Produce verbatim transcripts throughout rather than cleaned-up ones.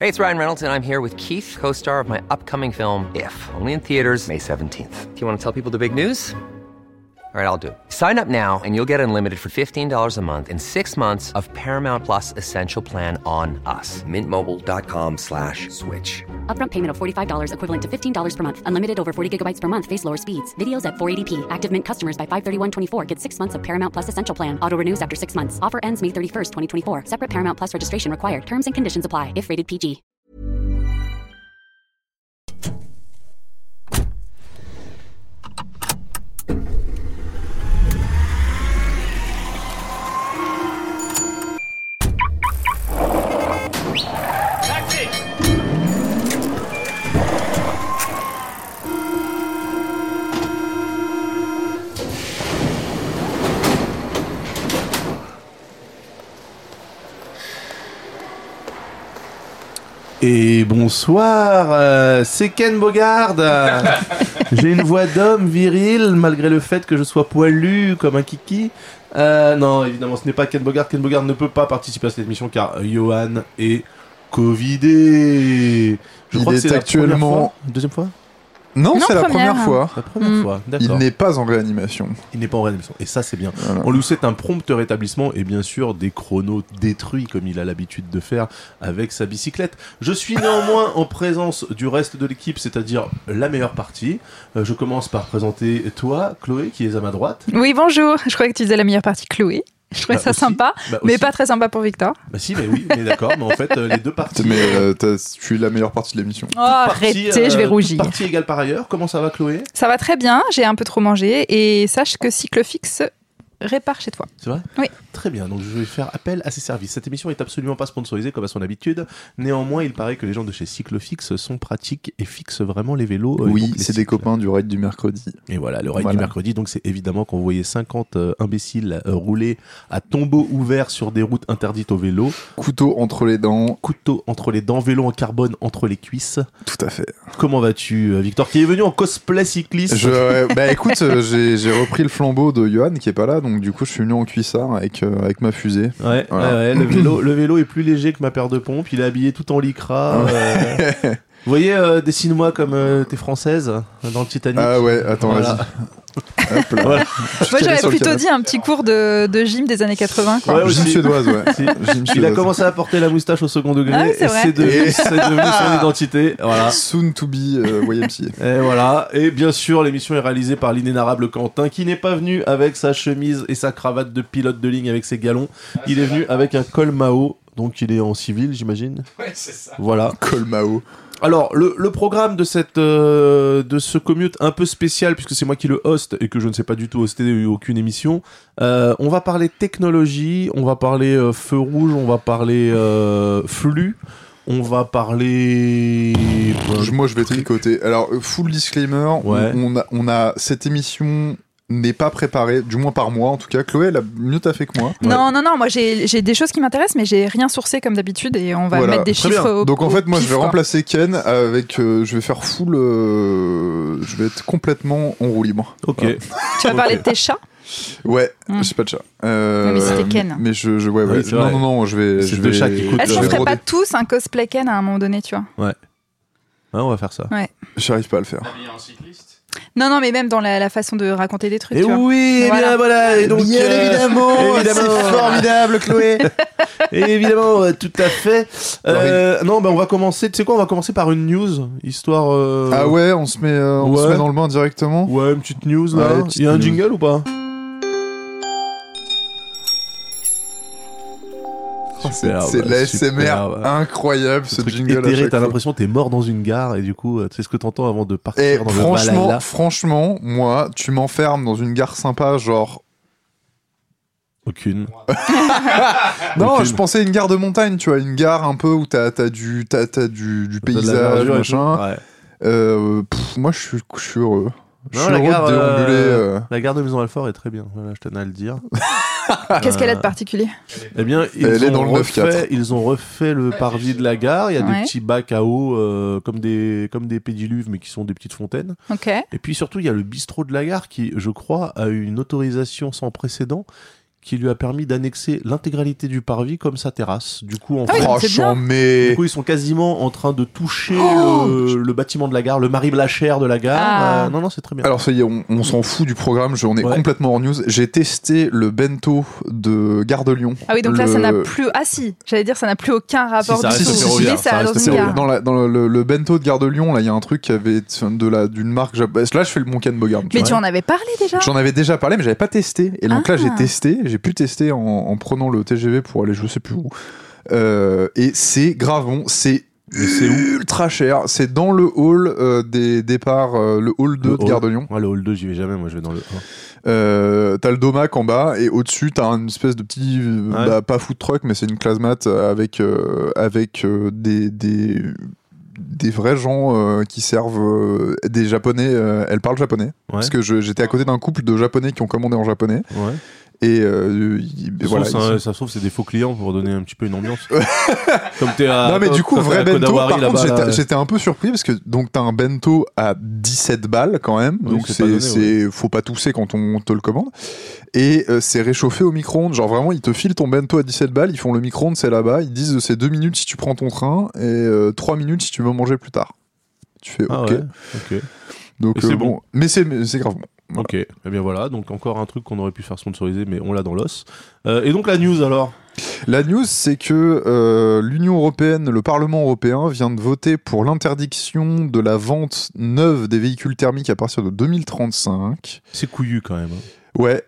Hey, it's Ryan Reynolds, and I'm here with Keith, co-star of my upcoming film, If, only in theaters May seventeenth. Do you want to tell people the big news? All right, I'll do it. Sign up now and you'll get unlimited for fifteen dollars a month and six months of Paramount Plus Essential Plan on us. Mint Mobile dot com slash switch. Upfront payment of forty-five dollars equivalent to fifteen dollars per month. Unlimited over forty gigabytes per month. Face lower speeds. Videos at four eighty p. Active Mint customers by five thirty-one twenty-four get six months of Paramount Plus Essential Plan. Auto renews after six months. Offer ends May thirty-first, twenty twenty-four. Separate Paramount Plus registration required. Terms and conditions apply if rated P G. Et bonsoir, euh, c'est Ken Bogard. J'ai une voix d'homme viril malgré le fait que je sois poilu comme un kiki. Euh, non, évidemment, ce n'est pas Ken Bogard. Ken Bogard ne peut pas participer à cette émission car Johan est covidé. Je Il crois que est c'est actuellement... la première fois. Deuxième fois Non, Non, c'est la première. première fois. La première Mm. fois, d'accord. Il n'est pas en réanimation. Il n'est pas en réanimation. Et ça, c'est bien. Voilà. On lui souhaite un prompt rétablissement et bien sûr des chronos détruits comme il a l'habitude de faire avec sa bicyclette. Je suis néanmoins en présence du reste de l'équipe, c'est-à-dire la meilleure partie. Euh, je commence par présenter toi, Chloé, qui est à ma droite. Oui, bonjour. Je croyais que tu disais la meilleure partie, Chloé. Je trouvais Bah, ça aussi. sympa, Bah, mais aussi. pas très sympa pour Victor. Bah si, mais oui, mais d'accord. Mais en fait, euh, les deux parties... Mais euh, t'as- tu es la meilleure partie de l'émission. Oh, parties, arrêtez, je vais euh, rougir. toutes parties égales par ailleurs. Comment ça va, Chloé? Ça va très bien, j'ai un peu trop mangé et sache que Cyclofix répare chez toi. C'est vrai? Oui. Très bien, donc je vais faire appel à ses services. Cette émission est absolument pas sponsorisée comme à son habitude. Néanmoins, il paraît que les gens de chez Cyclofix sont pratiques et fixent vraiment les vélos. euh, Oui, donc les c'est des cycles. copains du raid du mercredi. Et voilà, le raid Voilà. du mercredi, donc c'est évidemment quand vous voyez cinquante euh, imbéciles euh, rouler à tombeau ouvert sur des routes interdites au vélo, Couteau entre les dents. couteau entre les dents, vélo en carbone entre les cuisses. Tout à fait. Comment vas-tu, euh, Victor, qui est venu en cosplay cycliste? Je, euh, bah écoute, euh, j'ai, j'ai repris le flambeau de Johan qui est pas là, donc du coup je suis venu en cuissard avec, euh, avec ma fusée. Ouais, Voilà. ouais, ouais, le vélo, le vélo est plus léger que ma paire de pompes. Il est habillé tout en lycra. euh, Vous voyez, euh, dessine-moi comme euh, t'es française dans le Titanic. Ah ouais, attends, Voilà. vas-y. Hop là. Voilà. Je suis Moi, calé j'aurais sur le plutôt canapé. dit un petit cours de, de gym des années quatre-vingts. Quoi. Ouais, Gym aussi. suédoise, ouais. Si. Gym Il a suédoise. commencé à porter la moustache au second degré Ah, c'est et vrai. c'est devenu, Et- c'est devenu son identité. Voilà. Soon to be euh, Y M C A. Et voilà. Et bien sûr, l'émission est réalisée par l'inénarrable Quentin qui n'est pas venu avec sa chemise et sa cravate de pilote de ligne avec ses galons. Il est venu avec un col Mao. Donc il est en civil, j'imagine. Ouais, c'est ça. Voilà. Colmao. Alors, le, le programme de, cette, euh, de ce commute un peu spécial, puisque c'est moi qui le host et que je ne sais pas du tout hoster aucune émission, euh, on va parler technologie, on va parler euh, feu rouge, on va parler euh, flux, on va parler... Je- Moi je vais tricoter. Alors, euh, full disclaimer, Ouais. on, on a, on a cette émission n'est pas préparée, du moins par moi en tout cas. Chloé, elle a mieux taffé que moi. Non, non, non, moi j'ai j'ai des choses qui m'intéressent, mais j'ai rien sourcé comme d'habitude et on va Voilà, mettre des très chiffres bien. au Donc en au fait, moi pif, je vais quoi. remplacer Ken avec. euh, je vais faire full. euh, je vais être complètement en roue libre. Ok. Voilà. Tu vas parler Ok. de tes chats. Ouais, Mm. j'ai pas de chat. Euh, Oui, mais c'était Ken. Mais je, je ouais, ouais. Oui, c'est non, vrai. non, non, je vais. C'est je deux vais- chats qui coûtent, Est-ce je qu'on vais ferait broder. pas tous un cosplay Ken à un moment donné, tu vois? Ouais, on va faire ça. J'arrive pas à le faire. Habillé en cycliste. Non, non, mais même dans la, la façon de raconter des trucs, Et tu vois. oui, eh Voilà. bien voilà. Et donc, Bien euh, évidemment, évidemment. c'est formidable, Chloé. Et évidemment, ouais, tout à fait. Euh, non, ben on va commencer. Tu sais quoi, on va commencer par une news, histoire. euh, Ah ouais, on se met, euh, on se Ouais. met dans le bain directement. Ouais, une petite news là. Ouais, Il petite y a un news. jingle ou pas? C'est, Superbe, c'est de l'A S M R superbe. incroyable, Ce ce truc jingle. à éthéré, chaque t'as fois. l'impression que t'es mort dans une gare et du coup, euh, tu sais ce que t'entends avant de partir Et dans le franchement, Valhalla. franchement, moi, tu m'enfermes dans une gare sympa, genre. Aucune. Non, Aucune. je pensais une gare de montagne, tu vois, une gare un peu où t'as, t'as du, t'as, t'as du, du T'as de la paysage, verdure et machin. tout. Ouais. Euh, pff, moi, je suis, je suis heureux. Je Non, suis la heureux gare, de déambuler. euh, euh. La gare de Maison-Alfort est très bien. Voilà, je tenais à le dire. Qu'est-ce qu'elle a de particulier? Eh bien, ils Elle est ont dans le neuf refait, quatre. ils ont refait le parvis de la gare. Il y a Ouais. des petits bacs à eau euh, comme des comme des pédiluves, mais qui sont des petites fontaines. Ok. Et puis surtout, il y a le bistrot de la gare qui, je crois, a eu une autorisation sans précédent, qui lui a permis d'annexer l'intégralité du parvis comme sa terrasse. Du coup, en Ah oui, fait, donc c'est bien. mais du coup, ils sont quasiment en train de toucher Oh le, le bâtiment de la gare, le Marie-Blachère de la gare. Ah. Euh, non, non, c'est très bien. alors ça y est, on, on s'en fout du programme, je- on est Ouais. complètement hors news. J'ai testé le bento de Gare de Lyon. Ah oui, donc là, Le- ça n'a plus. Ah si, j'allais dire, ça n'a plus aucun rapport ça du reste tout. ferroviaire, Mais ça ça reste dans une ferroviaire. gare. Dans, la, dans le, le bento de Gare de Lyon, là, il y a un truc qui avait de la d'une marque japonaise. Là, je fais le mon Ken Bogart. tu Mais vois. tu en avais parlé déjà. J'en avais déjà parlé, mais j'avais pas testé. Et donc Ah. là, j'ai testé. J'ai pu tester en, en prenant le T G V pour aller, je sais plus où. Euh, et c'est grave bon. C'est Mais c'est où ultra cher. C'est dans le hall euh, des départs, euh, le hall deux Le de hall. Gare de Lyon. Ouais, le hall deux, j'y vais jamais, moi je vais dans le un. Euh, t'as le domac en bas et au-dessus t'as une espèce de petit, euh, Ouais. bah, pas food truck, mais c'est une classe mat avec euh, avec euh, des des des vrais gens euh, qui servent euh, des japonais. Euh, elle parle japonais Ouais. parce que je- j'étais à côté d'un couple de japonais qui ont commandé en japonais Ouais. et euh, ils- De toute voilà. façon, ils ça, sont- ça se trouve, c'est des faux clients pour donner un petit peu une ambiance. Comme t'es à. non mais du coup quand t'es vrai à bento Kodawari, par contre là-bas, j'étais là. j'étais un peu surpris parce que donc t'as un bento à dix-sept balles quand même, Oui, donc c'est pas c'est donné, c'est faut pas tousser quand on te le commande, et euh, c'est réchauffé au micro-ondes, genre vraiment ils te filent ton bento à dix-sept balles, ils font le micro-ondes, c'est là-bas, ils disent c'est deux minutes si tu prends ton train et euh, trois minutes si tu veux manger plus tard. Tu fais Ah ok. ouais, ok. Donc Et c'est euh, bon. mais c'est mais c'est grave bon. Voilà. Ok, eh bien voilà, donc encore un truc qu'on aurait pu faire sponsoriser, mais on l'a dans l'os. Euh, et donc la news alors. La news, c'est que euh, l'Union européenne, le Parlement européen, vient de voter pour l'interdiction de la vente neuve des véhicules thermiques à partir de deux mille trente-cinq. C'est couillu quand même. hein. Ouais,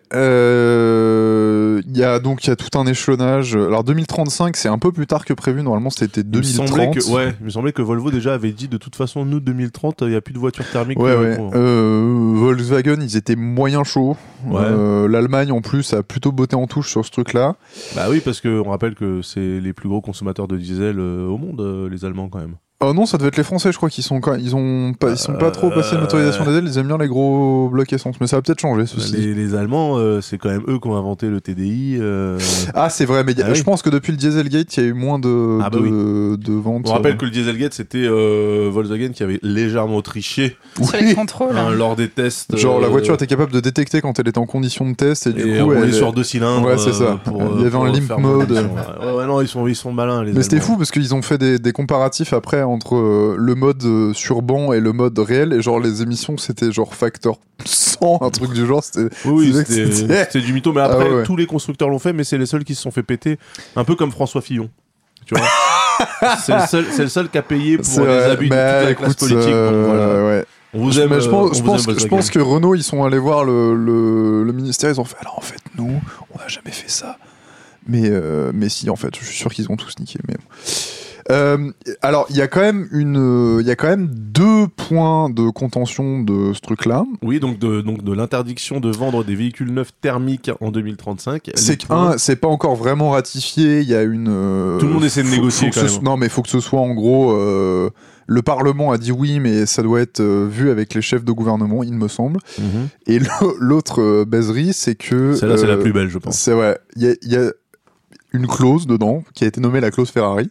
euh, il y a donc il y a tout un échelonnage. Alors deux mille trente-cinq, c'est un peu plus tard que prévu. Normalement, c'était Il deux me mille semblait trente. que, ouais, il me semblait que Volvo déjà avait dit de toute façon, nous deux mille trente, il n'y a plus de voitures thermiques. Ouais, euh, ouais. bon. Euh, Volkswagen, ils étaient moyen chauds. Ouais. Euh, L'Allemagne, en plus, a plutôt botté en touche sur ce truc-là. Bah oui, parce qu'on rappelle que c'est les plus gros consommateurs de diesel euh, au monde, euh, les Allemands quand même. Oh non, ça devait être les Français, je crois qu'ils sont quand ils ont pas, ils sont pas trop passés l'autorisation Euh. diesel, ils aiment bien les gros blocs essence, mais ça va peut-être changer ceci. Les, les Allemands, euh, c'est quand même eux qui ont inventé le T D I. euh, Ah c'est vrai, mais y a- Ah oui. je pense que depuis le Dieselgate, il y a eu moins de Ah bah de, de ventes. On rappelle que le Dieselgate, c'était euh, Volkswagen qui avait légèrement triché Sur les contrôles. hein, lors des tests. Genre la euh, voiture était capable de détecter quand elle était en condition de test et du et coup rouler elle... sur deux cylindres. Ouais, c'est euh, ça. pour, Il y euh, avait pour un limp faire mode. une fonction. Ouais, ouais, non, ils sont, ils sont malins les Mais c'était Allemands. fou parce qu'ils ont fait des, des comparatifs après entre euh, le mode euh, sur banc et le mode réel et genre les émissions c'était genre facteur cent, un truc du genre. C'était Oui, oui, c'est vrai que c'était c'était- c'était du mytho, mais après, Ah ouais. tous les constructeurs l'ont fait, mais c'est les seuls qui se sont fait péter. Un peu comme François Fillon. Tu vois C'est le seul, c'est le seul qui a payé pour c'est les vrai. abus de toute Bah, la écoute, classe politique. euh, donc voilà. ouais. On vous Je- aime. mais je euh, pense, on je vous pense, aime, que, je Volkswagen. pense que Renault, ils sont allés voir le, le, le ministère, ils ont fait alors en fait, nous, on n'a jamais fait ça. Mais, euh, mais si, en fait, je suis sûr qu'ils ont tous niqué. Mais bon. Euh, alors, il y a quand même une, il y a quand même deux points de contention de ce truc-là. Oui, donc de, donc de l'interdiction de vendre des véhicules neufs thermiques en deux mille trente-cinq. C'est Les qu'un, points- c'est pas encore vraiment ratifié. Il y a une. euh, Tout le monde essaie de faut- négocier, faut que quand ce- même. Non, mais il faut que ce soit en gros. euh, le Parlement a dit oui, mais ça doit être euh, vu avec les chefs de gouvernement, il me semble. Mhm. Et le- l'autre euh, baiserie, c'est que. Celle-là, c'est la euh, plus belle, je pense. C'est vrai. Il y a, il y a une clause dedans qui a été nommée la clause Ferrari.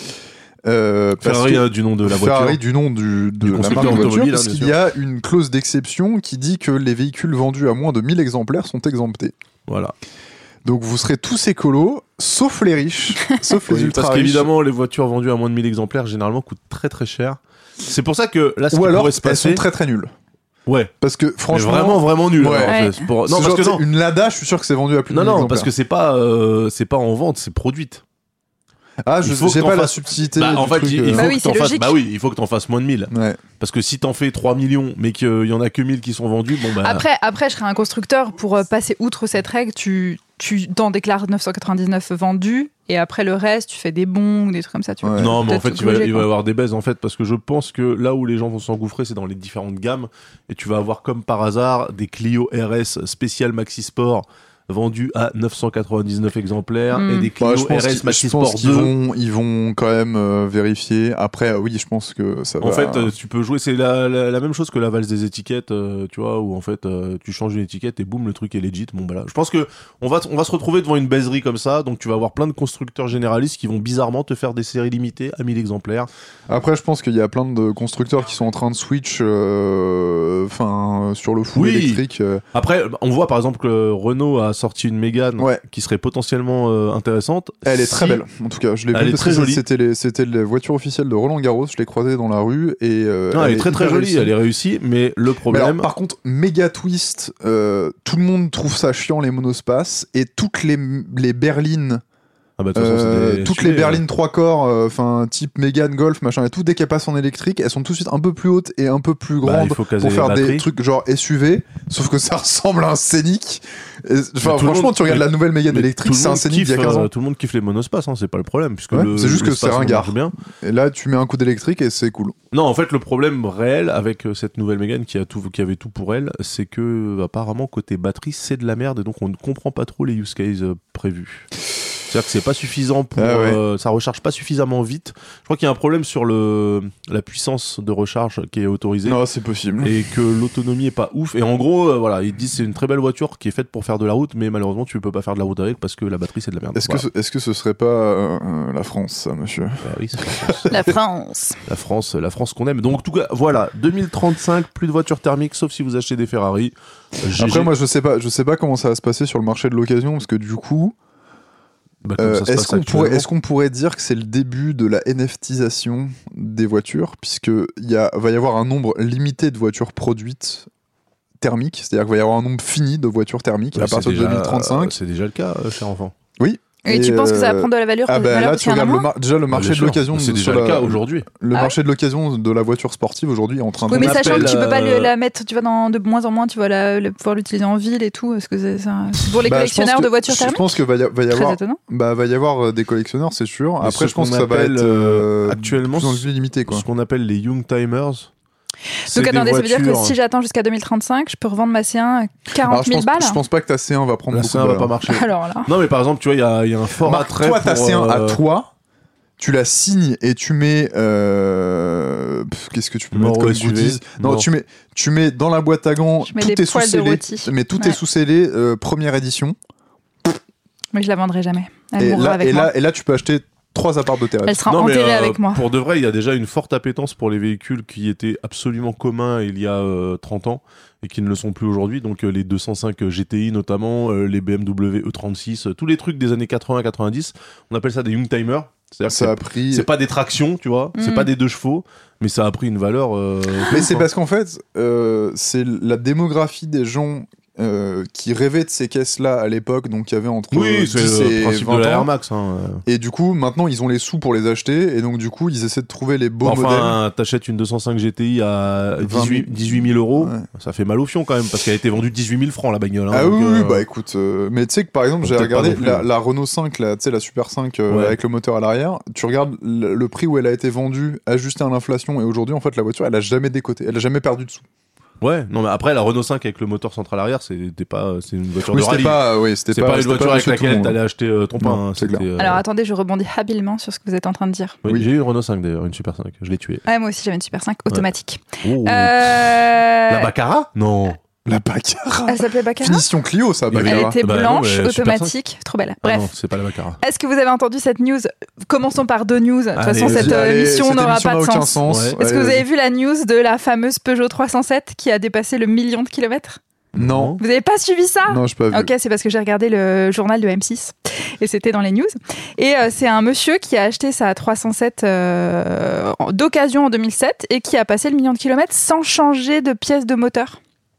Euh, parce Ferrari que- hein, du nom de la Ferrari voiture. du nom du, de Du la constructeur marque de voiture, automobile, parce hein, bien qu'il y a une clause d'exception qui dit que les véhicules vendus à moins de mille exemplaires sont exemptés. Voilà. Donc vous serez tous écolos, sauf les riches, sauf les Oui, ultra parce riches. qu'évidemment, les voitures vendues à moins de mille exemplaires, généralement, coûtent très très cher. C'est pour ça que là, ce Ou qui alors pourrait se elles passer. sont très très nulles. Ouais. Parce que Mais franchement, vraiment, vraiment nul. Ouais. alors, Ouais. c'est pour- c'est Non, parce genre, que tu sais, non. une Lada, je suis sûr que c'est vendu à plus de Non, mille non, exemplaires. parce que c'est pas, euh, c'est pas en vente, c'est produite. ah, il je faut j'ai que pas t'en la fasses- subtilité. Bah, du en fait, truc, il, euh, il faut Bah oui, que t'en c'est fasses. logique. Bah oui, il faut que t'en fasses moins de mille. Ouais. Parce que si t'en fais trois millions, mais qu'il y en a que mille qui sont vendus, bon bah. Après, après, je serais un constructeur pour euh, passer outre cette règle. Tu, tu t'en déclares neuf cent quatre-vingt-dix-neuf vendus et après le reste, tu fais des bons ou des trucs comme ça. Tu vois. Ouais. Non, mais en Peut-être fait, il va, corriger, il va y quoi. avoir des baises, en fait, parce que je pense que là où les gens vont s'engouffrer, c'est dans les différentes gammes. Et tu vas avoir, comme par hasard, des Clio R S spécial Maxi Sport vendus à neuf cent quatre-vingt-dix-neuf exemplaires Mm. et des Clio Bah, je pense R S qu'ils- Maxi je pense Sport qu'ils deux. vont, ils vont quand même euh, vérifier. Après, euh, oui, je pense que ça va. En fait, euh, tu peux jouer, c'est la, la, la même chose que la valse des étiquettes, euh, tu vois, où en fait, euh, tu changes une étiquette et boum, le truc est legit. Bon, bah là, je pense que on va, on va se retrouver devant une baiserie comme ça, donc tu vas avoir plein de constructeurs généralistes qui vont bizarrement te faire des séries limitées à mille exemplaires. Après, je pense qu'il y a plein de constructeurs qui sont en train de switch, euh, enfin, sur le full Oui. électrique. euh. Après, on voit par exemple que Renault a a sorti une Mégane Ouais. qui serait potentiellement euh, intéressante. Elle est Si- très belle, en tout cas. Je l'ai Elle vue est parce très que jolie. c'était les, c'était les voitures officielles de Roland Garros. Je l'ai croisée dans la rue et euh, Non, elle, est très très hyper jolie, réussie. elle est réussie, mais le Mais problème. alors, par contre, méga twist, euh, tout le monde trouve ça chiant les monospaces et toutes les, les berlines, Ah bah, de toute façon, euh, c'est des toutes sujets, les berlines trois corps, enfin type Mégane, Golf, machin et tout, dès qu'elles passent en électrique, elles sont tout de suite un peu plus hautes et un peu plus Bah, grandes il faut caser pour faire les des batteries. trucs genre S U V, sauf que ça ressemble à un Scénic. Et, Enfin, Mais tout le franchement, monde- tu regardes mais- la nouvelle Mégane mais électrique, tout le c'est un monde Scénic d'il y a kiffe, quinze ans. euh, tout le monde kiffe les monospaces, hein, c'est pas le problème. Puisque Ouais, le, c'est juste que c'est l'espace ringard. marche bien. Et là, tu mets un coup d'électrique et c'est cool. Non, en fait, le problème réel avec euh, cette nouvelle Mégane qui, a tout, qui avait tout pour elle, c'est que euh, apparemment côté batterie, c'est de la merde et donc on ne comprend pas trop les use cases euh, prévus. C'est-à-dire que c'est pas suffisant pour, Ah ouais. euh, ça recharge pas suffisamment vite. Je crois qu'il y a un problème sur le la puissance de recharge qui est autorisée. Non, c'est possible. Et que l'autonomie est pas ouf. Et en gros, euh, voilà, ils disent c'est une très belle voiture qui est faite pour faire de la route, mais malheureusement tu peux pas faire de la route avec parce que la batterie c'est de la merde. Est-ce que, Voilà. ce- est-ce que ce serait pas euh, euh, la France, ça, monsieur Bah oui, c'est la France. La France. La France, la France qu'on aime. Donc en tout cas, voilà, deux mille trente-cinq, plus de voitures thermiques, sauf si vous achetez des Ferrari. G G. Après, moi, je sais pas, je sais pas comment ça va se passer sur le marché de l'occasion, parce que du coup, Bah, comme euh, ça se est-ce passe qu'on pourrait, actuellement. est-ce qu'on pourrait dire que c'est le début de la NFTisation des voitures, puisque il y a, va y avoir un nombre limité de voitures produites thermiques, c'est-à-dire qu'il va y avoir un nombre fini de voitures thermiques Ouais, à c'est partir de déjà- deux mille trente-cinq. C'est déjà le cas, euh, cher enfant. Oui. Et, tu penses que ça va prendre de la valeur, Ah de ben valeur là, parce tu qu'il y en a regardes le moins mar- déjà le marché Bien de sûr. l'occasion. C'est de- déjà sur le la- cas aujourd'hui. Le Ah marché de l'occasion de la voiture sportive aujourd'hui est en train de Oui, mais On sachant que appelle, tu peux pas euh, le- la mettre, tu vois, dans, de moins en moins, tu vas la, le- pouvoir l'utiliser en ville et tout. Est-ce que c'est ça c'est pour les Bah, je pense collectionneurs que- de voitures Je thermiques? pense que va y, a- va y Très avoir, étonnant. bah, va y avoir euh, des collectionneurs, c'est sûr. Mais Après, ce je pense qu'on que ça va appelle, être euh, euh, actuellement, plus en vue limitée, quoi. Ce qu'on appelle les Young Timers. c'est Donc des attendez, ça veut dire que voitures- si j'attends jusqu'à deux mille trente-cinq, je peux revendre ma C un à Alors, quarante je mille pense, balles? je pense pas que ta C un va prendre La beaucoup C de un va balles. pas marcher. Alors là. Non, mais par exemple, tu vois, il y a, il y a un fort Marc, attrait toi, ta pour, C un à euh, toi, tu la signes et tu mets. euh, pff, Qu'est-ce que tu peux Mort mettre au comme S U V, goodies Non, mort. tu mets, tu mets dans la boîte à gants, Je mets tout des est poils de sous-scellé. rôti. Mais tout Ouais. est sous-scellé, euh, première édition. Mais je la vendrai jamais. Elle Et mourra là, avec et, moi. là, et là, tu peux acheter trois apparts de terrasse. Elle sera Non, mais, enterrée euh, avec moi. Pour de vrai, il y a déjà une forte appétence pour les véhicules qui étaient absolument communs il y a euh, trente ans et qui ne le sont plus aujourd'hui. Donc euh, les deux cent cinq G T I notamment, euh, les B M W E trente-six, euh, tous les trucs des années quatre-vingts quatre-vingt-dix, on appelle ça des Young Timers. C'est-à-dire que Ça a c'est- pris. c'est pas des tractions, tu vois, c'est Mm. pas des deux chevaux, mais ça a pris une valeur. euh, Mais ouf, c'est hein. parce qu'en fait, euh, c'est la démographie des gens euh, qui rêvaient de ces caisses-là à l'époque, donc il y avait entre Oui, c'est dix le et principe vingt de la Air ans. Max. Hein. Et du coup, maintenant, ils ont les sous pour les acheter, et donc du coup, ils essaient de trouver les beaux modèles. Enfin, t'achètes une deux cent cinq G T I à vingt mille. dix-huit mille euros, Ouais. ça fait mal au fion quand même, parce qu'elle a été vendue dix-huit mille francs la bagnole. Hein, Ah donc, oui, oui, euh, bah écoute, euh, mais tu sais que par exemple, j'ai peut-être pas regardé non plus. la, la Renault cinq, la, tu sais, la Super cinq euh, Ouais. avec le moteur à l'arrière, tu regardes le, le prix où elle a été vendue, ajusté à l'inflation, et aujourd'hui, en fait, la voiture, elle a jamais décoté, elle a jamais perdu de sous. Ouais, non mais après la Renault cinq avec le moteur central arrière, c'était pas, c'est une voiture Oui, de c'était rallye. pas, oui, c'était C'est pas, pas, une c'était voiture avec Monsieur laquelle Tout-le-Monde. t'allais acheter euh, ton pain. Non, hein, c'est clair. c'était, euh, Alors attendez, je rebondis habilement sur ce que vous êtes en train de dire. oui, Oui. J'ai eu une Renault cinq d'ailleurs, une Super cinq, je l'ai tuée. Ouais, moi aussi j'avais une Super cinq automatique. Oh. Euh... La Baccara Non. La Baccara. Elle s'appelait Baccara. Finition Clio, ça, Il y avait- Elle Baccara. était Bah non, blanche, mais Super automatique, trop belle. Ah Bref. non, c'est pas la Baccara. Est-ce que vous avez entendu cette news? Commençons par deux news. De toute Allez, façon, cette vas-y, euh, Allez, émission cette n'aura émission pas n'a de aucun sens. sens. Ouais. Est-ce que Allez, vous vas-y. avez vu la news de la fameuse Peugeot trois cent sept qui a dépassé le million de kilomètres? Non. Vous n'avez pas suivi ça? Non, j'ai pas vu. Ok, c'est parce que j'ai regardé le journal de M six et c'était dans les news. Et euh, c'est un monsieur qui a acheté sa trois cent sept euh, en- d'occasion en deux mille sept et qui a passé le million de kilomètres sans changer de pièce de moteur.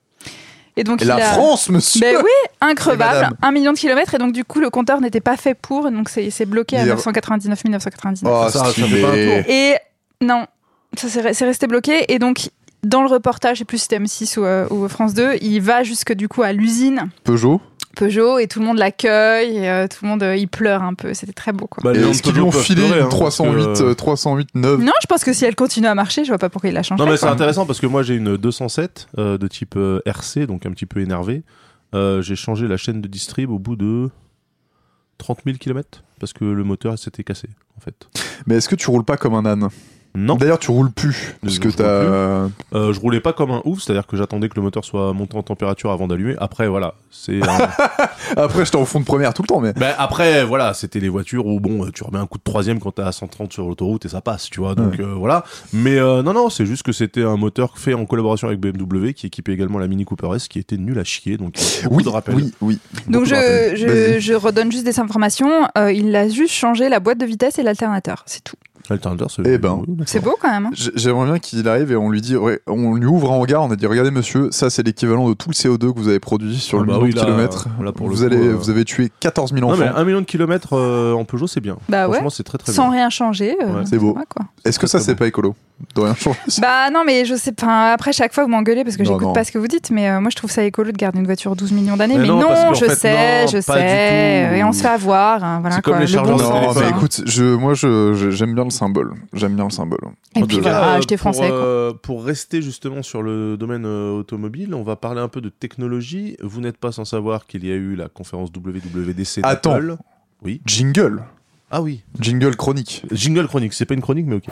Et donc Et il la a... France, monsieur. Ben oui, Et increvable, madame. un million de kilomètres et donc du coup le compteur n'était pas fait pour, donc c'est c'est bloqué à Il est- neuf cent quatre-vingt-dix-neuf mille neuf cent quatre-vingt-dix-neuf. Oh, Ça, ça fait stylé. pas un tour. Et non, ça c'est re- c'est resté bloqué. Et donc, dans le reportage, je sais plus si c'était M six ou, euh, ou France deux, il va jusque du coup à l'usine Peugeot. Peugeot et tout le monde l'accueille. Et, euh, tout le monde, euh, il pleure un peu. C'était très beau, quoi. Bah, les Et gens est-ce de qu'ils lui Peugeot ont peuvent filé pleurer, une hein, trois cent huit, parce que- euh, trois cent huit neuf? Non, je pense que si elle continue à marcher, je vois pas pourquoi il la change. Non mais c'est intéressant parce que moi j'ai une deux cent sept euh, de type euh, R C, donc un petit peu énervé. Euh, j'ai changé la chaîne de distrib au bout de trente mille kilomètres parce que le moteur s'était cassé en fait. Mais est-ce que tu roules pas comme un âne? Non. D'ailleurs, tu roules plus parce Je que roule t'as. Euh, je roulais pas comme un ouf, c'est-à-dire que j'attendais que le moteur soit monté en température avant d'allumer. Après, voilà, c'est. Un... Après, j'étais en fond de première tout le temps, mais. ben, après, voilà, c'était les voitures où bon, tu remets un coup de troisième quand t'es à cent trente sur l'autoroute et ça passe, tu vois. Donc Ouais. euh, voilà. Mais euh, non, non, c'est juste que c'était un moteur fait en collaboration avec B M W qui équipait également la Mini Cooper S, qui était nul à chier. Donc beaucoup Oui, de rappels. oui, oui. Donc Beaucoup de rappels. je, je, Vas-y. je redonne juste des informations. Euh, il a juste changé la boîte de vitesse et l'alternateur, c'est tout. Alternateur, c'est. Eh ben. oui, d'accord. C'est beau quand même. Hein. J- J'aimerais bien qu'il arrive et on lui dit, ouais, on lui ouvre un hangar, on a dit, regardez monsieur, ça c'est l'équivalent de tout le C O deux que vous avez produit sur Ah le bah million oui, de là, kilomètres. là, pour le vous, coup, allez, euh, vous avez tué quatorze mille Non, mais enfants. un million de kilomètres euh, en Peugeot, c'est bien. Bah ouais. Franchement, c'est très très Sans bien. rien changer. euh, Ouais, c'est beau. va, quoi. Est-ce que très, ça très c'est bon. pas écolo de rien changer? Bah non, mais je sais pas. Après, chaque fois, vous m'engueulez parce que Non, j'écoute non. pas ce que vous dites. Mais euh, moi, je trouve ça écolo de garder une voiture douze millions d'années. Mais Mais, non, non, parce qu'en je fait, sais, non, je pas sais. du tout. Et on se fait avoir. hein, voilà, C'est comme quoi, les le chargeurs bon de Non, sens, téléphone. mais hein. écoute, je, moi je, je- j'aime bien le symbole. J'aime bien le symbole. Et En puis tout voilà, cas, acheter pour, français. quoi. euh, pour rester justement sur le domaine euh, automobile, on va parler un peu de technologie. Vous n'êtes pas sans savoir qu'il y a eu la conférence W W D C Attends. d'Apple. Oui. Jingle. Ah oui. Jingle chronique. Jingle chronique. C'est pas une chronique, mais ok.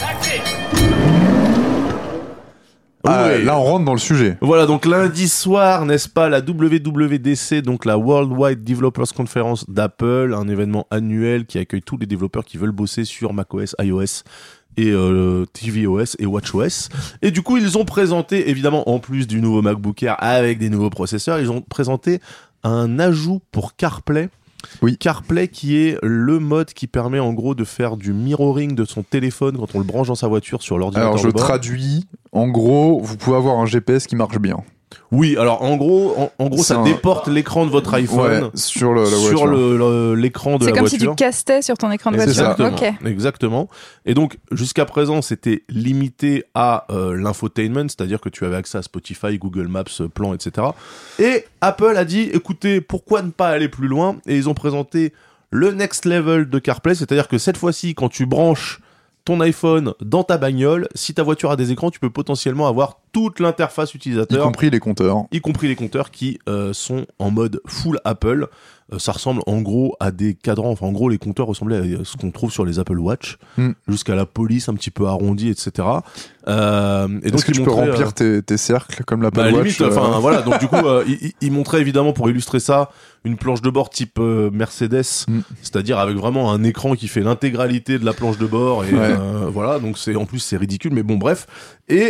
Ah, Oui. là on rentre dans le sujet. Voilà, donc lundi soir, n'est-ce pas, la W W D C, donc la Worldwide Developers Conference d'Apple, un événement annuel qui accueille tous les développeurs qui veulent bosser sur macOS, iOS et euh, tvOS et watchOS. Et du coup, ils ont présenté, évidemment, en plus du nouveau MacBook Air avec des nouveaux processeurs, ils ont présenté un ajout pour CarPlay. Oui. CarPlay qui est le mode qui permet en gros de faire du mirroring de son téléphone quand on le branche dans sa voiture sur l'ordinateur Alors je de bord. traduis. En gros, vous pouvez avoir un G P S qui marche bien. Oui, alors en gros, en, en gros, C'est ça un- déporte l'écran de votre iPhone Ouais, sur le, la sur voiture. le- le- l'écran de C'est la comme si voiture. tu castais sur ton écran de Et c'est voiture. ça. Exactement. Ok. Exactement. Et donc, jusqu'à présent, c'était limité à euh, l'infotainment, c'est-à-dire que tu avais accès à Spotify, Google Maps, euh, Plan, et cetera. Et Apple a dit, écoutez, pourquoi ne pas aller plus loin? Et ils ont présenté le next level de CarPlay, c'est-à-dire que cette fois-ci, quand tu branches ton iPhone dans ta bagnole, si ta voiture a des écrans, tu peux potentiellement avoir toute l'interface Y utilisateur, compris les compteurs. y compris les compteurs qui euh, sont en mode full Apple. Euh, ça ressemble en gros à des cadrans, enfin en gros les compteurs ressemblaient à ce qu'on trouve sur les Apple Watch, Hmm. jusqu'à la police un petit peu arrondie, et cetera. Euh, et donc Est-ce que ils tu peux montraient, remplir euh, tes, tes cercles comme l'Apple bah, Watch limite, euh, enfin voilà, donc du coup, euh, il, il- il montrait évidemment pour illustrer ça une planche de bord type euh, Mercedes, Mm. c'est-à-dire avec vraiment un écran qui fait l'intégralité de la planche de bord et Ouais. euh, voilà, donc c'est en plus c'est ridicule, mais bon bref. Et,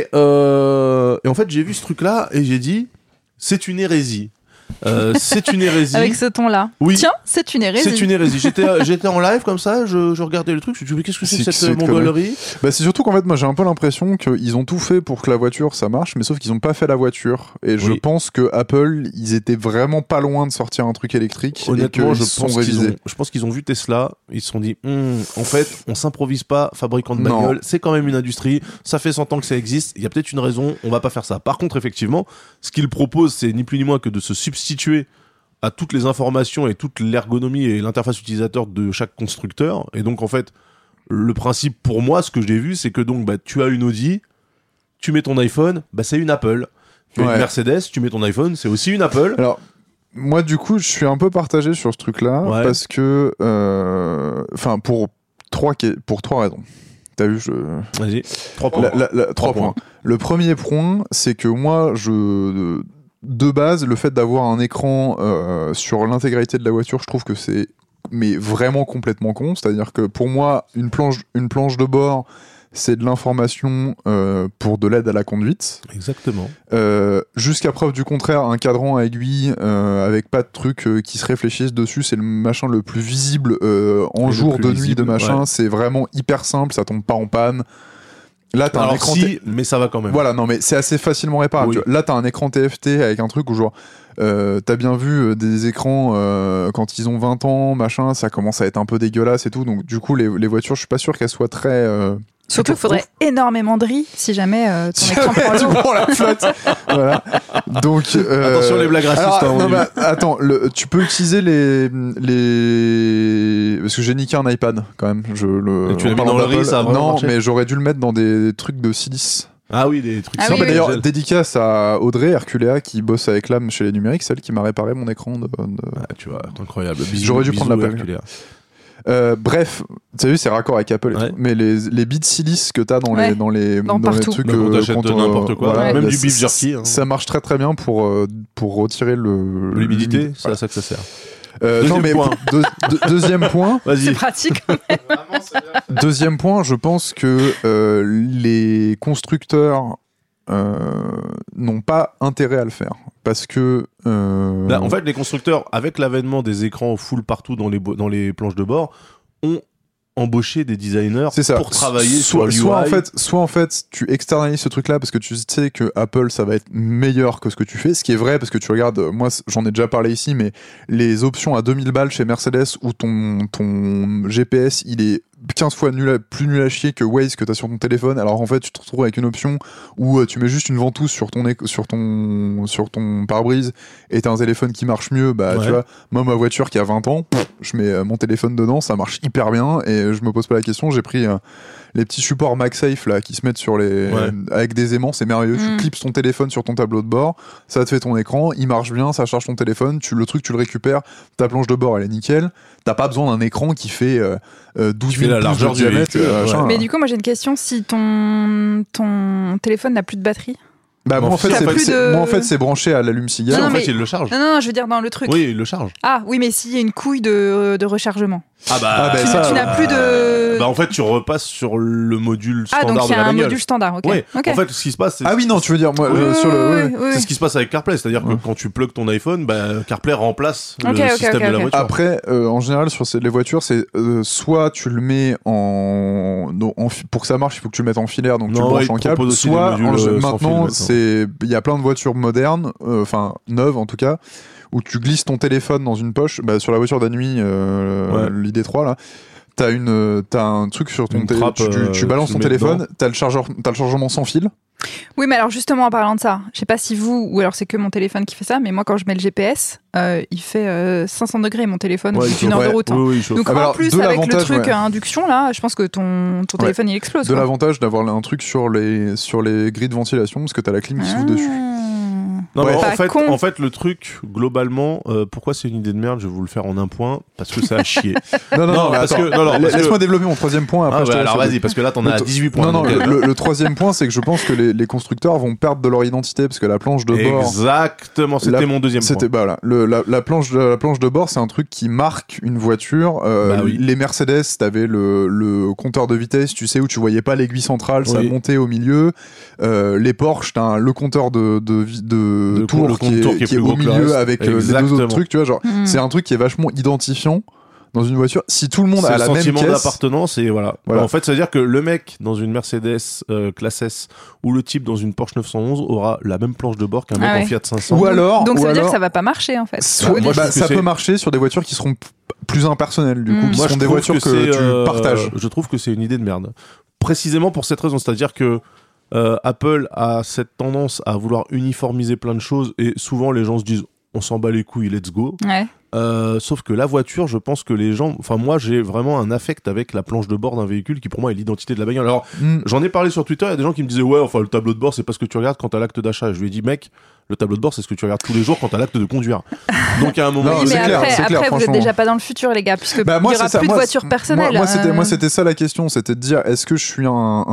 euh, et en fait j'ai vu ce truc-là et j'ai dit c'est une hérésie. Euh, c'est une hérésie. Avec ce ton-là. Oui. Tiens, c'est une hérésie. C'est une hérésie. J'étais, euh, j'étais en live comme ça, je, je regardais le truc, je me suis dit mais qu'est-ce que c'est C'est que que cette c'est euh, mongolerie? Bah, c'est surtout qu'en fait, moi j'ai un peu l'impression qu'ils ont tout fait pour que la voiture ça marche, mais sauf qu'ils ont pas fait la voiture. Et je Oui. pense que Apple, ils étaient vraiment pas loin de sortir un truc électrique. Honnêtement, et je qu'ils se sont pense, qu'ils révisés. ont, je pense qu'ils ont vu Tesla, ils se sont dit, Hum, en fait, on s'improvise pas fabricant de Non. bagnole, c'est quand même une industrie, ça fait cent ans que ça existe, il y a peut-être une raison, on va pas faire ça. Par contre, effectivement, ce qu'ils proposent, c'est ni plus ni moins que de se substituer à toutes les informations et toute l'ergonomie et l'interface utilisateur de chaque constructeur. Et donc, en fait, le principe pour moi, ce que j'ai vu, c'est que donc, bah, tu as une Audi, tu mets ton iPhone, bah, c'est une Apple. Tu as Ouais. une Mercedes, tu mets ton iPhone, c'est aussi une Apple. Alors, moi du coup, je suis un peu partagé sur ce truc-là Ouais. parce que, euh, enfin, pour trois, quai- pour trois raisons. T'as vu, je. Vas-y, trois points. La- la- la- trois points. points. Le premier point, c'est que moi, je de base, le fait d'avoir un écran euh, sur l'intégralité de la voiture, je trouve que c'est mais vraiment complètement con. C'est-à-dire que pour moi, une planche, une planche de bord, c'est de l'information euh, pour de l'aide à la conduite. Exactement. Euh, jusqu'à preuve du contraire, un cadran à aiguille euh, avec pas de trucs euh, qui se réfléchissent dessus, c'est le machin le plus visible euh, en Le jour, plus de nuit, visible, de machin. ouais. C'est vraiment hyper simple, ça tombe pas en panne. Là, t'as un Alors écran. si, T- mais ça va quand même. Voilà, non, mais c'est assez facilement réparable. Oui. tu vois. Là, t'as un écran T F T avec un truc où genre, euh, t'as bien vu euh, des écrans euh, quand ils ont vingt ans, machin, ça commence à être un peu dégueulasse et tout. Donc, du coup, les, les voitures, je suis pas sûr qu'elles soient très. Euh, Surtout qu'il faudrait énormément de riz si jamais euh, ton Si écran jamais prend tu l'eau. prends la flotte. Voilà. Donc, euh, Attention les blagues racistes, alors, hein, on non, dit. mais attends, le, tu peux utiliser les, les, parce que j'ai niqué un iPad quand même. Je le. Et tu l'as en mis parlant dans le d'Apple, riz, ça a vraiment Non, marché mais j'aurais dû le mettre dans des trucs de silice. Ah oui, des trucs Ah simples. oui, Non, mais oui. d'ailleurs, Gel. dédicace à Audrey Herculea qui bosse avec l'âme chez les numériques, celle qui m'a réparé mon écran. De, de- Ah, tu vois, c'est incroyable. Bisous, J'aurais dû bisous, prendre l'appel. Herculea. Euh, bref, tu as vu, c'est raccord avec Apple et Ouais. tout, mais les, les bits silice que tu as dans, Ouais. les, dans, les, Dans dans les partout. trucs. Donc, on euh, t'achète quand on- n'importe quoi, voilà, même bah, du beef c- jerky, hein. Ça marche très très bien pour, euh, pour retirer le. L'humidité, c'est Voilà. à ça que ça sert. Euh, Deuxième non, mais point. deux- deux- deuxième point. C'est Vas-y. pratique. Deuxième point, je pense que euh, les constructeurs euh, n'ont pas intérêt à le faire. Parce que. euh, Là, en fait, les constructeurs, avec l'avènement des écrans full partout dans les, bo- dans les planches de bord, ont embauché des designers c'est ça. pour travailler soit, sur soit l'U I. en fait, soit en fait, tu externalises ce truc-là parce que tu sais que Apple, ça va être meilleur que ce que tu fais. Ce qui est vrai parce que tu regardes, moi, j'en ai déjà parlé ici, mais les options à deux mille balles chez Mercedes où ton, ton G P S, il est quinze fois nul à- plus nul à chier que Waze que tu as sur ton téléphone. Alors en fait, tu te retrouves avec une option où euh, tu mets juste une ventouse sur ton, éc- sur ton, sur ton pare-brise et t'as un téléphone qui marche mieux. Bah, Ouais. tu vois, moi, ma voiture qui a vingt ans, pff, je mets euh, mon téléphone dedans, ça marche hyper bien et je me pose pas la question. J'ai pris euh, les petits supports MagSafe là qui se mettent sur les Ouais. avec des aimants, c'est merveilleux. Mm. Tu clips ton téléphone sur ton tableau de bord, ça te fait ton écran, il marche bien, ça charge ton téléphone, tu le truc tu le récupères, ta planche de bord elle est nickel. T'as pas besoin d'un écran qui fait euh, euh, douze Qui fait mille la pouces largeur de du diamètre. véhicule, euh, ouais. machin. Mais du coup, moi j'ai une question. Si ton, ton téléphone n'a plus de batterie. Bah, moi, En en fait, fait, c'est, t'as plus c'est- de- moi en fait c'est branché à Si, l'allume-cigare. Non, en non, fait, mais- il le charge. Non, non, non, je veux dire dans le truc. Oui, il le charge. Ah oui, mais s'il y a une couille de, de rechargement. Ah bah, Ah bah, Tu, ça, tu n'as plus de. bah en fait, tu repasses sur le module ah, standard donc il y de a la un bagnole. module standard, ok. Ouais. Ok. En fait, ce qui se passe, c'est Ah oui non, tu veux dire moi Oui, euh, sur le oui, ouais. oui, oui. c'est ce qui se passe avec CarPlay, c'est-à-dire que Ouais. quand tu plugs ton iPhone, bah, CarPlay remplace Ok, le ok, système ok, de la ok. voiture. Après, euh, en général, sur ces- les voitures, c'est euh, soit tu le mets en, non, en fi- pour que ça marche, il faut que tu le mettes en filaire, donc tu Non, le ouais, branches en ils câble. proposent aussi Soit des modules, en- euh, sans fil maintenant, maintenant. c'est il y a plein de voitures modernes, euh, enfin neuves en tout cas, où tu glisses ton téléphone dans une poche. Bah, sur la voiture d'Anui, euh, Ouais. l'I D trois là. T'as une, euh, t'as un truc sur ton Une téléphone, trappe, tu, tu- tu euh, balances tu ton le mets téléphone, dedans. t'as le chargeur, t'as le chargement sans fil. Oui, mais alors justement en parlant de ça, je sais pas si vous ou alors c'est que mon téléphone qui fait ça, mais moi quand je mets le G P S, euh, il fait euh, cinq cents degrés mon téléphone au Ouais, bout il d'une heure chauffe. de route. Oui, hein. oui, il chauffe. Donc Ah bah en alors, plus de avec le l'avantage, truc ouais. à induction là, je pense que ton, ton Ouais. téléphone il explose. De quoi. l'avantage d'avoir un truc sur les, sur les grilles de ventilation, parce que t'as la clim qui Ah. s'ouvre dessus. Non, Ouais. mais en, Pas fait, con. en fait, le truc, globalement, euh, pourquoi c'est une idée de merde, je vais vous le faire en un point, parce que ça a chié. Non, non, Non, non, mais parce attends, que- non, non, parce laisse-moi que- développer mon troisième point. Après Ah, je te bah, laisse alors le- vas-y, parce que là, t'en as à Le- dix-huit points. Non, non, donc, le, euh, le- le troisième point, c'est que je pense que les, les constructeurs vont perdre de leur identité, parce que la planche de bord. Exactement, c'était La- mon deuxième C'était point. bah, voilà, le- la, la planche de, la planche de bord, c'est un truc qui marque une voiture. Euh, Bah oui. Les Mercedes, t'avais le, le compteur de vitesse, tu sais, où tu voyais pas l'aiguille centrale, ça Oui. montait au milieu. Euh, les Porsche, t'as un- le compteur de, de, vi- de Le tour le qui, est, contour qui est qui est plus au gros que le milieu reste. avec euh, les deux Exactement. autres trucs, tu vois, genre, Mm. c'est un truc qui est vachement identifiant dans une voiture. Si tout le monde C'est a le la même sentiment caisse, d'appartenance et voilà. Voilà. En fait, c'est-à-dire que le mec dans une Mercedes euh, classe S ou le type dans une Porsche neuf cent onze aura la même planche de bord qu'un mec Ah ouais. en Fiat cinq cents. ou alors, Donc ou ça veut dire alors- que ça va pas marcher en fait. Soit- Moi, je bah, trouve que ça c'est- peut marcher sur des voitures qui seront p- plus impersonnelles, du coup, Mm. qui Moi, seront je des trouve voitures que, c'est, tu euh, partages. Je trouve que c'est une idée de merde. Précisément pour cette raison, c'est-à-dire que euh, Apple a cette tendance à vouloir uniformiser plein de choses et souvent les gens se disent on s'en bat les couilles, let's go. Ouais. Euh, sauf que la voiture, je pense que les gens, enfin moi j'ai vraiment un affect avec la planche de bord d'un véhicule qui pour moi est l'identité de la bagnole. Alors Mm. j'en ai parlé sur Twitter, il y a des gens qui me disaient ouais enfin le tableau de bord c'est pas ce que tu regardes quand t'as l'acte d'achat. Je lui ai dit mec, le tableau de bord c'est ce que tu regardes tous les jours quand t'as l'acte de conduire. Donc à un moment Non, Oui, c'est mais clair, après, c'est clair, après vous êtes franchement. déjà pas dans le futur les gars, puisque Bah, moi, il y aura c'est ça. plus Moi, de voitures c'est- personnelles. Moi, moi, c'était, euh. moi, c'était ça la question, c'était de dire est-ce que je suis un,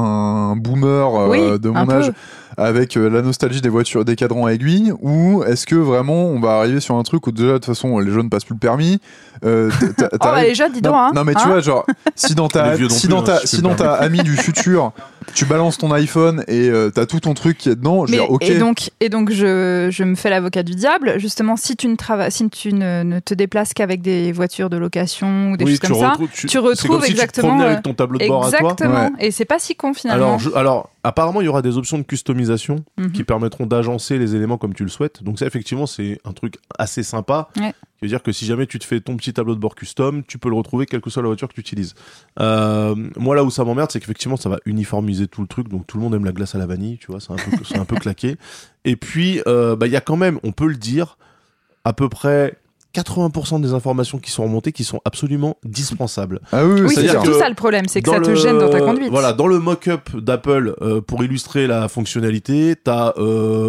un boomer euh, Oui, de un mon âge peu. avec euh, la nostalgie des voitures, des cadrans à aiguilles, ou est-ce que vraiment on va arriver sur un truc où déjà de toute façon les jeunes passent plus le permis. euh, t'a- Oh bah t'arrives- les jeunes, dis non, donc. hein. non, mais tu Hein vois, genre, si dans ta, Les vieux non si plus, dans hein, ta, si je si peux dans me ta ami du futur, tu balances ton iPhone et euh, t'as tout ton truc qui est dedans, je veux Mais, dire, ok. Et donc, et donc je, je me fais l'avocat du diable. Justement, si tu ne, trava- si tu ne, ne te déplaces qu'avec des voitures de location ou des Oui, choses tu comme ça, retrouves, tu, tu retrouves c'est comme si exactement, tu te promenais euh, avec ton tableau de bord à toi. exactement. Ouais. Et c'est pas si con finalement. Alors, je- alors, apparemment, il y aura des options de customisation Mhm. qui permettront d'agencer les éléments comme tu le souhaites. Donc ça, effectivement, c'est un truc assez sympa. Ouais. Qui veut dire que si jamais tu te fais ton petit tableau de bord custom, tu peux le retrouver quelle que soit la voiture que tu utilises. Euh, moi, là où ça m'emmerde, c'est qu'effectivement, ça va uniformiser tout le truc. Donc tout le monde aime la glace à la vanille, tu vois, c'est un peu, c'est un peu claqué. Et puis, euh, bah, il y a quand même, on peut le dire, à peu près quatre-vingts pour cent des informations qui sont remontées qui sont absolument dispensables. Ah oui, oui, c'est c'est-à-dire surtout que ça le problème, c'est que Dans ça te le- gêne dans ta conduite. Voilà, dans le mock-up d'Apple, euh, pour illustrer la fonctionnalité, t'as euh,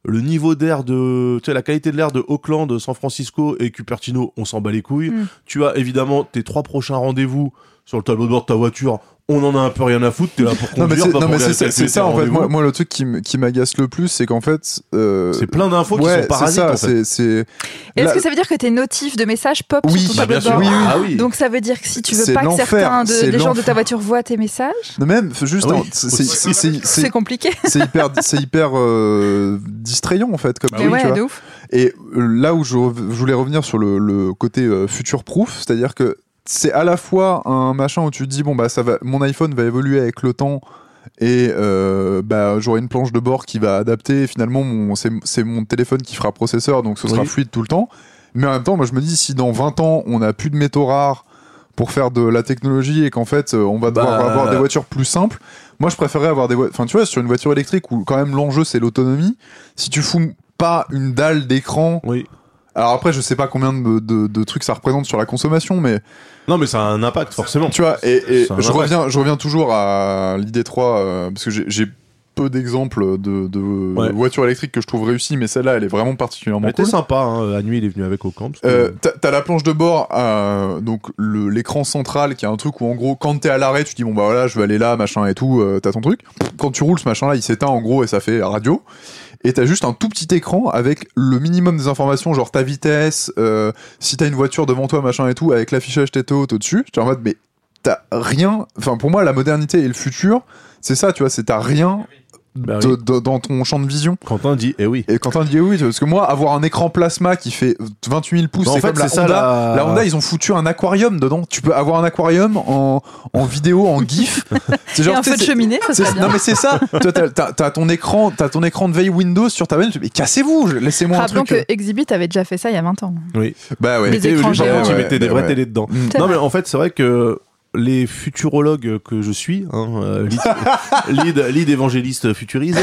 le niveau d'air de, tu sais, la qualité de l'air de Auckland, San Francisco et Cupertino, on s'en bat les couilles. Mm. Tu as évidemment tes trois prochains rendez-vous sur le tableau de bord de ta voiture. On en a un peu rien à foutre, t'es là pour conduire, non mais c'est, pas non pour mais c'est, c'est, c'est ça en fait. Moi, moi le truc qui, m- qui m'agace le plus, c'est qu'en fait, euh... c'est plein d'infos ouais, qui sont parasites. C'est ça, en fait. c'est, c'est... Est-ce là... que ça veut dire que tes notifs de messages pop oui, sur ton tableau de bord? oui, oui. Ah oui. Donc ça veut dire que si tu veux c'est pas l'enfer. que certains de, c'est des gens l'enfer. de ta voiture voient tes messages? Non même, juste, ah oui. en... c'est, c'est, c'est, c'est, c'est, c'est compliqué. C'est hyper, c'est hyper euh, distrayant en fait, comme ah truc, oui, tu vois. de ouf. Et là où je, je voulais revenir sur le, le côté euh, future proof, c'est-à-dire que c'est à la fois un machin où tu te dis bon bah ça va, mon iPhone va évoluer avec le temps et euh, bah j'aurai une planche de bord qui va adapter. Finalement, mon, c'est, c'est mon téléphone qui fera processeur, donc ce sera oui. fluide tout le temps. Mais en même temps, moi je me dis si dans vingt ans on n'a plus de métaux rares pour faire de la technologie et qu'en fait on va devoir bah... avoir des voitures plus simples. Moi je préférerais avoir des voitures. Enfin tu vois, sur une voiture électrique où quand même l'enjeu c'est l'autonomie. Si tu fous pas une dalle d'écran. Oui. Alors après, je sais pas combien de, de, de trucs ça représente sur la consommation, mais non, mais ça a un impact forcément. Tu vois, et, et je reviens, je reviens toujours à l'I D trois euh, parce que j'ai, j'ai peu d'exemples de, de ouais. voitures électriques que je trouve réussies, mais celle-là, elle est vraiment particulièrement elle cool. était sympa. Hein, la nuit, il est venu avec au camp. Que... Euh, t'as, t'as la planche de bord, euh, donc le, l'écran central, qui est un truc où en gros, quand t'es à l'arrêt, tu dis bon bah voilà, je vais aller là, machin et tout. Euh, t'as ton truc. Quand tu roules, ce machin-là, il s'éteint en gros et ça fait radio. Et t'as juste un tout petit écran avec le minimum des informations, genre ta vitesse, euh, si t'as une voiture devant toi, machin et tout, avec l'affichage tête haute au-dessus. J'étais en mode, mais t'as rien. Enfin, pour moi, la modernité et le futur, c'est ça, tu vois, c'est t'as rien bah de, oui. de, dans ton champ de vision. Quentin dit, eh oui. Et Quentin dit, eh oui, parce que moi, avoir un écran plasma qui fait vingt-huit mille pouces, bah c'est fait, comme la c'est Honda. Ça, la... la Honda, ils ont foutu un aquarium dedans. Tu peux avoir un aquarium en, en vidéo, en GIF. C'est genre, et un feu de cheminée, ça serait bien. Non, mais c'est ça. Toi, t'as, t'as, t'as ton écran, t'as ton écran de veille Windows sur ta veine. Mais cassez-vous, laissez-moi Rappelons un truc. Rappelons que Exhibit avait déjà fait ça il y a vingt ans. Oui. Bah ouais. Les écrans géants. Tu ouais, mettais des bah vraies ouais. télés dedans. Mmh. Non, mais en fait, c'est vrai que les futurologues que je suis, hein, euh, lead, lead, lead évangéliste futurisme,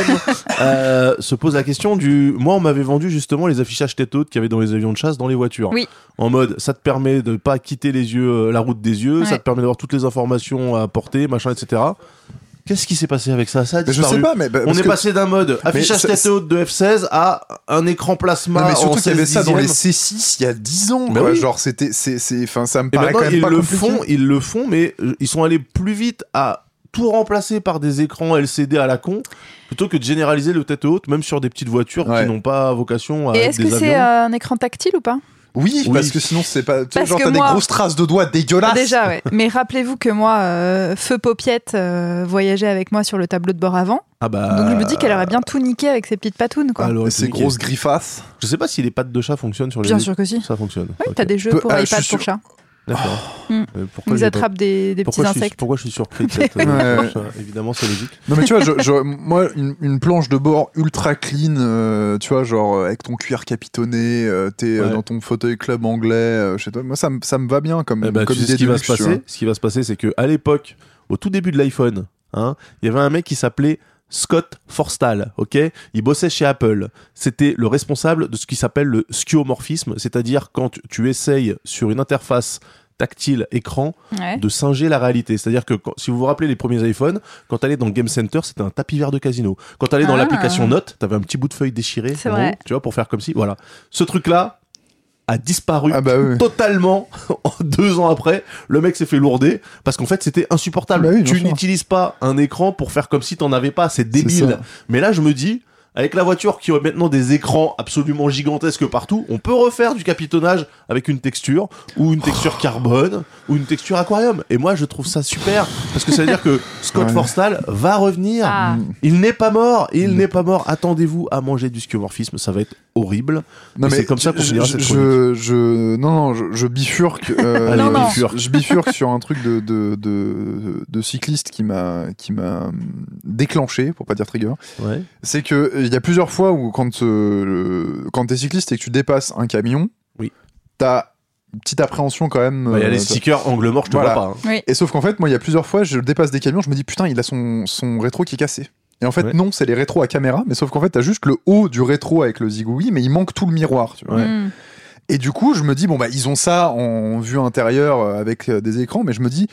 euh, se posent la question du... Moi, on m'avait vendu justement les affichages tête haute qu'il y avait dans les avions de chasse dans les voitures. Oui. En mode, ça te permet de pas quitter les yeux, la route des yeux, ouais. ça te permet d'avoir toutes les informations à porter, machin, et cetera. Qu'est-ce qui s'est passé avec ça? Ça a disparu. Je sais pas, mais bah, on est que... passé d'un mode affichage tête haute de F seize à un écran plasma. Non, mais surtout en qu'il y avait ça dixième. dans les C six il y a dix ans. Quoi. Oui. Genre, c'était, c'est, c'est, enfin, ça me et paraît quand même ils pas le compliqué. font, ils le font, mais ils sont allés plus vite à tout remplacer par des écrans L C D à la con, plutôt que de généraliser le tête haute, même sur des petites voitures ouais. qui n'ont pas vocation à et être est-ce des que avions. c'est euh, un écran tactile ou pas? Oui, oui, parce que sinon c'est pas. Tu sais, genre que t'as moi... des grosses traces de doigts dégueulasses. Déjà, ouais. Mais rappelez-vous que moi, euh, Feu Paupiette euh, voyageait avec moi sur le tableau de bord avant. Ah bah. Donc je me dis qu'elle aurait bien tout niqué avec ses petites patounes, quoi. Et ses grosses griffasses. Je sais pas si les pattes de chat fonctionnent sur les. Bien sûr que si. Ça fonctionne. Oui, okay. t'as des jeux Peu... pour ah, iPad pour chat. D'accord. Oh. Euh, pourquoi Ils attrapent pas... des, des pourquoi petits insectes. Suis, pourquoi je suis surpris de cette, euh, ouais. ça, évidemment, c'est logique. Non mais tu vois, je, je, moi, une, une planche de bord ultra clean, euh, tu vois, genre avec ton cuir capitonné, euh, t'es ouais. euh, dans ton fauteuil club anglais, euh, chez toi. Moi, ça, ça me va bien comme, eh ben, comme tu sais idée ce qui de va luxe, se passer. Ce qui va se passer, c'est que à l'époque, au tout début de l'iPhone, hein, il y avait un mec qui s'appelait Scott Forstall, ok, il bossait chez Apple. C'était le responsable de ce qui s'appelle le skeuomorphisme, c'est-à-dire quand tu essayes sur une interface tactile écran ouais. de singer la réalité. C'est-à-dire que quand, si vous vous rappelez les premiers iPhones, quand t'allais dans Game Center, c'était un tapis vert de casino. Quand t'allais ah. dans l'application Notes, t'avais un petit bout de feuille déchiré, c'est vrai. Tu vois, pour faire comme si, voilà. Ce truc-là a disparu ah bah oui. totalement deux ans après. Le mec s'est fait lourder parce qu'en fait c'était insupportable. Bah oui, tu sûr. n'utilises pas un écran pour faire comme si t'en avais pas, c'est débile. C'est Mais là je me dis, avec la voiture qui a maintenant des écrans absolument gigantesques partout, on peut refaire du capitonnage avec une texture, ou une texture carbone, ou une texture aquarium. Et moi, je trouve ça super, parce que ça veut dire que Scott ouais. Forstall va revenir. Ah. Il n'est pas mort, il mmh. n'est pas mort. Attendez-vous à manger du skeuomorphisme, ça va être horrible. Non, mais c'est comme ça qu'on je, dira je, cette je, je, non, non, je, je bifurque. Euh, Allez, non, non. bifurque. Je bifurque sur un truc de, de, de, de cycliste qui m'a, qui m'a déclenché, pour pas dire trigger. Ouais. C'est que il y a plusieurs fois où quand euh, quand t'es cycliste et que tu dépasses un camion, oui. t'as une petite appréhension quand même. Il bah, y a euh, les stickers angle mort, je te voilà. vois pas. Hein. Oui. Et sauf qu'en fait, moi, il y a plusieurs fois, je dépasse des camions, je me dis putain, il a son son rétro qui est cassé. Et en fait, ouais. non, c'est les rétros à caméra, mais sauf qu'en fait, t'as juste le haut du rétro avec le zigouille, mais il manque tout le miroir, tu vois. Ouais. Mm. Et du coup, je me dis bon bah ils ont ça en vue intérieure avec des écrans, mais je me dis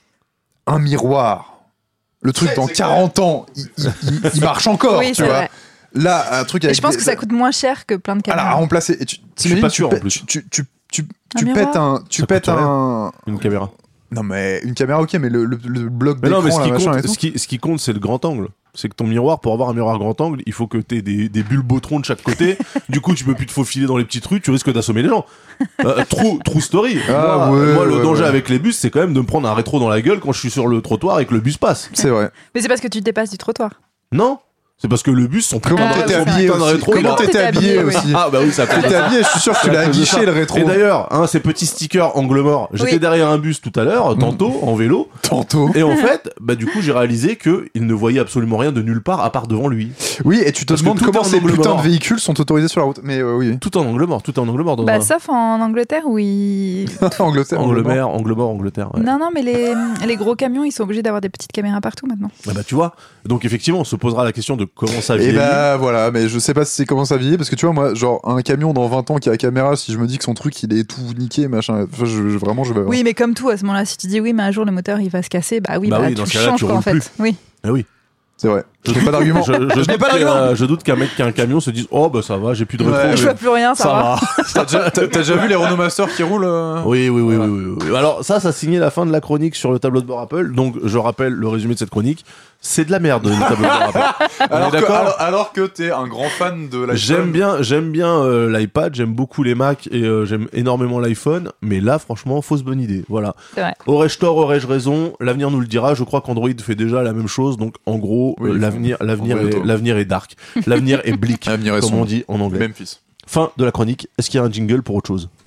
un miroir. Le truc, dans quarante ans, il, il, il, il marche encore, oui, tu vois. Vrai. là, un truc Et avec. je pense des- que ça coûte moins cher que plein de Alors, à caméras. remplacer. Et tu, Je suis pas t'imagines, sûr, tu en pètes- plus. Tu, tu, tu, tu, Un tu miroir. pètes un. Tu Ça pètes coûte rien. un. Une caméra. Non, mais une caméra, ok, mais le, le, le bloc Mais non, mais d'écran, ce là, qui, machin compte, et tout. ce, qui, ce qui compte, c'est le grand angle. C'est que ton miroir, pour avoir un miroir grand angle, il faut que t'aies des, des bulles botrons de chaque côté. Du coup, tu peux plus te faufiler dans les petits trucs, tu risques d'assommer les gens. Euh, true, true story. Ah, moi, ouais, moi, le ouais, danger ouais. avec les bus, c'est quand même de me prendre un rétro dans la gueule quand je suis sur le trottoir et que le bus passe. C'est vrai. Mais c'est parce que tu dépasses du trottoir. Non, c'est parce que le bus, son putain Comment de Ah, t'étais ouais, rétro, habillé putain de aussi rétro, il Comment a- t'étais t'étais habillé habillé, aussi Ah bah oui, ça T'étais habillé, je suis sûr que tu C'est l'as à cause de aguiché ça. le rétro. Et d'ailleurs, hein, ces petits stickers angle mort, j'étais Oui. derrière un bus tout à l'heure, tantôt, en vélo, Tantôt. et en fait, bah du coup, j'ai réalisé que il ne voyait absolument rien de nulle part à part devant lui. Oui, et tu te Parce que demandes tout comment est en ces angle putains mort. de véhicules sont autorisés sur la route. Mais euh, oui. Tout en angle mort, tout en angle mort dans Bah, un... sauf en Angleterre où ils. Angleterre. Angle mort. mort, angle mort, Angleterre. Ouais. Non, non, mais les, les gros camions, ils sont obligés d'avoir des petites caméras partout maintenant. Ah bah tu vois, donc effectivement, on se posera la question de comment ça Et vieillit. bah voilà, mais je sais pas si c'est comment ça vieillit parce que tu vois, moi, genre, un camion dans vingt ans qui a la caméra, si je me dis que son truc il est tout niqué, machin, enfin, je, je- vraiment je vais. Oui, mais comme tout, à ce moment-là, si tu dis oui, mais un jour le moteur il va se casser, bah oui, Bah bah, oui, tu dans le ce cas-là, changes tu quoi en roules fait. plus. Oui. Ah oui. C'est vrai. Je n'ai pas d'argument. Je, je, n'ai doute pas qu'il y a- d'argument. je doute qu'un mec qui a un camion se dise oh bah ça va, j'ai plus de rétro. Ouais, mais Je vois plus rien, ça, ça va. va. T'as déjà, t'as- t'as déjà vu les Renault Master qui roulent euh Oui, oui, oui, Voilà. oui, oui, oui. Alors ça, ça signait la fin de la chronique sur le tableau de bord Apple. Donc je rappelle le résumé de cette chronique. C'est de la merde le tableau de bord Apple. On alors, est que, d'accord. alors, alors que t'es un grand fan de la J'aime bien, j'aime bien euh, l'iPad, j'aime beaucoup les Mac et euh, j'aime énormément l'iPhone. Mais là, franchement, fausse bonne idée. Voilà. C'est vrai. Aurais-je tort, aurais-je raison? L'avenir nous le dira. Je crois qu'Android fait déjà la même chose. Donc en gros, Oui, euh, ils l'avenir, font- l'avenir, font bientôt. est, l'avenir est dark. L'avenir est bleak, L'avenir est comme sombre. on dit en anglais. Memphis. Fin de la chronique. Est-ce qu'il y a un jingle pour autre chose?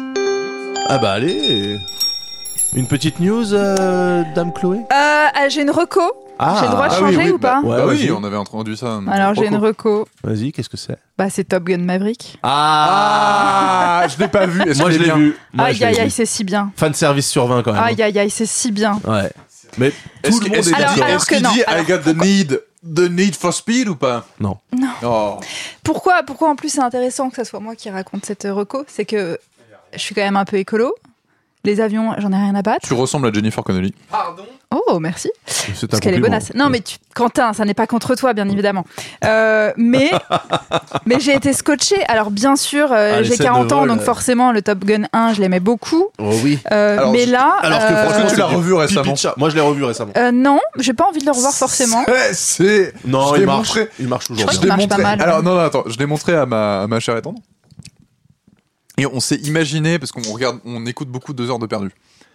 Ah bah allez. Une petite news, euh, Dame Chloé. Euh, ah, j'ai une reco. Ah, J'ai le droit de Ah oui, changer oui, ou pas Ouais, bah oui, vas-y. on avait introduit ça. Alors j'ai une reco. Vas-y, qu'est-ce que c'est? Bah c'est Top Gun Maverick. Ah, je l'ai pas vu. Est-ce Moi qu'il je est l'ai bien vu. Moi, Aïe je l'ai aïe vu. aïe, c'est si bien. Fan service sur vingt quand même. Aïe aïe aïe, c'est si bien. Ouais. Mais Est-ce tout le que- monde est-ce est qu'il Alors- dit, d'accord. alors est-ce qu'il que non, dit alors I got the need, the need for speed ou pas? Non. Non. Oh. Pourquoi, pourquoi en plus c'est intéressant que ce soit moi qui raconte cette reco? C'est que je suis quand même un peu écolo. Les avions, j'en ai rien à battre. Tu ressembles à Jennifer Connelly. Oh, merci. C'est un Parce qu'elle est compliment. bonasse. Non, mais tu... Quentin, ça n'est pas contre toi, bien évidemment. Euh, mais mais j'ai été scotchée. Alors, bien sûr, euh, Ah, les j'ai scènes quarante de ans, vol, donc euh. forcément, le Top Gun un, je l'aimais beaucoup. Oh oui. Euh, Alors, mais je- là. Alors que euh, franchement, tu c'est l'as du revu pipi récemment de chat. Moi je l'ai revu récemment. euh, non, j'ai pas envie de le revoir forcément. C'est- C'est. Non, je il l'ai marche. montré. Il marche toujours Je crois bien. qu'il l'ai marche pas montré- mal. Alors non, non, attends, je l'ai montré à ma, à ma chère et tendre. Et on s'est imaginé, parce qu'on regarde, on écoute beaucoup deux heures de perdu.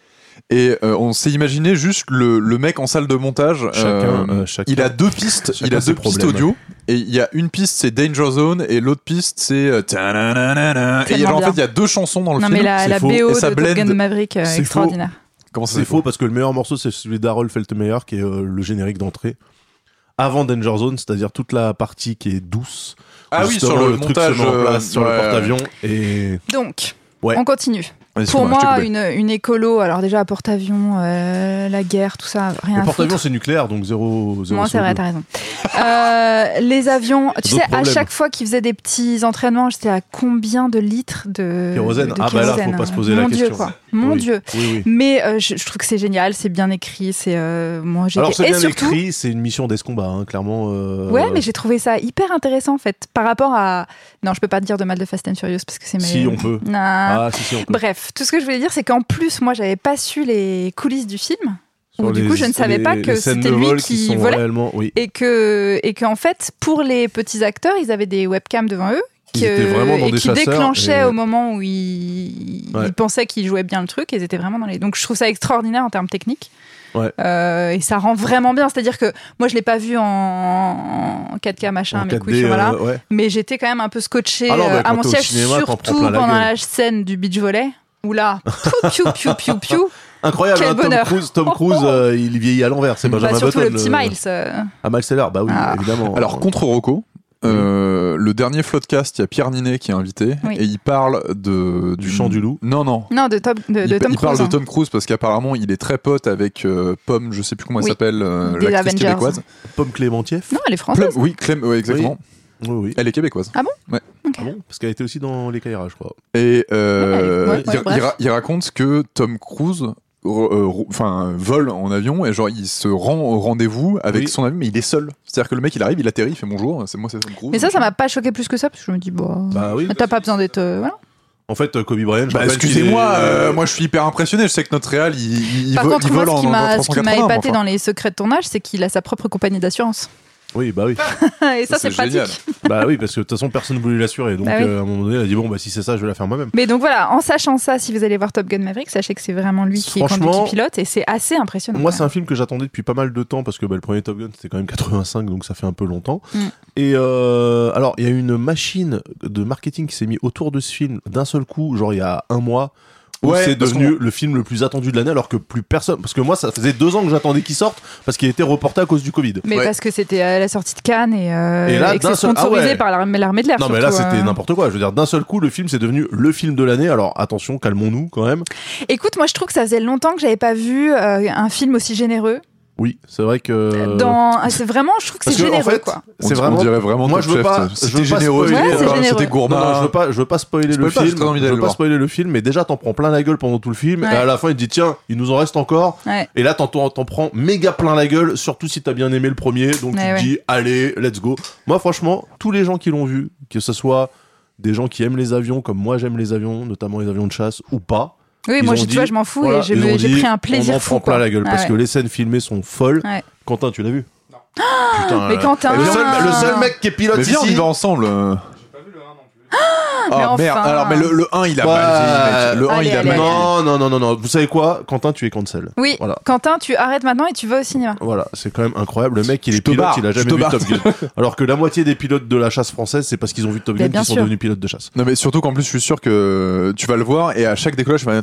Et euh, on s'est imaginé juste le, le mec en salle de montage. Chacun, euh, euh, chacun- il a deux pistes. chacun Il a ses deux pistes problèmes. audio. Et il y a une piste c'est Danger Zone et l'autre piste c'est. euh, ta-na-na-na-na. Et Tellement genre, en bien. fait il y a deux chansons dans le Non, film. mais la, c'est la faux. B O Et de ça Top blend. Gun Maverick, euh, C'est extraordinaire. Comment ça C'est faux parce que le meilleur morceau c'est celui d'Harold Feltmeyer qui est euh, le générique d'entrée. Avant Danger Zone, c'est-à-dire toute la partie qui est douce. Ah où oui, justement sur le truc montage, se met en place euh, sur ouais, le porte-avions et Donc, Ouais. on continue. Vas-y, Pour excuse-moi, je t'ai moi, coupé. une, une écolo, alors déjà, porte-avions, euh, la guerre, tout ça, rien le à porte-avions foutre. c'est nucléaire donc zéro zéro. Moi, c'est C O deux. vrai, t'as raison. Euh, les avions, tu sais, D'autres à problèmes. chaque fois qu'ils faisaient des petits entraînements, j'étais à combien de litres de Kérosène. de Ah bah là, faut kérosène. pas se poser Mon la Dieu, question. quoi. Mon Oui. Dieu. Oui oui. Mais euh, je, je trouve que c'est génial, c'est bien écrit, c'est euh, moi j'ai Alors été- c'est bien et surtout, écrit, c'est une mission d'escombat hein, clairement. euh, ouais, mais j'ai trouvé ça hyper intéressant en fait, par rapport à. Non, je peux pas te dire de mal de Fast and Furious parce que c'est mes. Si, on peut. Non. Ah si si on peut. Bref, tout ce que je voulais dire, c'est qu'en plus, moi, j'avais pas su les coulisses du film. Sur Ou du les- coup, je ne savais les- pas que les scènes c'était de lui vol qui sont volait. réellement, oui. Et que et qu'en fait, pour les petits acteurs, ils avaient des webcams devant eux. Ils que- étaient vraiment dans et des qui chasseurs déclenchaient et- au moment où ils, Ouais. ils pensaient qu'ils jouaient bien le truc. Et ils étaient vraiment dans les. Donc, je trouve ça extraordinaire en termes techniques. Ouais. Euh, et ça rend vraiment bien. C'est-à-dire que moi, je l'ai pas vu en, en quatre K machin, En mes quatre D, couilles, voilà. euh, ouais. Mais j'étais quand même un peu scotché Ah non, mais euh, à quand mon t'es au siège, cinéma, t'en prends surtout plein la pendant gueule. la scène du beach volley. Où là, piou, piou, piou, piou, piou. Incroyable, Quel hein, Tom bonheur. Cruise, Tom Cruise euh, il vieillit à l'envers, c'est Benjamin Bah, surtout Button. le petit euh, Miles. euh. Ah, Miles Teller, bah oui, Ah. évidemment. Alors, contre Rocco, euh, le dernier Floodcast, il y a Pierre Ninet qui est invité Oui. et il parle de, Du chant du loup. Non, non. Non, de, Top- de, il, de Tom il Cruise. parle de hein. Tom Cruise parce qu'apparemment il est très pote avec euh, Pomme, je sais plus comment elle Oui. s'appelle, euh, Des l'actrice Avengers. québécoise. Pomme Clémentieff. Non, elle est française. Plum- oui, Clem, ouais, exactement. Oui, oui. Elle est québécoise. Ah bon Ouais. Ok. Ah bon Parce qu'elle était aussi dans Les Caïras, je crois. Et euh, Ouais, ouais, il, ouais, bref. il ra- il raconte que Tom Cruise enfin euh, vole en avion et genre il se rend au rendez-vous avec oui. son avion, mais il est seul. C'est-à-dire que le mec il arrive, il atterrit, il fait bonjour, c'est moi, c'est Tom Cruise. Mais ça, ça m'a pas choqué plus que ça, parce que je me dis, bon, Bah oui. t'as pas besoin d'être. euh, voilà. En fait, Kobe Bryant, je Bah, rappelle excusez-moi, qu'il est, euh, euh, moi je suis hyper impressionné. Je sais que notre réal, il, il, Par vo- contre, il moi, vole ce qui en, m'a, en ce qui trois cent m'a quatre-vingts. épaté enfin. dans les secrets de tournage, c'est qu'il a sa propre compagnie d'assurance. Oui, bah oui. Et ça, C'est c'est pratique. génial. bah oui, parce que de toute façon, personne ne voulait l'assurer. Donc, Bah oui. euh, à un moment donné, elle a dit bon, bah si c'est ça, je vais la faire moi-même. Mais donc voilà, en sachant ça, si vous allez voir Top Gun Maverick, sachez que c'est vraiment lui qui, Franchement, conduit, qui pilote, et c'est assez impressionnant. Moi, quand c'est un film que j'attendais depuis pas mal de temps parce que bah, le premier Top Gun c'était quand même quatre-vingt-cinq, donc ça fait un peu longtemps. Mm. Et euh, alors, il y a une machine de marketing qui s'est mise autour de ce film d'un seul coup, genre il y a un mois. Où Ouais, c'est parce devenu qu'on- le film le plus attendu de l'année alors que plus personne. Parce que moi, ça faisait deux ans que j'attendais qu'il sorte parce qu'il était reporté à cause du Covid. Mais Ouais. parce que c'était à la sortie de Cannes et, euh, Et là, et que d'un c'est seul- sponsorisé ah ouais. par l'armée, l'armée de l'air. Non, mais là, surtout, c'était euh. n'importe quoi. Je veux dire, d'un seul coup, le film, c'est devenu le film de l'année. Alors, attention, calmons-nous quand même. Écoute, moi je trouve que ça faisait longtemps que j'avais pas vu euh, un film aussi généreux. Oui, c'est vrai que. Dans... ah, c'est vraiment, je trouve que Parce c'est que, en généreux, fait, quoi. On, C'est on vraiment. dirait vraiment Moi, Top je veux Chef. pas- je C'était veux pas généreux, spoiler, Ouais, c'est c'était- généreux. c'était gourmand. Non, non, je veux pas, je veux pas spoiler le Spoil pas, j'ai film. très envie Je d'aller veux le pas voir. spoiler le film, mais déjà t'en prends plein la gueule pendant tout le film, Ouais. et à la fin il te dit tiens, il nous en reste encore. Ouais. Et là t'en, t'en, t'en prends méga plein la gueule, surtout si t'as bien aimé le premier, donc Ouais, tu te ouais. dis allez, let's go. Moi franchement, tous les gens qui l'ont vu, que ce soit des gens qui aiment les avions, comme moi j'aime les avions, notamment les avions de chasse, ou pas. Oui, Ils moi ont je, dit- tu vois, je m'en fous voilà, et j'ai, ils me- ont j'ai dit, pris un plaisir on en fou. prend plein quoi. la gueule Ah parce ouais. que les scènes filmées sont folles. Ouais. Quentin, tu l'as vu? Putain, Mais euh, Quentin. le, seul, le seul mec qui est pilote Mais viens, on ici. y va ensemble. euh. mais Ah merde, enfin. alors mais le, le un il a Ouais. mal vieilli, mec. Le un Allez, il a allez, mal allez. vieilli. Non, non, non, non, non. Vous savez quoi? Quentin, tu es cancel. Oui, Voilà. Quentin, tu arrêtes maintenant et tu vas au cinéma. Voilà, c'est quand même incroyable. Le mec, il Je est te pilote, barre, il a je jamais te vu barre. Top Gun. Alors que la moitié des pilotes de la chasse française, c'est parce qu'ils ont vu Top Mais Gun bien qu'ils sont sûr. devenus pilotes de chasse. Non mais surtout qu'en plus je suis sûr que tu vas le voir et à chaque décollage je vais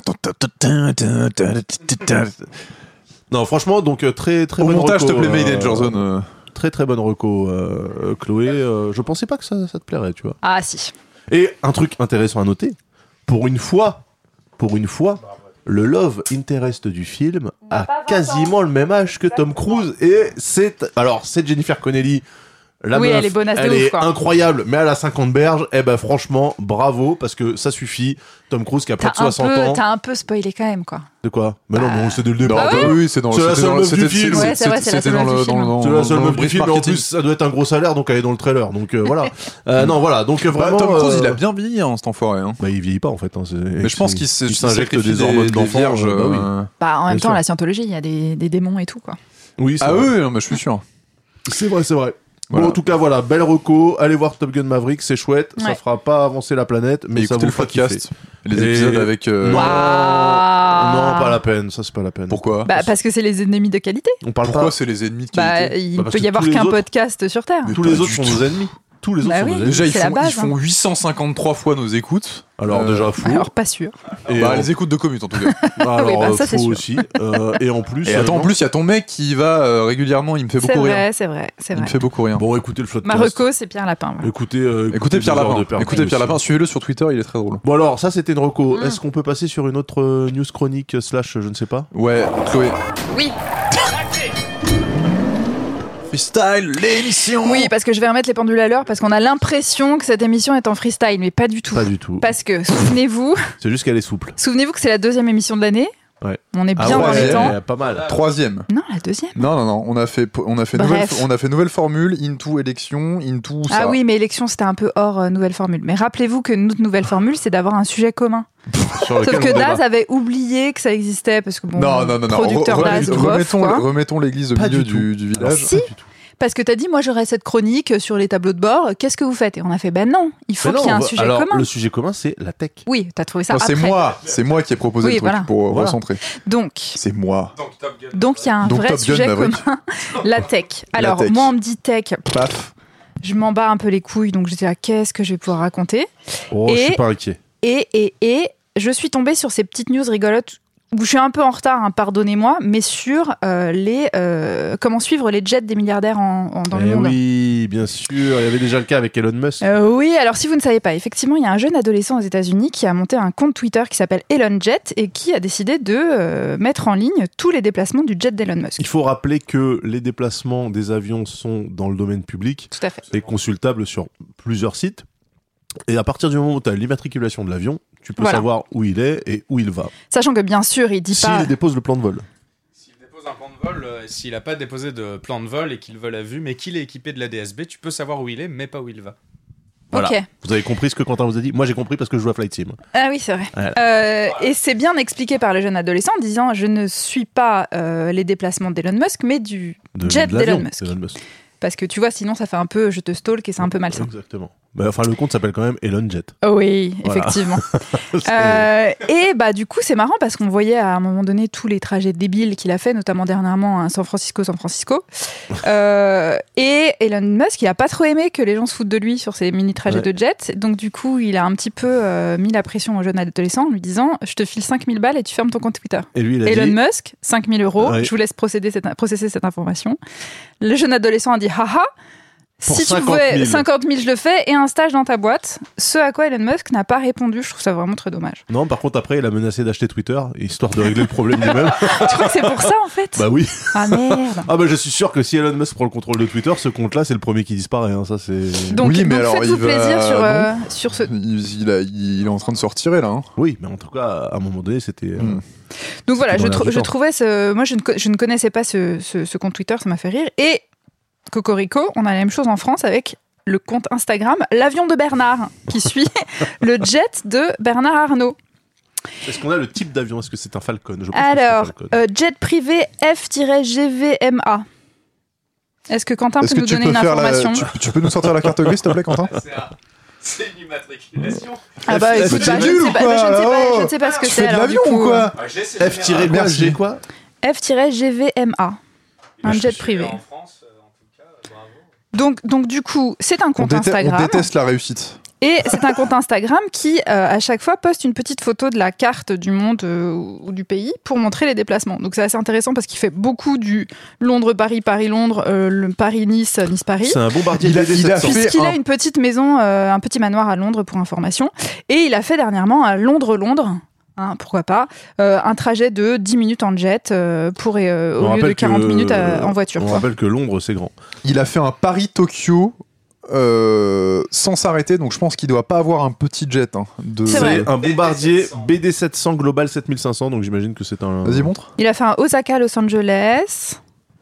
Non, franchement, donc euh, très très au bonne montage reco, te plaît euh, Made in Danger Zone. euh. Très très bonne reco, euh, Chloé. Euh, je pensais pas que ça, ça te plairait, tu vois. Ah si. Et un truc intéressant à noter, pour une fois, pour une fois, le love interest du film a quasiment le même âge que Tom Cruise et c'est alors c'est Jennifer Connelly. La Oui, meuf, elle est bonasse de elle ouf, est quoi. incroyable, mais elle a cinquante berges. Eh ben franchement, bravo parce que ça suffit. Tom Cruise qui a près T'as de un, soixante peu, ans. t'as un peu spoilé quand même, quoi. De quoi? Mais non, Bah, mais c'est de le Non, départ. bah oui, c'est dans C'est la c'était seule dans- meuf c'était- du film. c'était- Ouais, c'est vrai, c'est la c'était seule dans meuf le du dans le film. dans C'est la seule le meuf du brief film, mais en marketing. plus ça doit être un gros salaire, donc elle est dans le trailer. Donc euh, voilà. Euh, non, voilà. Donc Bah, vraiment. Tom Cruise euh, il a bien vieilli hein, cet enfoiré hein. Bah, il vieillit pas en fait. Hein, c'est- Mais je pense c'est- qu'il se- il il s'injecte sacrifie des hormones d'enfant. vierges. euh, bah oui. euh. Bah en même Bien temps, sûr. la scientologie, il y a des, des démons et tout, quoi. Oui, c'est Ah vrai. oui, non, mais je suis sûr. C'est vrai, c'est vrai. Voilà. Bon, en tout cas, voilà, belle reco. Allez voir Top Gun Maverick, c'est chouette. Ça Ouais. fera pas avancer la planète, mais Et ça écoutez vous le fera podcast, kiffer. les Et- épisodes avec. euh, Non. Waouh. Non, pas la peine. Ça, c'est pas la peine. Pourquoi Bah parce que c'est les ennemis de qualité. On parle Pourquoi pas. c'est les ennemis de Bah qualité il Bah, parce peut que y avoir tous les qu'un autres- podcast sur Terre. Tous pas les du autres sont tout. nos ennemis. Tous les autres Bah sont oui. nos ennemis. Déjà ils C'est la font, base, ils font hein. huit cent cinquante-trois fois nos écoutes. Alors Euh, déjà faux. Alors pas sûr. Et Bah en- les écoutes de commute en tout cas. alors Oui, bah, ça, euh, c'est faux sûr. aussi. Euh, et en plus. Et euh, attends en non. plus il y a ton mec qui y va euh, régulièrement, il me fait C'est beaucoup rire. vrai, c'est vrai, c'est Il vrai. me fait beaucoup rire. Bon, écoutez le floodcast. Marocco, c'est Pierre Lapin. voilà. Écoutez, euh, Écoutez Pierre des heures Lapin. de perdu Écoutez Pierre aussi. Lapin, suivez-le sur Twitter, il est très drôle. Bon alors, ça c'était une reco. Mm. Est-ce qu'on peut passer sur une autre euh, news chronique euh, slash je ne sais pas? Ouais, Chloé. Oui. Freestyle, l'émission. Oui, parce que je vais remettre les pendules à l'heure parce qu'on a l'impression que cette émission est en freestyle, mais pas du tout. Pas du tout. Parce que souvenez-vous, C'est juste qu'elle est souple. souvenez-vous que c'est la deuxième émission de l'année. Ouais. On est Ah bien dans ouais, les temps. pas mal. Troisième. Non, la deuxième. Non, non, non, on a fait, on a fait, Bref. nouvelle, on a fait nouvelle formule, into élection, into ça. Ah oui, mais élection, c'était un peu hors euh, nouvelle formule. Mais rappelez-vous que notre nouvelle formule, c'est d'avoir un sujet commun. Sur lequel Sauf que on débat. Daz avait oublié que ça existait parce que bon, Non, non, non, non. producteur Re- Daz, remettons, bof, remettons, quoi. remettons l'église au Pas milieu du tout. du, du Alors, village. Si. pas du tout. Parce que t'as dit, moi j'aurais cette chronique sur les tableaux de bord, qu'est-ce que vous faites? Et on a fait, ben non, il faut Mais non, qu'il y ait on un va- sujet alors, commun. le sujet commun, c'est la tech. Oui, t'as trouvé ça Non, c'est après. moi, c'est moi qui ai proposé Oui, le truc voilà. pour euh, Voilà. recentrer. Donc, C'est moi. donc il y a un Donc vrai Top Gun sujet Maverick. commun, la tech. Alors, tech. moi on me dit tech, Paf. je m'en bats un peu les couilles, donc j'étais là, qu'est-ce que je vais pouvoir raconter? Oh, je Et- suis pas inquiet. Et, et, et, je suis tombée sur ces petites news rigolotes où je suis un peu en retard, hein, pardonnez-moi, mais sur euh, les euh, comment suivre les jets des milliardaires en, en- dans le Eh monde. oui, bien sûr. Il y avait déjà le cas avec Elon Musk. Euh, oui, alors si vous ne savez pas, effectivement, il y a un jeune adolescent aux États-Unis qui a monté un compte Twitter qui s'appelle Elon Jet et qui a décidé de euh, mettre en ligne tous les déplacements du jet d'Elon Musk. Il faut rappeler que les déplacements des avions sont dans le domaine public Tout à fait. et consultables sur plusieurs sites. Et à partir du moment où tu as l'immatriculation de l'avion, Tu peux Voilà. savoir où il est et où il va. Sachant que bien sûr, il dit S'il pas. dépose le plan de vol. S'il dépose un plan de vol, euh, s'il n'a pas déposé de plan de vol et qu'il vole à vue, mais qu'il est équipé de l'A D S B, tu peux savoir où il est, mais pas où il va. Voilà. Ok. Vous avez compris ce que Quentin vous a dit. Moi, j'ai compris parce que je joue à Flight Sim. Ah oui, c'est vrai. Voilà. Euh, et c'est bien expliqué par le jeune adolescent en disant je ne suis pas euh, les déplacements d'Elon Musk, mais du De- jet de l'avion d'Elon Musk. d'Elon Musk. Parce que tu vois, sinon ça fait un peu je te stalk et c'est un peu malsain. Exactement. Bah, enfin, le compte s'appelle quand même Elon Jet. Oh oui, Voilà. effectivement. C'est- Euh, et bah du coup c'est marrant parce qu'on voyait à un moment donné tous les trajets débiles qu'il a fait, notamment dernièrement à San Francisco, San Francisco. Euh, et Elon Musk, il a pas trop aimé que les gens se foutent de lui sur ces mini trajets Ouais. de jet. Donc du coup il a un petit peu euh, mis la pression au jeune adolescent en lui disant je te file cinq mille balles et tu fermes ton compte Twitter. Et lui, il a Elon dit. Musk, cinq mille euros. Ouais. Je vous laisse procéder cette, processer cette information. Le jeune adolescent a dit haha. Pour Si tu cinquante veux mille. cinquante mille, je le fais et un stage dans ta boîte. Ce à quoi Elon Musk n'a pas répondu. Je trouve ça vraiment très dommage. Non, par contre, après, il a menacé d'acheter Twitter, histoire de régler le problème lui-même. Tu crois que c'est pour ça en fait Bah oui. Ah merde. Ah bah je suis sûr que si Elon Musk prend le contrôle de Twitter, ce compte-là, c'est le premier qui disparaît. Hein. Ça, c'est. Donc, Oui, mais donc alors, faites-vous il va- plaisir sur, non. euh, sur ce. Il, il a- il est en train de se retirer là. Hein. Oui, mais en tout cas, à un moment donné, c'était. euh, Mm. Donc voilà, dans je, l'air trou- du je temps. trouvais ce. Moi, je ne, co- je ne connaissais pas ce, ce, ce compte Twitter, ça m'a fait rire. Et Cocorico, on a la même chose en France avec le compte Instagram L'avion de Bernard, qui suit le jet de Bernard Arnault. Est-ce qu'on a le type d'avion? Est-ce que c'est un Falcon? Je pense que c'est un Alors, Falcon. euh, jet privé F G V M A. Est-ce que Quentin Est-ce peut que nous tu donner peux une faire la, information tu, tu peux nous sortir la carte grise s'il te plaît, Quentin? C'est une immatriculation. Ah bah F- écoute, F- bah, je, nul ne sais ou pas, quoi, je ne sais pas, là-haut je ne sais pas ce que Tu c'est. fais de alors, du l'avion coup, ou quoi? F tiré quoi? Merci. G quoi? euh, F G V M A. Un jet privé. En France, euh, en tout cas, bravo. Donc, donc du coup, c'est un On, compte déte- Instagram. on déteste la réussite. Et c'est un compte Instagram qui, euh, à chaque fois, poste une petite photo de la carte du monde euh, ou du pays pour montrer les déplacements. Donc c'est assez intéressant parce qu'il fait beaucoup du Londres-Paris, Paris-Londres, euh, le Paris-Nice, Nice-Paris. C'est un bombardier Il a- B D il a sept cents. fait- Puisqu'il a un- une petite maison, euh, un petit manoir à Londres pour information. Et il a fait dernièrement à Londres-Londres. Hein, pourquoi pas, euh, un trajet de dix minutes en jet euh, pour, euh, On au lieu de rappelle quarante que- minutes à- en voiture. On quoi. rappelle que Londres, c'est grand. Il a fait un Paris-Tokyo euh, sans s'arrêter, donc je pense qu'il doit pas avoir un petit jet. Hein, de... C'est vrai. C'est un bombardier B D sept cents Global sept mille cinq cents, donc j'imagine que c'est un. Vas-y, montre. Il a fait un Osaka, Los Angeles.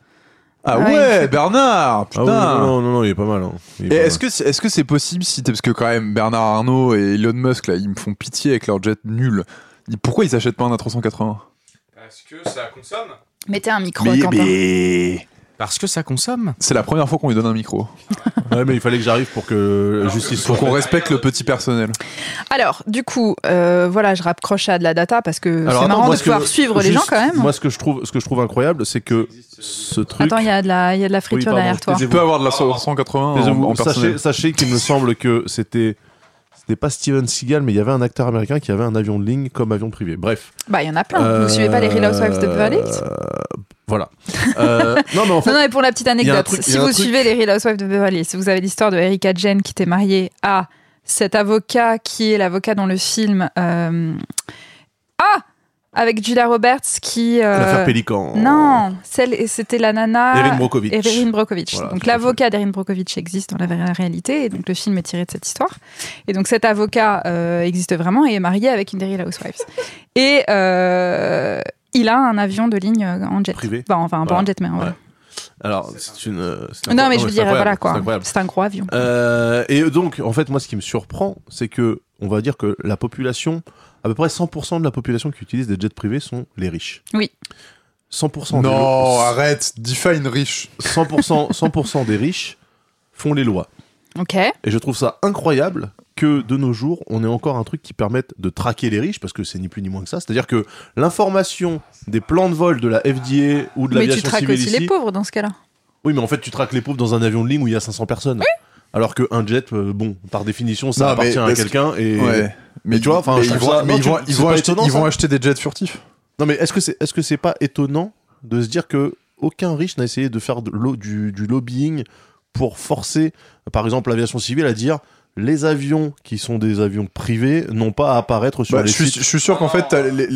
Ah Ouais, ouais, il fait- Bernard, Ah putain. oui, non, non, non, non, il est pas mal. Hein. Il est Et pas est-ce que c'est est-ce que c'est possible si t'es- parce que quand même Bernard Arnault et Elon Musk là, ils me font pitié avec leur jet nul. Pourquoi ils achètent pas un A trois cent quatre-vingts? Parce que ça consomme. Mettez un micro, Mais, Quentin. mais... Parce que ça consomme. C'est la première fois qu'on lui donne un micro. mal. Ouais, mais il fallait que j'arrive pour que la justice Faut soit. qu'on respecte le petit personnel. Alors, du coup, euh, voilà, je raccroche à de la data parce que Alors, c'est attends, marrant moi, de ce pouvoir que- suivre les juste, gens quand même. Moi, ce que je trouve, ce que je trouve incroyable, c'est que ce truc. Attends, il y a de la, il y a de la friture pardon, derrière toi. taisez- Tu peux avoir de la cent quatre-vingts en, Taisez-vous. en personnel. Sachez, sachez qu'il me semble que c'était. C'était pas Steven Seagal, mais il y avait un acteur américain qui avait un avion de ligne comme avion privé. Bref. Bah, il y en a plein. Euh, Vous suivez pas les Real Housewives de Beverly Hills? Voilà. Euh, non, mais en fait. Non, non, et pour la petite y a un anecdote, truc- il y si a un vous truc- suivez les Real Housewives de Beverly Hills, vous avez l'histoire de Erika Jane qui était mariée à cet avocat qui est l'avocat dans le film. euh, Ah! Avec Julia Roberts qui. euh, L'affaire Pélican. Non, celle, c'était la nana. Erin Brockovich. Erin Brockovich. Voilà, donc tout à l'avocat d'Erin Brockovich existe dans la vraie réalité, et donc le film est tiré de cette histoire. Et donc cet avocat euh, existe vraiment et est marié avec une des Real Housewives. Et euh, il a un avion de ligne en jet. Privé. Enfin, enfin pas Voilà. en jet, mais en Ouais. voilà. Alors, c'est une. euh, c'est Non, incroyable. mais je veux c'est dire, incroyable, voilà c'est quoi. incroyable. C'est un gros avion. Euh, et donc, en fait, moi, ce qui me surprend, c'est que, on va dire que la population, à peu près cent pour cent de la population qui utilise des jets privés sont les riches. Oui. cent pour cent des- Non, arrête, define riche. cent pour cent, cent pour cent des riches font les lois. Ok. Et je trouve ça incroyable que de nos jours, on ait encore un truc qui permette de traquer les riches, parce que c'est ni plus ni moins que ça. C'est-à-dire que l'information des plans de vol de la F D A ou de Mais tu l'aviation traques civile aussi ici... les pauvres dans ce cas-là. Oui, mais en fait, tu traques les pauvres dans un avion de ligne où il y a cinq cents personnes. Alors qu'un jet, euh, bon, par définition, ça Non, mais appartient à parce quelqu'un. Et... Ouais. Mais tu vois, enfin, mais je ils trouve vont, ça- mais non, ils tu- vont, ils c'est vont pas acheter, étonnant, ils vont ça acheter des jets furtifs. Non, mais est-ce que c'est est-ce que c'est pas étonnant de se dire que aucun riche n'a essayé de faire de lo- du, du lobbying pour forcer, par exemple, l'aviation civile à dire les avions qui sont des avions privés n'ont pas à apparaître sur Bah, les je, suis, sites. je suis sûr qu'en fait, t'as les, les-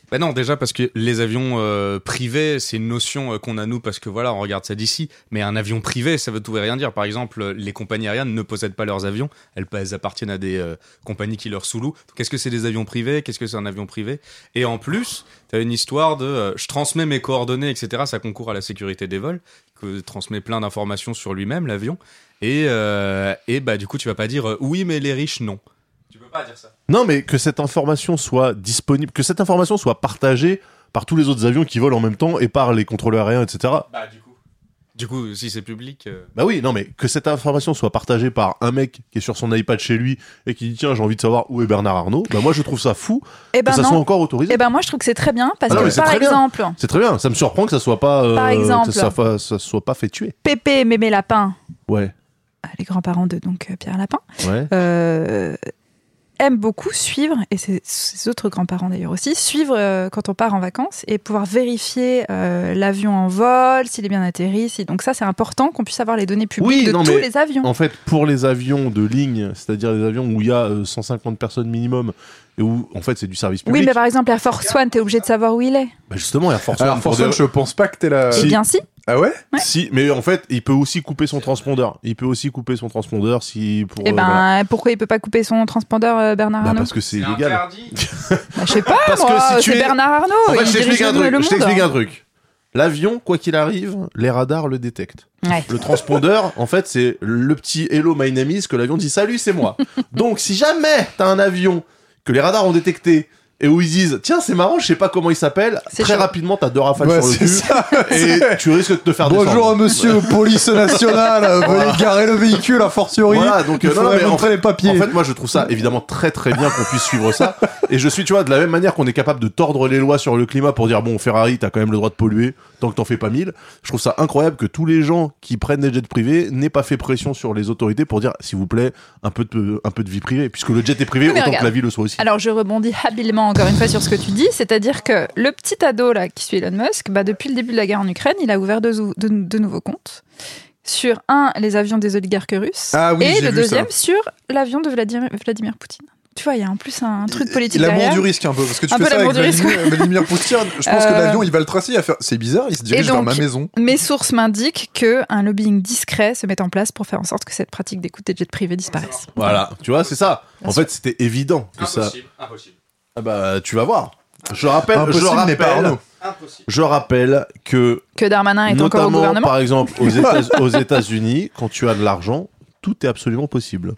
Bah non, déjà parce que les avions euh, privés, c'est une notion euh, qu'on a nous parce que voilà, on regarde ça d'ici. Mais un avion privé, ça veut tout et rien dire. Par exemple, les compagnies aériennes ne possèdent pas leurs avions. Elles, elles appartiennent à des euh, compagnies qui leur sous-louent. Qu'est-ce que c'est des avions privés ? Qu'est-ce que c'est un avion privé ? Et en plus, t'as une histoire de euh, je transmets mes coordonnées, et cetera. Ça concourt à la sécurité des vols, que transmet plein d'informations sur lui-même, l'avion. Et, euh, et bah du coup, tu vas pas dire euh, oui, mais les riches, non. Tu peux pas dire ça. Non, mais que cette information soit disponible, que cette information soit partagée par tous les autres avions qui volent en même temps et par les contrôleurs aériens, et cetera. Bah du coup. Du coup, si c'est public. Euh... Bah oui, non, mais que cette information soit partagée par un mec qui est sur son iPad chez lui et qui dit tiens, j'ai envie de savoir où est Bernard Arnault. Bah moi, je trouve ça fou eh ben que ça non. soit encore autorisé. Eh ben moi, je trouve que c'est très bien parce Ah non, mais que c'est par très bien. exemple, C'est très bien. Ça me surprend que ça soit pas, euh, Par exemple. que ça, soit, ça soit pas fait tuer. Pépé et Mémé Lapin, Ouais, les grands-parents de donc euh, Pierre Lapin, ouais. euh, aiment beaucoup suivre, et ses, ses autres grands-parents d'ailleurs aussi, suivre euh, quand on part en vacances et pouvoir vérifier euh, l'avion en vol, s'il est bien atterri. Si... Donc ça, c'est important qu'on puisse avoir les données publiques Oui, de non, tous mais les avions. En fait, pour les avions de ligne, c'est-à-dire les avions où il y a euh, cent cinquante personnes minimum et où en fait c'est du service public. Oui, mais par exemple, Air Force One, t'es obligé de savoir où il est. Bah justement, Air Force One. Alors, pour Force One, des- je pense pas que t'es la. Eh bien si. Ah ouais? Ouais. Si, mais en fait, il peut aussi couper son transpondeur. Il peut aussi couper son transpondeur si pour. Eh euh, ben, voilà. pourquoi il peut pas couper son transpondeur, euh, Bernard Bah, Arnault? parce que c'est illégal. interdit. Bah, je sais pas, Parce que moi, si tu c'est es- Bernard Arnault. En fait, il je t'explique dirige un le truc. monde. Je t'explique un truc. L'avion, quoi qu'il arrive, les radars le détectent. Ouais. Le transpondeur, en fait, c'est le petit hello my name is que l'avion dit salut, c'est moi. Donc, si jamais t'as un avion que les radars ont détecté et où ils disent tiens, c'est marrant, je sais pas comment il s'appelle, C'est très chaud. rapidement t'as deux rafales Ouais, sur le c'est cul ça. et tu risques de te faire Bonjour descendre. monsieur, police nationale, euh, veuillez garer le véhicule, a fortiori. Voilà, donc il euh, non, non, faudrait mais en montrer fait, les papiers. en fait, moi je trouve ça évidemment très très bien qu'on puisse suivre ça. Et je suis, tu vois, de la même manière qu'on est capable de tordre les lois sur le climat pour dire bon, Ferrari, t'as quand même le droit de polluer tant que t'en fais pas mille. Je trouve ça incroyable que tous les gens qui prennent des jets privés n'aient pas fait pression sur les autorités pour dire s'il vous plaît un peu de un peu de vie privée, puisque le jet est privé Oui, mais autant regarde. que la vie le soit aussi. Alors je rebondis habilement encore une fois sur ce que tu dis, c'est-à-dire que le petit ado là qui suit Elon Musk, bah, depuis le début de la guerre en Ukraine, il a ouvert deux, ou- deux, deux nouveaux comptes. Sur un, les avions des oligarques russes, Ah oui, et j'ai le vu deuxième ça. sur l'avion de Vladimir, Vladimir Poutine. Tu vois, il y a en plus un truc politique L'amour derrière. du risque un peu, parce que tu Un fais peu ça avec l'amour du risque, Vladimir, Vladimir Poutine. Je pense que Euh, l'avion, il va le tracer, il va faire. C'est bizarre, il se dirige donc, vers ma maison. Mes sources m'indiquent qu'un lobbying discret se met en place pour faire en sorte que cette pratique d'écoute des jets privés disparaisse. Voilà, tu vois, c'est ça. En fait, c'était évident que ça. Impossible, impossible. Ah bah, tu vas voir. Je rappelle, Impossible, je mais pas rappelle, Arnaud. Impossible. je rappelle que Que Darmanin est encore au notamment, gouvernement. par exemple, aux États- aux États-Unis, quand tu as de l'argent, tout est absolument possible.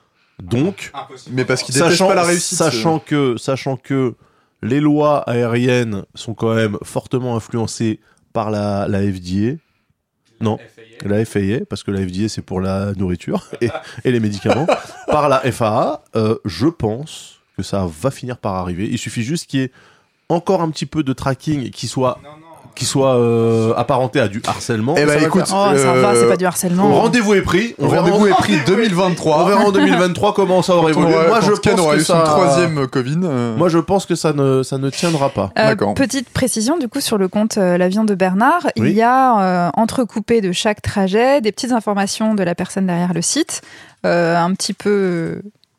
Donc, Impossible. Mais parce qu'il déteste sachant, pas la réussite. sachant que, sachant que les lois aériennes sont quand même fortement influencées par la, la F D A, non, la F A A, parce que la F D A c'est pour la nourriture et, et les médicaments, par la F A A, euh, je pense que ça va finir par arriver. Il suffit juste qu'il y ait encore un petit peu de tracking qui soit Non, non. qui soit euh, apparenté à du harcèlement. Eh Ça ben, va le écoute, faire. Oh, ça Euh, va, c'est pas du Bon, harcèlement. rendez-vous est pris. On verra Rendez-vous en- est pris deux mille on vingt-trois. verra en deux mille vingt-trois comment ça aura Quand évolué. on aura- Moi, quand je Ken pense aura que eu ça... son troisième Covid. euh, Moi, je pense que ça ne, ça ne tiendra pas. Euh, D'accord. petite précision du coup sur le compte euh, l'avion de Bernard, Oui. il y a euh, entrecoupé de chaque trajet des petites informations de la personne derrière le site, euh, un petit peu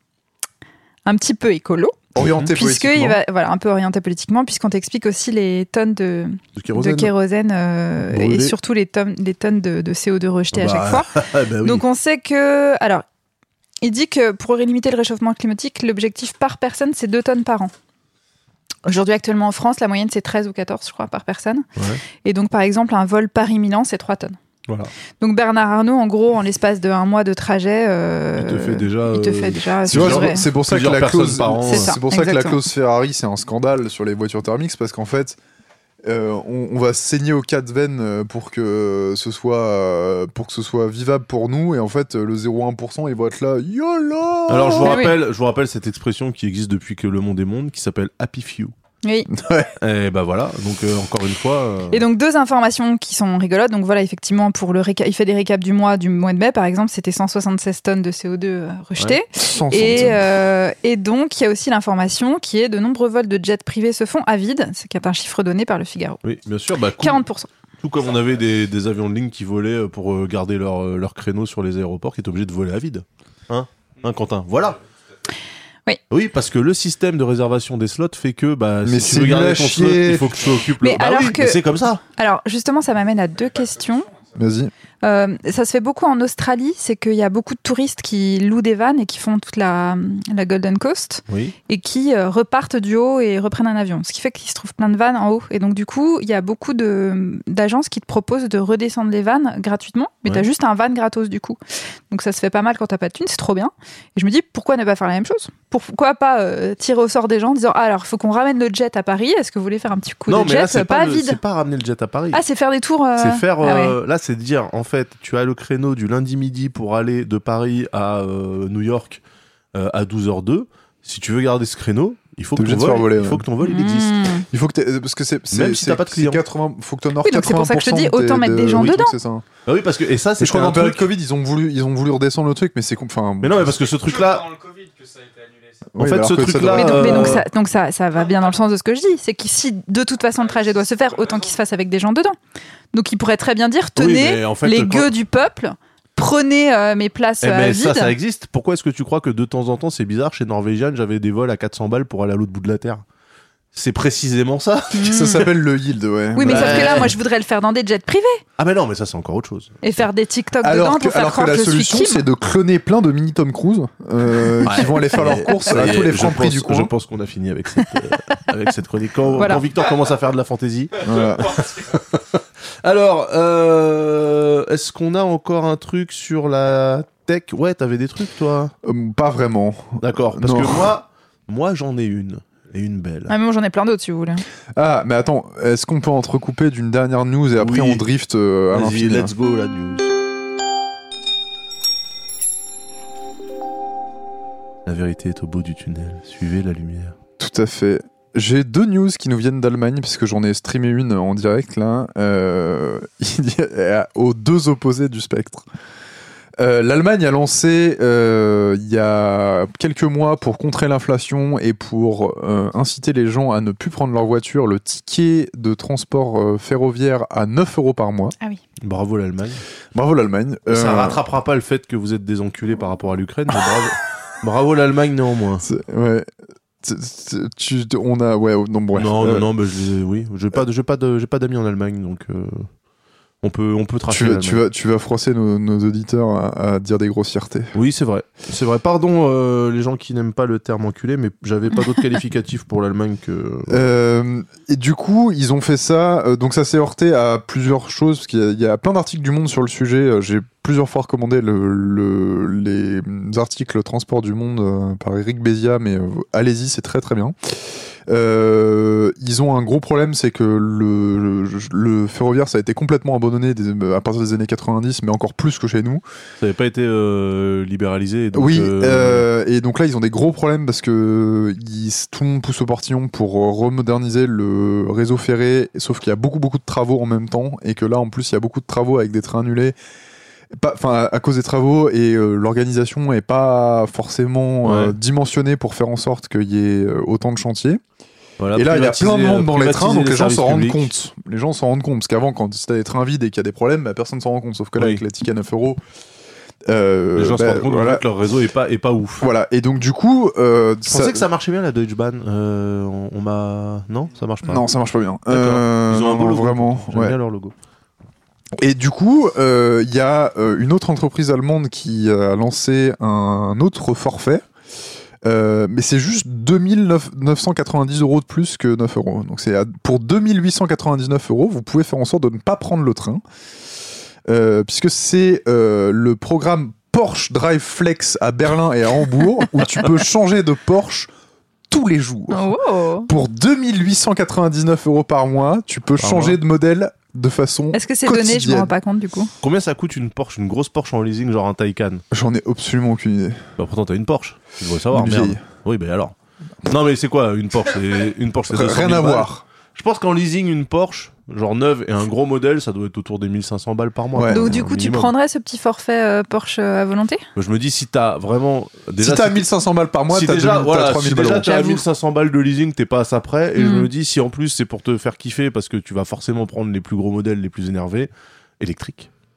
un petit peu écolo, Orienté puisque politiquement. il va voilà un peu orienté politiquement, puisqu'on t'explique aussi les tonnes de, De kérosène. de kérosène euh, Brûlé. et surtout les tonnes les tonnes de, de C O deux rejetées à Bah, chaque fois. Ah, bah oui. Donc on sait que alors il dit que pour limiter le réchauffement climatique, l'objectif par personne c'est deux tonnes par an. Aujourd'hui, actuellement en France, la moyenne c'est treize ou quatorze, je crois, par personne. Ouais. Et donc, par exemple, un vol Paris-Milan, c'est trois tonnes. Voilà. Donc, Bernard Arnault, en gros, en l'espace de un mois de trajet, euh, Il te fait déjà, il te euh, fait déjà Tu vois, c'est vrai. c'est pour ça que Plusieurs la personnes clause, par an, C'est ça, c'est pour ça que la exactement. clause Ferrari c'est un scandale sur les voitures thermiques, c'est parce qu'en fait, euh, on, on va saigner aux quatre veines euh, pour que ce soit euh, pour que ce soit vivable pour nous, et en fait le zéro virgule un pour cent ils vont être là, YOLO. Alors, je vous, Mais oui. rappelle, je vous rappelle cette expression qui existe depuis que le monde est monde, qui s'appelle Happy Few. Oui. Et bah voilà, donc euh, encore une fois... euh, Et donc, deux informations qui sont rigolotes. Donc, voilà, effectivement, pour le réca- il fait des récaps du mois, du mois de mai, par exemple, c'était cent soixante-seize tonnes de C O deux euh, rejetées. cent Et, centimes. euh, et donc, il y a aussi l'information qui est de nombreux vols de jets privés se font à vide, ce qui est un chiffre donné par le Figaro. Oui, bien sûr. Bah, cool. quarante pour cent. Tout comme on avait des, des avions de ligne qui volaient pour euh, garder leur, euh, leur créneau sur les aéroports, qui étaient obligés de voler à vide. Hein Hein, Quentin Voilà. Oui. Oui, parce que le système de réservation des slots fait que bah, Mais si c'est tu veux garder nul à ton chier. slot, il faut que tu occupes Mais le... Bah alors oui, que- mais c'est comme ça. Alors justement, ça m'amène à deux questions. Vas-y. Euh, ça se fait beaucoup en Australie, c'est qu'il y a beaucoup de touristes qui louent des vannes et qui font toute la, la Golden Coast Oui. et qui euh, repartent du haut et reprennent un avion. Ce qui fait qu'il se trouve plein de vannes en haut. Et donc du coup, il y a beaucoup de, d'agences qui te proposent de redescendre les vannes gratuitement, mais Ouais. t'as juste un van gratos du coup. Donc ça se fait pas mal quand t'as pas de thunes, c'est trop bien. Et je me dis, pourquoi ne pas faire la même chose ? Pourquoi pas euh, tirer au sort des gens en disant, ah, alors il faut qu'on ramène le jet à Paris, est-ce que vous voulez faire un petit coup Non, de mais jet là, c'est pas, pas, le- vide c'est pas ramener le jet à Paris. Ah, c'est faire des tours... euh, C'est faire. ah ouais. euh, Là, c'est de dire, en fait, tu as le créneau du lundi midi pour aller de Paris à euh, New York euh, à douze heures zéro deux. Si tu veux garder ce créneau, il faut T'es que ton obligé de se vol, faire voler, il faut ouais. que ton vol il existe. Mmh. Il faut que t'aies- parce que c'est c'est- Même si c'est- t'as pas de c'est clients. quatre-vingts faut que tu honores Oui, donc c'est pour ça que je te dis, quatre-vingts pour cent autant mettre de- des gens oui, dedans. c'est ça. Ah oui, parce que et ça, Mais c'est je crois un qu'en période truc. Covid, ils ont voulu ils ont voulu redescendre le truc, mais c'est com- enfin. Mais non, mais parce que ce truc-là, Pendant le Covid que ça a été annulé, ça. en oui, fait, alors ce que ça truc-là, Mais devrait- donc, mais donc Euh, ça, donc ça, ça va bien dans le sens de ce que je dis. C'est que si de toute façon le trajet doit se faire, autant qu'il se fasse avec des gens dedans. Donc il pourrait très bien dire, Oui, tenez, mais en fait, les quand- gueux du peuple, prenez euh, mes places Eh euh, ben, vides. ça, ça existe. Pourquoi est-ce que tu crois que de temps en temps, c'est bizarre, chez Norwegian, j'avais des vols à quatre cents balles pour aller à l'autre bout de la Terre? C'est précisément ça. Ça s'appelle le yield, ouais. Oui, mais Ouais. sauf que là, moi, je voudrais le faire dans des jets privés Ah, mais non, mais ça, c'est encore autre chose. et faire des TikTok Alors dedans que, pour faire alors que croire la que je suis solution, Kim. c'est de cloner plein de mini Tom Cruise euh, qui vont aller faire leurs courses Ça à y est, tous les je francs prix pense- du Je coin. pense qu'on a fini avec cette, euh, avec cette chronique. Quand, Voilà. quand Victor commence à faire de la fantaisie. Voilà. Alors, euh, est-ce qu'on a encore un truc sur la tech? Ouais, t'avais des trucs, toi? Euh, pas vraiment. D'accord. Parce Non. que moi, moi, j'en ai une. Et une belle. Ah, mais moi, j'en ai plein d'autres si vous voulez. Ah, mais attends, est-ce qu'on peut entrecouper d'une dernière news et après Oui. on drift euh, à Vas-y, l'infini let's go, la news. La vérité est au bout du tunnel. Suivez la lumière. Tout à fait. J'ai deux news qui nous viennent d'Allemagne, puisque j'en ai streamé une en direct, là, euh, il y a- aux deux opposés du spectre. Euh, L'Allemagne a lancé, euh, il y a quelques mois, pour contrer l'inflation et pour euh, inciter les gens à ne plus prendre leur voiture, le ticket de transport euh, ferroviaire à neuf euros par mois. Ah oui. Bravo l'Allemagne. Bravo l'Allemagne. Ça Euh, rattrapera pas le fait que vous êtes des enculés par rapport à l'Ukraine, mais bravo, bravo l'Allemagne néanmoins. c'est- Ouais. C'est- c'est- tu- on a, ouais, non, bref. non, Euh, non, non, bah, je les ai- oui, j'ai pas, de- j'ai pas, de- j'ai pas d'amis en Allemagne, donc euh, on peut, on peut tracher Tu vas, l'Allemagne. tu, vas, tu vas froisser nos, nos auditeurs à, à dire des grossièretés. Oui, c'est vrai, c'est vrai. Pardon euh, les gens qui n'aiment pas le terme enculé, mais j'avais pas d'autre qualificatif pour l'Allemagne que. Euh, et du coup, ils ont fait ça. euh, donc, ça s'est heurté à plusieurs choses. Parce qu'il y a, il y a plein d'articles du Monde sur le sujet. euh, J'ai plusieurs fois recommandé le, le- les articles Transport du Monde euh, par Eric Bézia, mais euh, allez-y, c'est très très bien. Euh, ils ont un gros problème, c'est que le, le, le ferroviaire, ça a été complètement abandonné des- à partir des années quatre-vingt-dix, mais encore plus que chez nous. Ça n'avait pas été euh, libéralisé. Donc, Oui, euh, euh, et donc là, ils ont des gros problèmes parce que ils, tout le monde pousse au portillon pour euh, remoderniser le réseau ferré, sauf qu'il y a beaucoup, beaucoup de travaux en même temps, et que là, en plus, il y a beaucoup de travaux avec des trains annulés, pas- enfin, à, à cause des travaux, et euh, l'organisation est pas forcément euh, Ouais. dimensionnée pour faire en sorte qu'il y ait euh, autant de chantiers. voilà, Et là, il y a plein de privatiser- monde dans les trains, privatiser donc les gens services s'en rendent publics. compte. Les gens s'en rendent compte, parce qu'avant, quand c'était des trains vides et qu'il y a des problèmes, bah, personne s'en rend compte, sauf que là, Oui. avec les tickets à neuf euros, euh, Les gens se bah, rendent compte voilà. que leur réseau est pas, est pas ouf. Voilà, et donc du coup, euh, Je pensais que ça marchait bien la Deutsche Bahn. Euh, on on m'a. Non, ça marche pas. Non, ça marche pas bien. D'accord. Euh, Ils ont un non, beau non, logo. vraiment. J'aime Ouais. bien leur logo. Et du coup, il euh, y a euh, une autre entreprise allemande qui a lancé un autre forfait. Euh, mais c'est juste deux mille neuf cent quatre-vingt-dix euros de plus que neuf euros. Donc c'est à- pour deux mille huit cent quatre-vingt-dix-neuf euros, vous pouvez faire en sorte de ne pas prendre le train. Euh, puisque c'est euh, le programme Porsche Drive Flex à Berlin et à Hambourg, où tu peux changer de Porsche tous les jours. Oh. Pour deux mille huit cent quatre-vingt-dix-neuf euros par mois, tu peux Par changer mois. de modèle de façon Est-ce que c'est donné? Je me quotidienne. rends pas compte du coup. Combien ça coûte une Porsche, une grosse Porsche en leasing, genre un Taycan? J'en ai absolument aucune idée. Bah pourtant t'as une Porsche. Tu devrais savoir. Une Merde. vieille. Oui, bah alors. Non mais c'est quoi une Porsche? C'est une Porsche. C'est deux cent Rien mille à balles. voir. Je pense qu'en leasing une Porsche, genre neuve et un gros modèle, ça doit être autour des mille cinq cents balles par mois. Ouais. quoi, Donc un du coup, tu minimum. prendrais ce petit forfait euh, Porsche euh, à volonté? Je me dis si t'as vraiment déjà si t'as si mille cinq cents balles par mois, si t'as déjà, deux mille, voilà, t'as trois si mille balles. déjà euros. t'as J'avoue. mille cinq cents balles de leasing, t'es pas à ça près. Et je Mm. me dis, si en plus c'est pour te faire kiffer parce que tu vas forcément prendre les plus gros modèles, les plus énervés, électriques.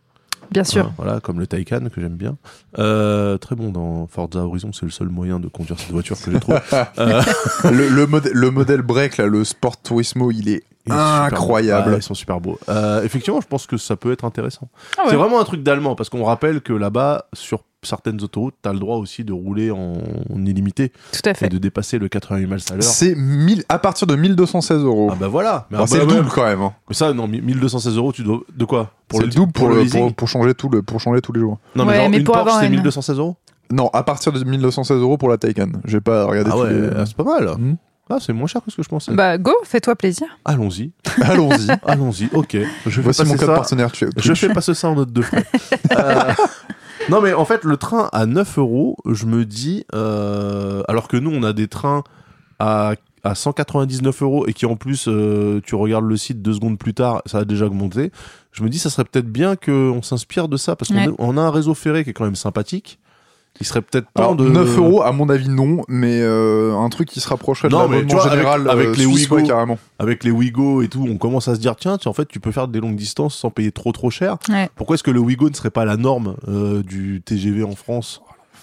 Bien sûr. Hein, voilà, comme le Taycan que j'aime bien. Euh, très bon dans Forza Horizon, c'est le seul moyen de conduire cette voiture que j'ai trouvé. euh... le, le, modèle, le modèle break, là, le Sport Turismo, il est Il est incroyable. Ah, ils sont super beaux. Euh, effectivement, je pense que ça peut être intéressant. Ah ouais. C'est vraiment un truc d'allemand parce qu'on rappelle que là-bas, sur certaines autoroutes, t'as le droit aussi de rouler en, en illimité Tout à et fait. de dépasser le quatre-vingt-huit miles à l'heure. C'est mille, à partir de mille deux cent seize euros. Ah bah voilà. Mais Alors, ah c'est bah le ouais. double quand même. Hein. Mais ça, non, mille deux cent seize euros, tu dois. De quoi C'est le double pour, le le, leasing pour, pour, changer tout le, pour changer tous les jours. Non, mais, Ouais, genre, mais une pour Porsche, avoir c'est une- mille deux cent seize euros. Non, à partir de mille deux cent seize euros pour la Taycan. J'ai pas regardé Ah tous ouais, les... c'est pas mal. Hmm. Ah, c'est moins cher que ce que je pensais. Bah, go, fais-toi plaisir. Allons-y. Allons-y. Allons-y. Ok. Je vais Voici passer mon code ça. partenaire. Tu... Je fais passer ça en note de frais. Euh, Non, mais en fait, le train à neuf euros, je me dis, euh, alors que nous, on a des trains à, à cent quatre-vingt-dix-neuf euros et qui en plus, euh, tu regardes le site deux secondes plus tard, ça a déjà augmenté. Je me dis, ça serait peut-être bien qu'on s'inspire de ça parce qu'on Ouais. a, on a un réseau ferré qui est quand même sympathique. Il serait peut-être temps Alors, de. neuf euros, à mon avis, non, mais euh, un truc qui se rapprocherait de Non, mais l'abonnement tu vois, avec- général avec euh, les suisse, Ouigo, ouais, carrément. Avec les Ouigo et tout, on commence à se dire, tiens, tu- en fait, tu peux faire des longues distances sans payer trop trop cher. Ouais. Pourquoi est-ce que le Ouigo ne serait pas la norme euh, du T G V en France?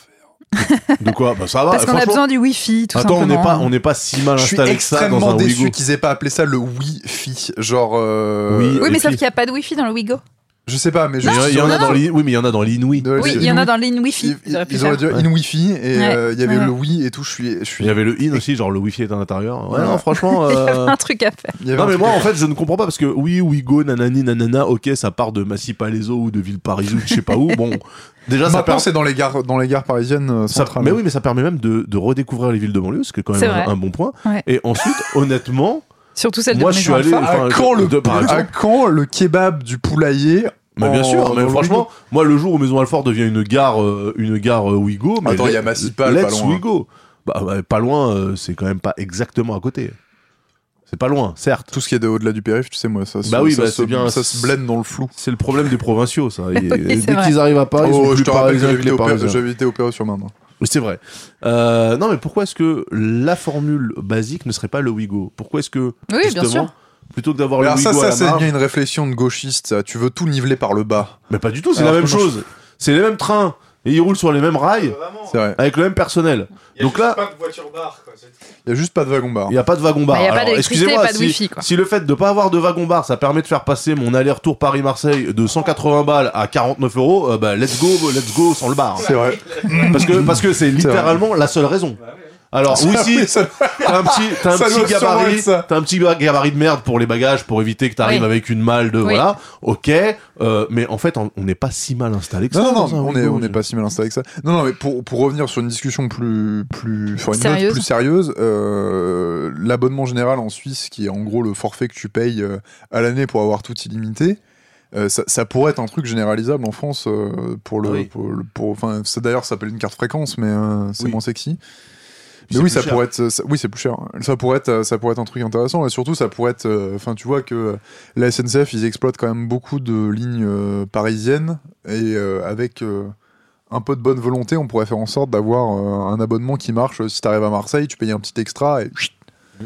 De quoi? Bah ça va. Parce qu'on a franchement. besoin du Wi-Fi, tout Attends, on simplement. n'est pas, on n'est pas si mal Je suis installé que ça dans extrêmement un déçu Ouigo. qu'ils aient pas appelé ça le Wi-Fi. Genre. euh, Oui, Oui, Et mais sauf puis- qu'il n'y a pas de Wi-Fi dans le Wigo. Je sais pas, mais je Mais il y a- il y en a non, dans non. l'in- oui, mais il y en a dans l'Inouï. De- Oui, de- il y en a Inouï. dans l'in Wi-Fi. Ils, Ils auraient pu ils auraient faire. dit in Wi-Fi et Ouais. euh, il y avait Ouais. le Wi et tout. Je suis, je suis. Il y avait le in aussi, genre le Wi-Fi est à l'intérieur. Ouais, Ouais. non, franchement. Il y euh, avait un truc à faire. il y avait Non, un mais truc moi, à- en fait, je ne comprends pas parce que oui, Ouigo, nanani, nanana, ok, ça part de Massy-Palaiseau ou de Villeparisis ou de je sais pas où. Bon, déjà, ça Maintenant, permet. c'est dans les gares, dans les gares parisiennes euh, Ça- centrales. mais oui, mais ça permet même de, de redécouvrir les villes de banlieue, ce qui est quand même C'est un, vrai. un bon point. Ouais. Et ensuite, honnêtement, Surtout celle de Moi, je suis allé- Maison-Alfort. enfin, À quand le, de- par à exemple. quand le kebab du poulailler mais bien en- sûr, mais dans le franchement, moi, le jour où Maison Alfort devient une gare, euh, une gare euh, Ouigo, mais Attends, il y a let- Massy-Pal, let's pas loin. Ouigo. Bah, bah, pas loin, euh, c'est quand même pas exactement à côté. C'est pas loin, certes. Tout ce qui est de au-delà du périph', tu sais, moi, ça, se- Bah oui, ça, bah, se, c'est bien. ça se blende dans le flou. C'est le problème des provinciaux, ça. Et- Oui, c'est dès vrai. qu'ils arrivent à Paris, ils sont Oh, plus je te rappelle que parisiens que j'habitais les au, Pé- parisiens. j'habitais au Perreux-sur-Marne. Oui, c'est vrai. Euh, non, mais pourquoi est-ce que la formule basique ne serait pas le Ouigo? Pourquoi est-ce que, Oui, bien justement, sûr. plutôt que d'avoir le Alors Ouigo ça, à ça la c'est marge... bien une réflexion de gauchiste, ça. Tu veux tout niveler par le bas. Mais pas du tout, c'est Alors la même que moi, chose. C'est les mêmes trains. Et ils roulent sur les mêmes rails, C'est vrai. avec le même personnel. Donc là, de voiture bar, quoi. Il y a juste pas de wagon-bar. il n'y a pas de wagon-bar. Bah, y a pas Alors, d'électricité, excusez-moi, pas de si, wifi, quoi. si le fait de pas avoir de wagon-bar, ça permet de faire passer mon aller-retour Paris-Marseille de cent quatre-vingts balles à quarante-neuf euros, euh, bah let's go, let's go sans le bar. C'est vrai. Parce que parce que c'est littéralement la seule raison. Alors oui, si ça- t'as un petit t'as un ça petit doit sûrement gabarit, être ça. t'as un petit gabarit de merde pour les bagages pour éviter que t'arrives Oui. avec une malle de Oui. voilà. Ok, euh, mais en fait on on n'est pas si mal installé que ça. Non, non, dans un non, on est, Ouigo. on est pas si mal installé que ça. Non, non, mais pour, pour revenir sur une discussion plus, plus, sur une Sérieuse. note plus sérieuse, euh, l'abonnement général en Suisse, qui est en gros le forfait que tu payes euh, à l'année pour avoir tout illimité, euh, ça, ça pourrait être un truc généralisable en France euh, pour le, Ah oui. pour, le- pour- enfin, ça d'ailleurs ça s'appelle une carte fréquence, mais euh, c'est Oui. moins sexy. Puis Mais oui, c'est ça plus cher. pourrait être, ça- oui, c'est plus cher. Ça pourrait être, ça pourrait être un truc intéressant et surtout, ça pourrait être, euh, enfin, tu vois que euh, la S N C F, ils exploitent quand même beaucoup de lignes euh, parisiennes et euh, avec euh, un peu de bonne volonté, on pourrait faire en sorte d'avoir euh, un abonnement qui marche. Si t'arrives à Marseille, tu payes un petit extra et chut,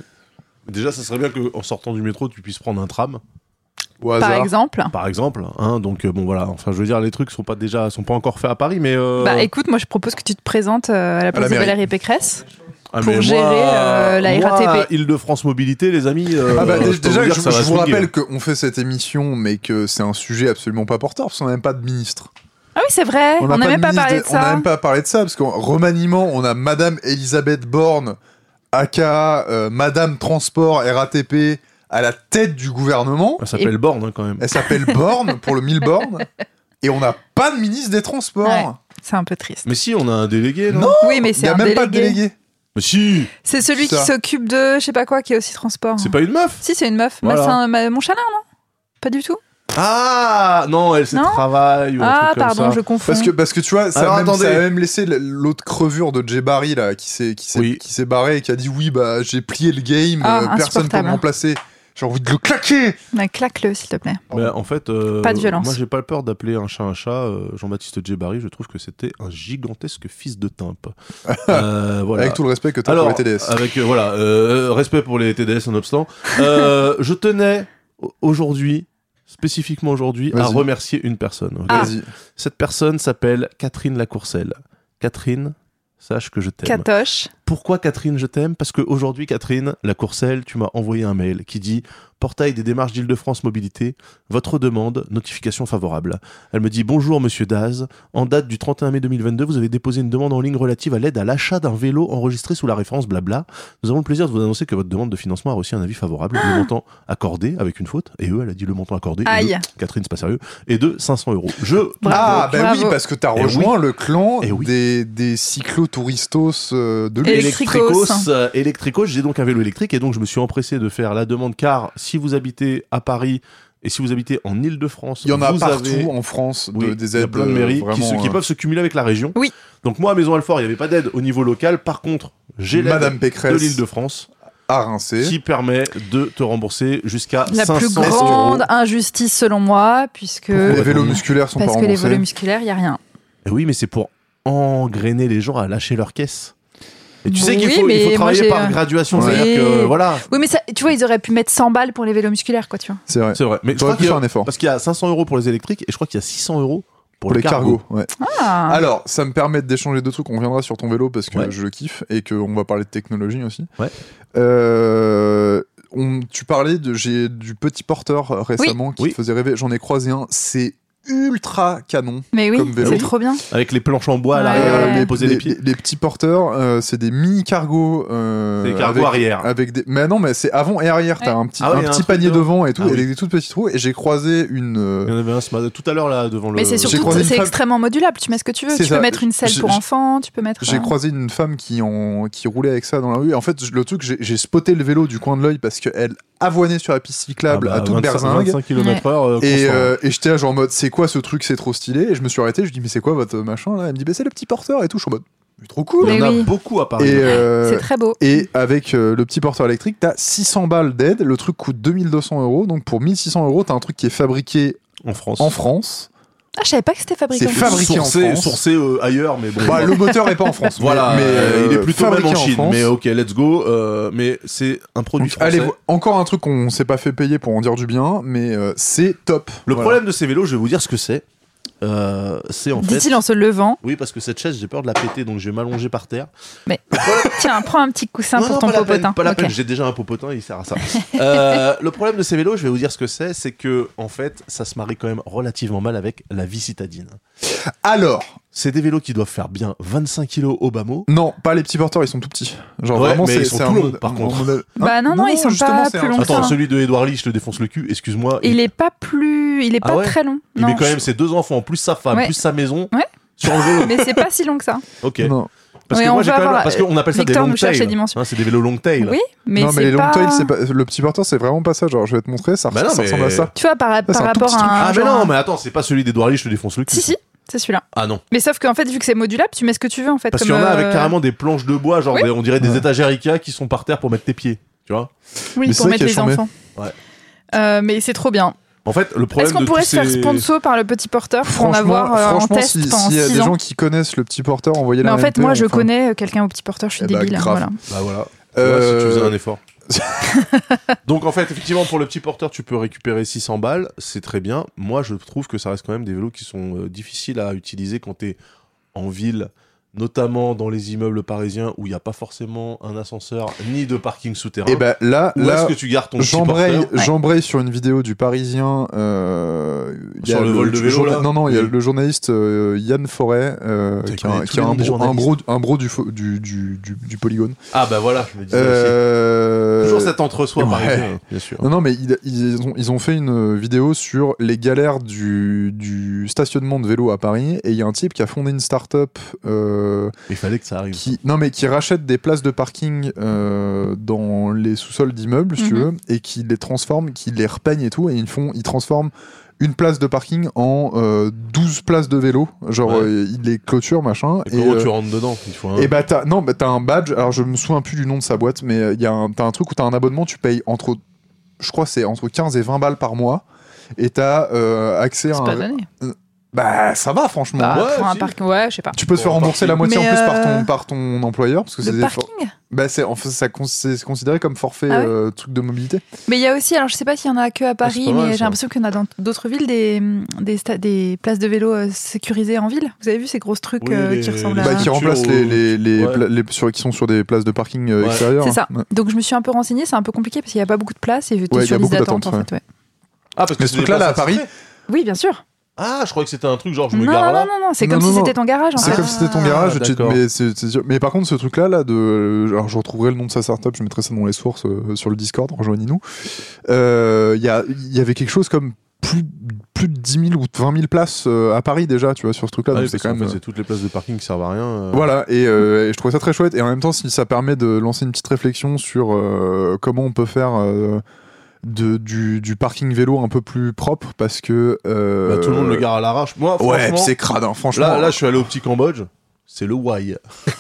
Déjà, ça serait bien qu'en sortant du métro, tu puisses prendre un tram, au hasard. Par exemple. par exemple. Hein, donc euh, bon voilà. Enfin, je veux dire, les trucs sont pas déjà sont pas encore faits à Paris, mais. Euh... Bah écoute, moi je propose que tu te présentes euh, à la place de mairie. Valérie Pécresse. Ah, pour mais gérer, euh, la moi, R A T P. Île-de-France Mobilité, les amis. euh, Ah bah, je dé- peux déjà, vous dire je, que ça va je vous swinguer. rappelle qu'on fait cette émission, mais que c'est un sujet absolument pas porteur, parce qu'on n'a même pas de ministre. Ah oui, c'est vrai, on n'a n'a même de pas ministre parlé des- de On n'a ça. même pas parlé de ça, parce qu'en remaniement, on a Madame Elisabeth Borne, aka euh, Madame Transport R A T P, à la tête du gouvernement. Elle s'appelle Borne hein, quand même. Elle s'appelle Borne pour le mille bornes. Et on n'a pas de ministre des Transports. Ouais. C'est un peu triste. Mais si, on a un délégué, non, Non, Oui, mais Il c'est n'y a un même délégué. pas de délégué. Mais si, C'est celui qui Ça. s'occupe de je sais pas quoi qui est aussi transport. c'est pas une meuf. Si, c'est une meuf. Voilà. Bah, c'est un- ma- mon chalin, non? Pas du tout. Ah non, elle c'est Non travail ou un Ah, truc comme pardon, ça. je confonds. Parce que, parce que tu vois, ça Alors, a, même, attendez. ça a même laissé l- l'autre crevure de Djebari là, qui s'est qui s'est Oui. qui s'est barré et qui a dit oui, bah j'ai plié le game, Ah, euh, personne peut insupportable. me remplacer. J'ai envie de le claquer. Mais claque-le, s'il te plaît. Mais en fait, euh, Pas de violence. moi j'ai pas peur d'appeler un chat un chat. euh, Jean-Baptiste Djebari, je trouve que c'était un gigantesque fils de timpe. Euh, voilà. Avec tout le respect que tu as Alors, pour les T D S. avec euh, voilà, euh, respect pour les T D S nonobstant. Euh, je tenais o- aujourd'hui, spécifiquement aujourd'hui Vas-y. à remercier une personne. ok Ah. Vas-y. Cette personne s'appelle Catherine Lacourcelle. Catherine, sache que je t'aime. Catoche. Pourquoi Catherine, je t'aime? Parce qu'aujourd'hui, Catherine Lacourcelle, tu m'as envoyé un mail qui dit « Portail des démarches d'Île-de-France Mobilité, votre demande, notification favorable ». Elle me dit « Bonjour Monsieur Daz, en date du trente et un mai deux mille vingt-deux, vous avez déposé une demande en ligne relative à l'aide à l'achat d'un vélo enregistré sous la référence blabla. Nous avons le plaisir de vous annoncer que votre demande de financement a reçu un avis favorable. Le montant accordé, avec une faute, et eux, elle a dit le montant accordé, et Aïe. eux, Catherine, c'est pas sérieux, est de cinq cents euros. Je... Ah, Bravo. bah oui, Bravo. parce que t'as Eh rejoint le clan Eh oui. des, des cyclotouristos euh, de l'île. Électricos. euh, Électricos, j'ai donc un vélo électrique et donc je me suis empressé de faire la demande car si vous habitez à Paris et si vous habitez en Île-de-France, Il y en a vous partout avez... en France de, Oui, des il y a aides plein de mairies euh, qui, se- vraiment, qui euh, peuvent se cumuler avec la région. Oui. Donc moi à Maison Alfort, il n'y avait pas d'aide au niveau local. Par contre, j'ai l'aide Madame de Pécresse l'Île-de-France à Rincé. qui permet de te rembourser jusqu'à La cinq plus cents euros. grande injustice selon moi, puisque Les vélos musculaires sont parce pas que les remboursés. vélos musculaires, il y a rien. Et oui, mais c'est pour engrainer les gens à lâcher leur caisse. Et tu sais Oui, qu'il faut, il mais faut moi, travailler j'ai, par euh, graduation, oui. c'est-à-dire que voilà, Oui, mais ça, tu vois, ils auraient pu mettre cent balles pour les vélos musculaires, quoi, tu vois. C'est vrai. c'est vrai. Mais je T'aurais crois pu qu'il y a- faire un effort. parce qu'il y a cinq cents euros pour les électriques et je crois qu'il y a six cents euros pour, Pour les cargos, ouais. Ah. Alors, ça me permet d'échanger deux trucs. On reviendra sur ton vélo parce que Ouais. je le kiffe et qu'on va parler de technologie aussi. Ouais. Euh, on, tu parlais de, j'ai, du petit porteur euh, récemment qui Oui. te faisait rêver. J'en ai croisé un. C'est ultra canon. Mais oui, Comme vélo. c'est trop bien. avec les planches en bois à Ouais. l'arrière, là, Ouais. pour poser les, les pieds. les- les petits porteurs, euh, c'est des mini cargos. Euh, C'est des cargos avec, arrière. Avec des... Mais non, mais c'est avant et arrière. T'as Ouais. un petit, Ah ouais, un il y a un petit truc panier devant. devant et tout, Ah et oui. des toutes petites roues. Et j'ai croisé une. euh, Il y en avait un ce matin- tout à l'heure là devant le. Mais c'est J'ai surtout, croisé une c'est femme- extrêmement modulable. Tu mets ce que tu veux. C'est Tu ça. peux mettre une selle J'ai- pour j'ai- enfants, tu peux mettre. J'ai euh, croisé une femme qui, en, qui roulait avec ça dans la rue. Et en fait, le truc, j'ai, j'ai spoté le vélo du coin de l'œil parce qu'elle avoinait sur la piste cyclable Ah bah, à toute vingt-cinq berzingue. vingt-cinq kilomètres heure. euh, Et, constant. euh, et j'étais là, genre en mode, c'est quoi ce truc, c'est trop stylé. Et je me suis arrêté, je lui dis, mais c'est quoi votre machin là? Elle me dit, bah, c'est le petit porteur et tout. Je suis en mode, mais trop cool. Il y en Mais a oui. beaucoup à Paris. Et, euh, C'est très beau. et avec euh, le petit porteur électrique, t'as six cents balles d'aide. Le truc coûte deux mille deux cents euros. Donc pour mille six cents euros, t'as un truc qui est fabriqué En France. en France. Ah, je savais pas que c'était fabriqué C'est en France. fabriqué en sourcé, France. sourcé euh, ailleurs, mais bon. Bah, le moteur est pas en France. Voilà, mais, mais, euh, il est euh, plutôt même fabriqué en Chine. France. Mais ok, let's go. Euh, mais c'est un produit Donc, français. allez, vo- encore un truc qu'on s'est pas fait payer pour en dire du bien, mais euh, c'est top. Le Voilà. problème de ces vélos, je vais vous dire ce que c'est. Euh, c'est en fait. Dit-il en se levant. Oui, parce que cette chaise, j'ai peur de la péter, donc je vais m'allonger par terre. Tiens, prends un petit coussin Non, pour non, ton pas la popotin. peine, pas la Ok. peine, j'ai déjà un popotin, il sert à ça. Euh, le problème de ces vélos, je vais vous dire ce que c'est, c'est que en fait, ça se marie quand même relativement mal avec la vie citadine. Alors, C'est des vélos qui doivent faire bien vingt-cinq kilos au bas mot. non, pas les petits porteurs, ils sont tout petits. Genre Ouais, vraiment, mais c'est ils sont c'est tout un longs, mod- par un contre. modèle- Bah non, non, ils sont justement, pas c'est plus un- longs que Attends, ça. celui de Edouard Lee, je te défonce le cul, excuse-moi. Il est pas plus, il est Ah pas ouais très long. il Non, met quand même ses deux enfants, plus sa femme, Ouais. plus sa maison, Ouais. sur le vélo. mais c'est pas si long que ça. Ok. Non, Parce Ouais, que on moi, j'ai va quand même, avoir- parce qu'on appelle ça Victor des long nous cherche tail. les dimensions. Hein, c'est des vélos long tail. Oui, mais non, mais c'est les long pas... tail, c'est pas... le petit porteur, c'est vraiment pas ça. Genre, je vais te montrer, ça, Bah non, ça mais- ressemble à ça. Tu vois, par, par c'est un tout rapport petit à truc. un. Ah, mais genre non, un- mais attends, c'est pas celui d'Edouard Lee, je te défonce le cul. Si, si, c'est celui-là. Ah non. Mais sauf qu'en fait, vu que c'est modulable, tu mets ce que tu veux en fait. Parce comme, qu'il y en a avec euh, carrément des planches de bois, genre Oui. des- on dirait des Ouais. étagères Ikea qui sont par terre pour mettre tes pieds. Tu vois. Oui, Mais c'est pour ça mettre qui est les chambé. enfants. Ouais. Euh, mais c'est trop bien. En fait, le problème Est-ce qu'on de pourrait tous se faire ces- sponsor par le petit porteur pour en Franchement, avoir euh, en franchement, test si- pendant s'il y a six des ans gens qui connaissent le petit porteur, envoyez Mais la en fait, moi, je enfin. connais quelqu'un au petit porteur, je suis Eh bah, débile. hein, grave. voilà. Bah voilà. Tu vois, si tu Euh, faisais un effort. Donc en fait, effectivement, pour le petit porteur, tu peux récupérer six cents balles, c'est très bien. Moi, je trouve que ça reste quand même des vélos qui sont euh, difficiles à utiliser quand t'es en ville, notamment dans les immeubles parisiens où il n'y a pas forcément un ascenseur ni de parking souterrain. Et ben là, Où là, est-ce que tu gardes ton petit J'embraye, porteur j'embraye sur une vidéo du Parisien. Euh, il y a Sur le vol de vélo, journa- là Non, non, il y a Oui. le journaliste euh, Yann Forêt, euh, Tu qui, a, connais tous qui a les noms un, des bro, un, journalistes. bro, un bro du, fo- du, du, du, du Polygone. Ah bah voilà, je me disais aussi. Euh, Toujours cet entre-soi ouais. parisien, bien sûr. Non, non, mais ils, ils, ont, ils ont fait une vidéo sur les galères du, du stationnement de vélo à Paris. Et il y a un type qui a fondé une start-up euh, Il fallait que ça arrive. qui, non, mais qui rachète des places de parking euh, dans les sous-sols d'immeubles, si tu Mhm. veux, et qui les transforme, qui les repeigne et tout. Et ils, font, ils transforment une place de parking en euh, douze places de vélo. Genre, Ouais. euh, ils les clôturent, machin. Et comment euh, tu rentres dedans Il faut un... et bah t'as non bah t'as un badge. Alors je me souviens plus du nom de sa boîte, mais il y a un, t'as un truc où t'as un abonnement, tu payes entre, je crois c'est entre quinze et vingt balles par mois, et t'as euh, accès à C'est pas un, donné. Bah, ça va, franchement. Bah, ouais, pour un si. parking, ouais, je sais pas. Tu peux te faire Pour un rembourser la parking. moitié en Mais plus par euh, ton, par ton employeur. Parce que c'est Le des parking. for- Bah, c'est, en fait, ça, cons- c'est considéré comme forfait Ah ouais euh, truc de mobilité. Mais il y a aussi, alors je sais pas s'il y en a que à Paris, pas mal, mais ça. j'ai l'impression qu'il y en a dans d'autres villes des, des, sta- des places de vélo euh, sécurisées en ville. Vous avez vu ces grosses trucs Oui, euh, les- qui ressemblent les- à. Bah, qui structures remplacent au- les, les, les, Ouais. pla- les- sur, qui sont sur des places de parking euh, Ouais. extérieures. C'est ça. Ouais. Donc je me suis un peu renseignée, c'est un peu compliqué parce qu'il n'y a pas beaucoup de place et t'es Ouais, il y sur a liste beaucoup d'attente en d'attente, fait. Ouais. Ah, parce que Mais c'est ce truc-là, des là, à places Paris, attitrées. Oui, bien sûr. Ah, je croyais que c'était un truc genre je me Non, gare non, là. non, non, c'est Non, comme non, si non. c'était ton garage en c'est fait. comme si c'était ton Ah, garage. tu- d'accord. mais, c'est, c'est sûr. Mais par contre, ce truc-là, là, de, alors je retrouverai le nom de sa startup, je mettrai ça dans les sources euh, sur le Discord, rejoignez-nous. Euh, Il y, a, il y avait quelque chose comme plus, plus de dix mille ou vingt mille places euh, à Paris déjà, tu vois, sur ce truc-là. Ah donc oui, c'est parce quand qu'en même. fait, c'est toutes les places de parking qui servent à rien. euh. Voilà, et, euh, et je trouvais ça très chouette. Et en même temps, si ça permet de lancer une petite réflexion sur euh, comment on peut faire euh, de, du, du parking vélo un peu plus propre, parce que. euh, Bah, tout le monde le gare à l'arrache. Moi, Ouais, franchement, puis c'est crade, hein, franchement. là, là, je suis allé au petit Cambodge. C'est le why.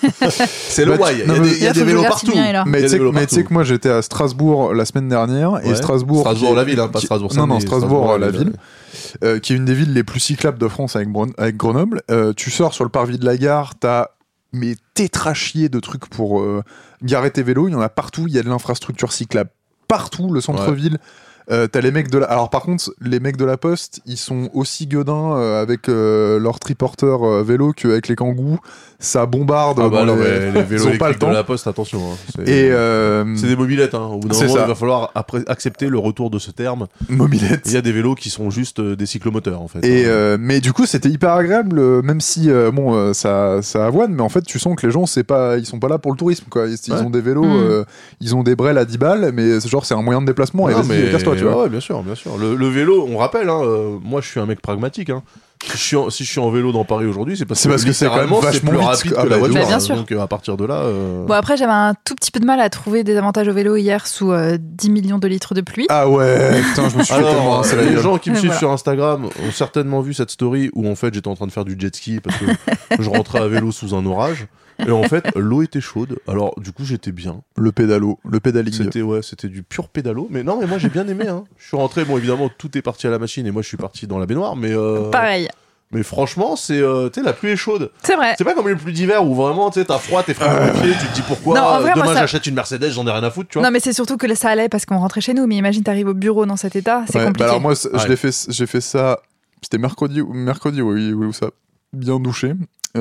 c'est le Bah, why. tu- Il y a non, des, mais- il y a Là, des faut que je vélos regarde si partout. bien est là. Mais Il y a tu sais des vélos mais tu sais partout. que moi j'étais à Strasbourg la semaine dernière et Ouais. Strasbourg Strasbourg, qui est- la ville, hein, pas qui- Strasbourg, non non samedi, Strasbourg, Strasbourg, la la ville ville. euh, qui est une des villes les plus cyclables de France avec, Bron- avec Grenoble. Euh, tu sors sur le parvis de la gare, t'as mais tétrachier de trucs pour euh, garer tes vélos, il y en a partout, il y a de l'infrastructure cyclable partout, le centre-ville. Euh, t'as les mecs de la... Alors par contre, les mecs de la Poste, ils sont aussi gueudins euh, avec euh, leur triporteur euh, vélo qu'avec les kangous. Ça bombarde. Ah bah dans non, les... mais les vélos ils ont pas le électriques de temps. la Poste, attention. hein. C'est Et euh, c'est des mobilettes. Hein. Au bout d'un c'est moment, ça. il va falloir après accepter le retour de ce terme. mobilette. Il y a des vélos qui sont juste euh, des cyclomoteurs en fait. Et hein. euh, mais du coup, c'était hyper agréable, euh, même si euh, bon, euh, ça, ça avoine, mais en fait, tu sens que les gens, c'est pas, ils sont pas là pour le tourisme, quoi. Ils, ils Ouais. ont des vélos, Mm. euh, ils ont des brels à dix balles, mais c'est genre c'est un moyen de déplacement. Et Non, vas-y, mais- casse-toi, tu ouais, vois. ouais, bien sûr, bien sûr. Le, le vélo, on rappelle, hein, euh, moi je suis un mec pragmatique. Hein. Si, je suis en, si je suis en vélo dans Paris aujourd'hui, c'est parce C'est que, parce que c'est quand même littéralement, vachement plus vite. rapide Ah que bah, la voiture. Bah, bien hein. sûr. Donc euh, à partir de là. euh, Bon, après, j'avais un tout petit peu de mal à trouver des avantages au vélo hier sous euh, dix millions de litres de pluie. Ah ouais, putain, je me suis fait tellement Alors, rincer la les gueule. gens qui me Et suivent voilà. sur Instagram ont certainement vu cette story où en fait j'étais en train de faire du jet ski parce que je rentrais à vélo sous un orage et en fait l'eau était chaude. Alors du coup j'étais bien. Le pédalo, le pédaling. C'était ouais, c'était du pur pédalo. Mais non, mais moi j'ai bien aimé. Hein. Je suis rentré. Bon évidemment tout est parti à la machine et moi je suis parti dans la baignoire. Mais euh, Pareil. mais franchement c'est euh, tu sais la pluie est chaude. C'est vrai. C'est pas comme les pluies d'hiver où vraiment tu sais t'as froid, t'es frais dans les pieds, tu te dis pourquoi Non, en vrai, euh, demain moi, ça- j'achète une Mercedes, j'en ai rien à foutre, tu vois. Non, mais c'est surtout que ça allait parce qu'on rentrait chez nous. Mais imagine, t'arrives au bureau dans cet état, c'est Ouais, compliqué. bah alors moi, c'est- je Ouais. l'ai fait, j'ai fait ça. C'était mercredi, ou mercredi, oui, oui, où ça, bien douché.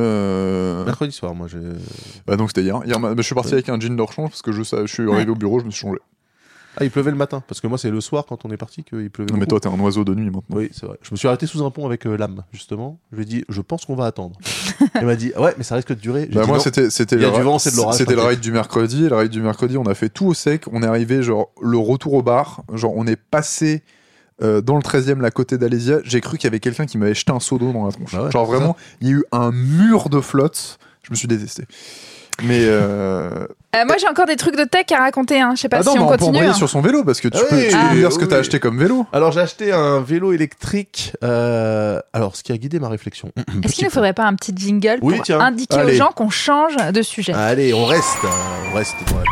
Euh... Mercredi soir, moi j'ai. Bah donc c'était hier. Hier, ma- bah, je suis parti Ouais. avec un jean de rechange parce que je, ça- je suis arrivé au bureau, je me suis changé. Ah, il pleuvait le matin parce que moi c'est le soir quand on est parti qu'il pleuvait. Non mais beaucoup. toi, t'es un oiseau de nuit maintenant. Oui, c'est vrai. Je me suis arrêté sous un pont avec euh, l'âme, justement. Je lui ai dit, je pense qu'on va attendre. Elle m'a dit, ouais, mais ça risque de durer. J'ai Bah dit, moi non. c'était c'était Il y a le du ra- vent, c'est de l'orage, c'était le t'inquiète. ride du mercredi et le ride du mercredi on a fait tout au sec, on est arrivé genre le retour au bar, genre on est passé euh, dans le treizième là côté d'Alésia, j'ai cru qu'il y avait quelqu'un qui m'avait jeté un seau d'eau dans la tronche. Bah ouais, genre c'est vraiment, il y a eu un mur de flotte, je me suis détesté. Mais euh... Euh, moi, j'ai encore des trucs de tech à raconter. Hein. Je sais pas attends, si mais on on peut continue. envoyer hein. sur son vélo parce que tu Ah peux, oui, tu peux ah, nous dire ce que oui, t'as oui. acheté comme vélo. Alors j'ai acheté un vélo électrique. euh, Alors, ce qui a guidé ma réflexion. Est-ce qu'il ne faudrait pas un petit jingle Oui, pour tiens. indiquer Allez. aux gens qu'on change de sujet? Allez, on reste, euh, on reste dans la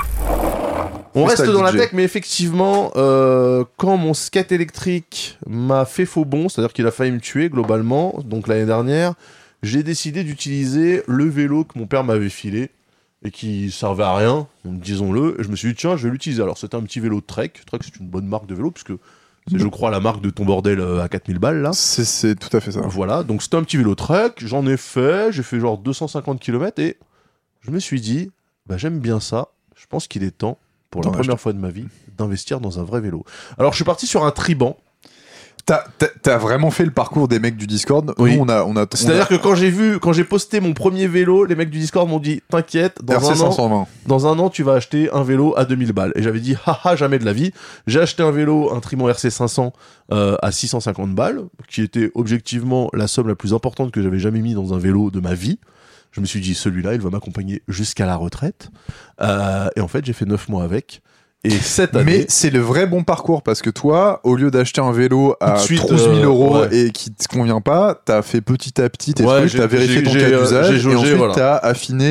tech. On Freestyle reste dans la D J. tech, mais effectivement, euh, quand mon skate électrique m'a fait faux bond, c'est-à-dire qu'il a failli me tuer globalement, donc l'année dernière, j'ai décidé d'utiliser le vélo que mon père m'avait filé et qui servait à rien, disons-le. Et je me suis dit, tiens, je vais l'utiliser. Alors, c'était un petit vélo Trek. Trek, c'est une bonne marque de vélo, puisque c'est, je crois, la marque de ton bordel euh, à quatre mille balles, là. C'est, c'est tout à fait ça. Voilà, donc c'était un petit vélo Trek, j'en ai fait, j'ai fait genre deux cent cinquante kilomètres et je me suis dit, bah j'aime bien ça, je pense qu'il est temps, pour la D'en première acheter. fois de ma vie, d'investir dans un vrai vélo. Alors je suis parti sur un Triban, T'as, t'as, t'as vraiment fait le parcours des mecs du Discord. Oui. Nous on a, on a, c'est-à-dire que quand j'ai vu, quand j'ai posté mon premier vélo, les mecs du Discord m'ont dit, t'inquiète, dans R C un cinq an, cent vingt. dans un an tu vas acheter un vélo à deux mille balles. Et j'avais dit, haha, jamais de la vie. J'ai acheté un vélo, un Triban R C cinq cents euh, à six cent cinquante balles, qui était objectivement la somme la plus importante que j'avais jamais mis dans un vélo de ma vie. Je me suis dit, celui-là, il va m'accompagner jusqu'à la retraite. Euh, et en fait, j'ai fait neuf mois avec. Et cette année, Mais c'est le vrai bon parcours parce que toi, au lieu d'acheter un vélo à Tout de suite, douze mille euh, euros ouais. et qui te convient pas, t'as fait petit à petit tes Ouais, trucs, j'ai- t'as vérifié j'ai- ton j'ai, cas euh, d'usage j'ai et jaugé, ensuite voilà. t'as affiné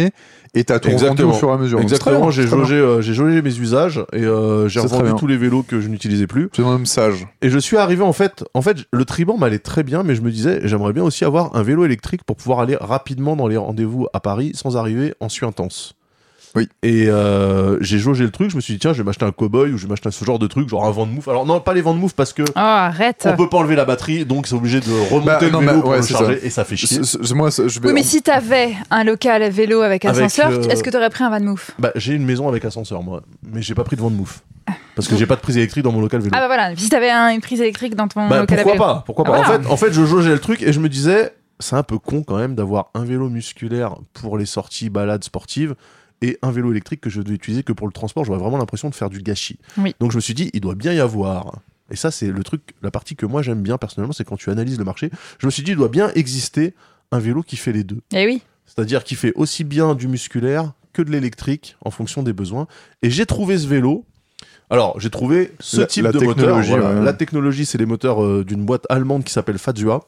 et t'as tout Exactement. revendu au fur et à mesure. Donc, c'est très Exactement, bien, j'ai très bien. jaugé, euh, j'ai jaugé mes usages et euh, j'ai C'est très revendu bien. tous les vélos que je n'utilisais plus. C'est un homme sage. Et je suis arrivé en fait, en fait, le Triban m'allait très bien, mais je me disais, j'aimerais bien aussi avoir un vélo électrique pour pouvoir aller rapidement dans les rendez-vous à Paris sans arriver en suie intense. Oui. Et euh, j'ai jaugé le truc, je me suis dit tiens, je vais m'acheter un Cowboy ou je vais m'acheter ce genre de truc, genre un vent de mouf. Alors non, pas les vents de mouf parce que Oh, arrête. on peut pas enlever la batterie, donc c'est obligé de remonter Bah, le non, vélo mais, pour ouais, le c'est charger ça. et ça fait chier. C'est- c'est- Moi, c'est- je vais. Oui, mais si t'avais un local vélo avec Avec, ascenseur, euh, est-ce que t'aurais pris un van mouf? Bah j'ai une maison avec ascenseur moi, mais j'ai pas pris de vent de mouf parce que j'ai pas de prise électrique dans mon local vélo. Ah bah voilà, si t'avais un- une prise électrique dans ton Bah local à pourquoi vélo. pas, pourquoi pas. Ah, En voilà. fait, en fait, je jaugeais le truc et je me disais, c'est un peu con quand même d'avoir un vélo musculaire pour les sorties balades sportives et un vélo électrique que je ne vais utiliser que pour le transport. J'aurais vraiment l'impression de faire du gâchis. Oui. Donc je me suis dit, il doit bien y avoir. Et ça, c'est le truc, la partie que moi j'aime bien personnellement, c'est quand tu analyses le marché. Je me suis dit, il doit bien exister un vélo qui fait les deux. Eh oui. C'est-à-dire qui fait aussi bien du musculaire que de l'électrique en fonction des besoins. Et j'ai trouvé ce vélo. Alors, j'ai trouvé ce La- type la de moteur. technologie, Voilà. ouais. La technologie, c'est les moteurs euh, d'une boîte allemande qui s'appelle Fazua,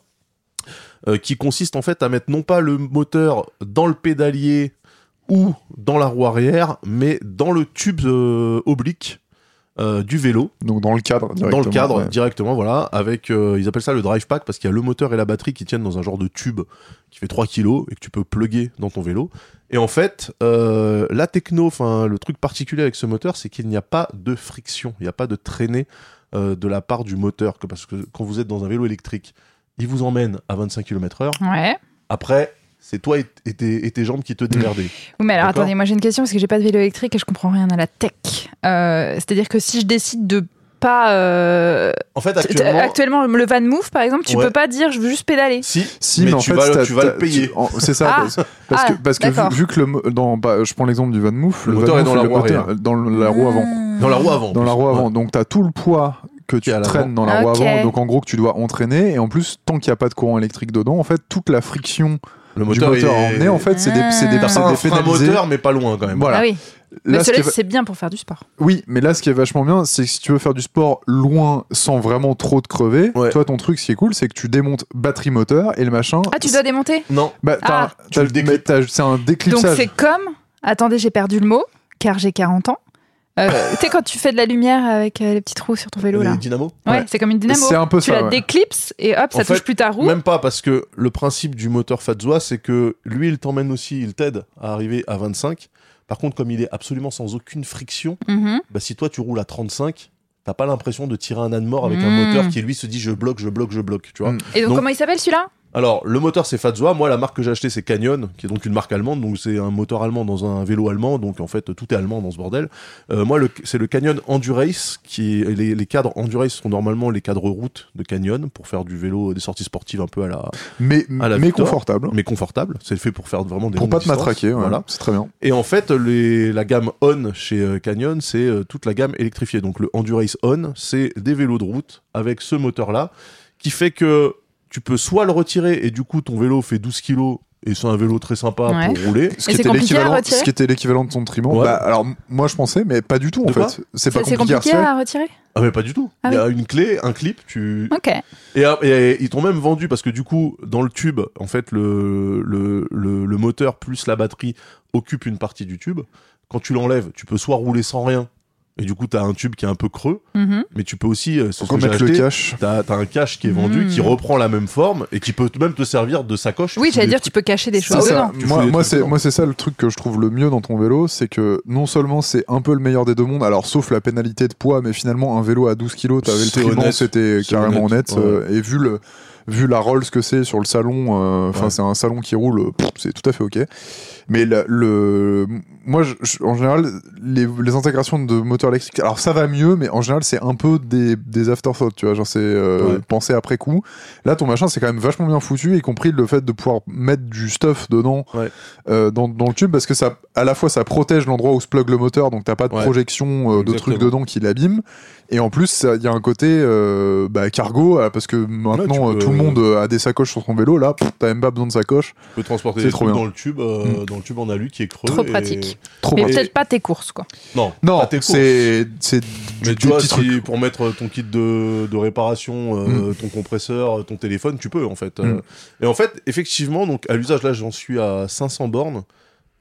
euh, qui consiste en fait à mettre non pas le moteur dans le pédalier ou dans la roue arrière, mais dans le tube euh, oblique euh, du vélo. Donc dans le cadre. Dans directement, le cadre, ouais. directement, voilà, avec, euh, ils appellent ça le drive pack parce qu'il y a le moteur et la batterie qui tiennent dans un genre de tube qui fait trois kilos et que tu peux plugger dans ton vélo. Et en fait, euh, la techno, enfin, le truc particulier avec ce moteur, c'est qu'il n'y a pas de friction, il n'y a pas de traînée euh, de la part du moteur, que parce que quand vous êtes dans un vélo électrique, il vous emmène à vingt-cinq kilomètres heure. Ouais. Après, c'est toi et, et tes, et tes jambes qui te démerdez. Oui, mais alors D'accord. attendez, moi j'ai une question parce que j'ai pas de vélo électrique et je comprends rien à la tech. Euh, C'est-à-dire que si je décide de pas. euh, En fait, t- actuellement, Actuellement, le van move par exemple, tu Ouais. peux pas dire je veux juste pédaler. si, Si, mais, mais, en tu, fait, vas, le- t'as- tu vas le t'as- payer. tu- en- C'est ça, Ah. parce, parce Ah, que, parce que vu, d'accord. vu que le, mo- dans, bah, je prends l'exemple du Van Moof, Le le moteur Van est dans Moof, la le roue moteur arrière. dans la roue avant. Dans la roue avant. Dans la roue avant. Ouais. Donc t'as tout le poids que tu Qui est à l'avant. traînes dans la roue Ok. avant, donc en gros que tu dois entraîner, et en plus, tant qu'il n'y a pas de courant électrique dedans, en fait, toute la friction Le du moteur, moteur à est... emmener, en fait, c'est des, c'est des, T'as c'est pas un des frein pénalisés. moteur, mais pas loin quand même. Voilà. Ah oui. Là, Mais ce cela qui dit, va- c'est bien pour faire du sport. Oui, mais là, ce qui est vachement bien, c'est que si tu veux faire du sport loin sans vraiment trop te crever, Ouais. toi, ton truc, ce qui est cool, c'est que tu démontes batterie moteur et le machin. Ah, tu dois démonter. Non. Bah, t'as- Ah. t'as- Tu le déclipes. mais t'as- c'est un Donc déclipsage. c'est comme. Attendez, j'ai perdu le mot, car j'ai quarante ans. Euh, tu sais, quand tu fais de la lumière avec euh, les petits trous sur ton vélo Les là. dynamos. Ouais, Ouais. c'est comme une dynamo. C'est un peu tu ça, la ouais. déclipses et hop, ça En touche fait, plus ta roue. Même pas, parce que le principe du moteur Fazua, c'est que lui, il t'emmène aussi, il t'aide à arriver à vingt-cinq. Par contre, comme il est absolument sans aucune friction, Mhm. bah, si toi tu roules à trente-cinq, t'as pas l'impression de tirer un âne mort avec un Mm. moteur qui lui se dit je bloque, je bloque, je bloque, tu vois. Mm. Et donc, Donc- comment il s'appelle celui-là? Alors, le moteur c'est Fazua. Moi, la marque que j'ai acheté c'est Canyon, qui est donc une marque allemande. Donc, c'est un moteur allemand dans un vélo allemand. Donc, en fait, tout est allemand dans ce bordel. Euh, moi, le- c'est le Canyon Endurace. Qui est- les, les cadres Endurace sont normalement les cadres route de Canyon pour faire du vélo, des sorties sportives un peu à la, Mais, à la mais Victor, confortable. mais confortable. C'est fait pour faire vraiment des Pour longues pas te distances. matraquer, ouais, Voilà. c'est très bien. Et en fait, les, la gamme On chez euh, Canyon, c'est euh, toute la gamme électrifiée. Donc le Endurace On, c'est des vélos de route avec ce moteur-là, qui fait que tu peux soit le retirer et du coup ton vélo fait douze kilos et c'est un vélo très sympa Ouais. pour rouler. Ce qui, Et c'est était compliqué à l'équivalent, retirer ce qui était l'équivalent de ton triment. Ouais. Bah, alors, m- moi, je pensais, mais pas du tout, en De quoi fait. C'est pas C'est c'est compliqué, compliqué à retirer. à retirer? Ah mais pas du tout. Ah Il y a une clé, un clip, tu... Ok. Et, et- et ils t'ont même vendu parce que du coup, dans le tube, en fait, le, le, le, le moteur plus la batterie occupent une partie du tube. Quand tu l'enlèves, tu peux soit rouler sans rien, et du coup, t'as un tube qui est un peu creux, Mhm. mais tu peux aussi, euh, c'est ce Faut que j'ai mettre le acheté, cache. t'as t'as un cache qui est vendu, Mm. qui reprend la même forme, et qui peut même te servir de sacoche. Oui, Tu fous j'allais des dire, trucs- tu peux cacher des C'est choses ça. dedans. Tu fous Moi, des moi, trucs c'est, dedans. moi, c'est ça le truc que je trouve le mieux dans ton vélo, c'est que non seulement c'est un peu le meilleur des deux mondes, alors sauf la pénalité de poids, mais finalement un vélo à douze kilos, t'avais le C'est triment, honnête. c'était C'est carrément honnête, honnête. euh, et vu le vu la Rolls que c'est sur le salon, euh, enfin Ouais. c'est un salon qui roule, pff, c'est tout à fait ok. Mais le, le moi, je, je- en général, les, les intégrations de moteurs électriques, alors ça va mieux, mais en général c'est un peu des, des afterthoughts, tu vois, genre c'est euh, Ouais. penser après coup. Là, ton machin, c'est quand même vachement bien foutu, y compris le fait de pouvoir mettre du stuff dedans Ouais. euh, dans, dans le tube, parce que ça, à la fois, ça protège l'endroit où se plug le moteur, donc t'as pas de Ouais. projection euh, de Exactement. trucs dedans qui l'abîment. Et en plus, il y a un côté euh, bah, cargo, euh, parce que maintenant Ouais, tu euh, peux- tout le monde euh, a des sacoches sur son vélo. Là, pff, t'as même pas besoin de sacoche. Tu peux transporter C'est des trop trucs bien. dans le tube, euh, Mm. dans le tube en alu qui est creux. Trop et- pratique. Trop Mais bien. peut-être pas tes courses, quoi. Non, Non, pas tes courses. c'est c'est du- Mais des tu vois, petits si trucs. pour mettre ton kit de, de réparation, euh, Mm. ton compresseur, ton téléphone, tu peux en fait. Mm. Euh, Et en fait, effectivement, donc à l'usage là, j'en suis à cinq cents bornes.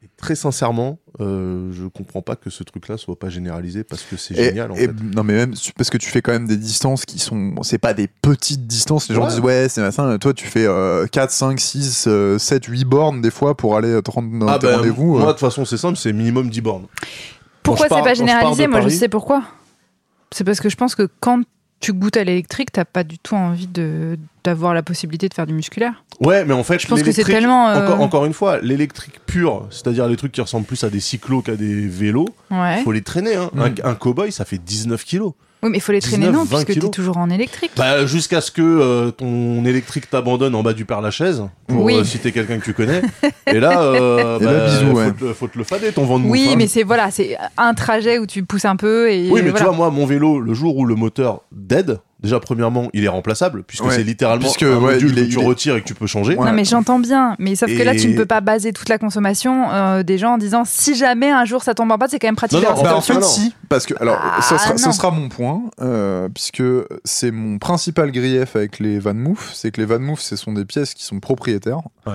Très sincèrement, euh, je comprends pas que ce truc-là soit pas généralisé parce que c'est Et- génial en et- fait. Non mais même parce que tu fais quand même des distances qui sont, c'est pas des petites distances. Les gens Ouais. disent ouais c'est machin. Toi tu fais euh, quatre, cinq, six, sept, huit bornes des fois pour aller te rendre dans Ah tes ben, rendez-vous. moi euh. de toute façon c'est simple, c'est minimum dix bornes. Pourquoi je pars- c'est pas quand je pars généralisé? de Moi, je Paris- sais pourquoi. C'est parce que je pense que quand tu goûtes à l'électrique, t'as pas du tout envie de d'avoir la possibilité de faire du musculaire. Ouais, mais en fait, Je pense que c'est l'électrique- tellement, euh, Encore, encore une fois, l'électrique pur, c'est-à-dire les trucs qui ressemblent plus à des cyclos qu'à des vélos, Ouais. faut les traîner. Hein. Mm. Un, un cow-boy, ça fait dix-neuf kilos. Oui, mais il faut les traîner, dix-neuf, non, vingt puisque t'es kilos. toujours en électrique. Bah, jusqu'à ce que euh, ton électrique t'abandonne en bas du Père-Lachaise, pour Oui. euh, citer quelqu'un que tu connais. Et là, euh, Et là, bah, bisous, faut, ouais. te, faut te le fader, ton vent de Oui, mouffe, hein. mais c'est voilà, c'est un trajet où tu pousses un peu et Oui, mais voilà. tu vois, moi, mon vélo, le jour où le moteur dead, déjà, premièrement, il est remplaçable, puisque Ouais. c'est littéralement Puisque, un ouais, module il est- que tu il est- retires et que tu peux changer. Ouais. Non mais j'entends bien, mais sauf que là tu Et- ne peux pas baser toute la consommation euh, des gens en disant si jamais un jour ça tombe en panne, c'est quand même pratique. Non, non, d'avoir Bah, en cette fait, option. non. si, parce que alors, Ah, ça sera, non. ce sera mon point, euh, puisque c'est mon principal grief avec les VanMoof, c'est que les VanMoof, ce sont des pièces qui sont propriétaires. Ouais.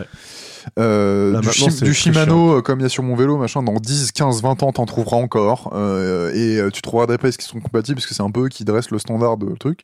Euh, Là, du, maintenant, Shim- c'est du très Shimano, euh, comme il y a sur mon vélo, machin, dans dix, quinze, vingt ans, t'en trouveras encore, euh, et euh, tu trouveras des pièces qui sont compatibles, parce que c'est un peu eux qui dressent le standard de truc.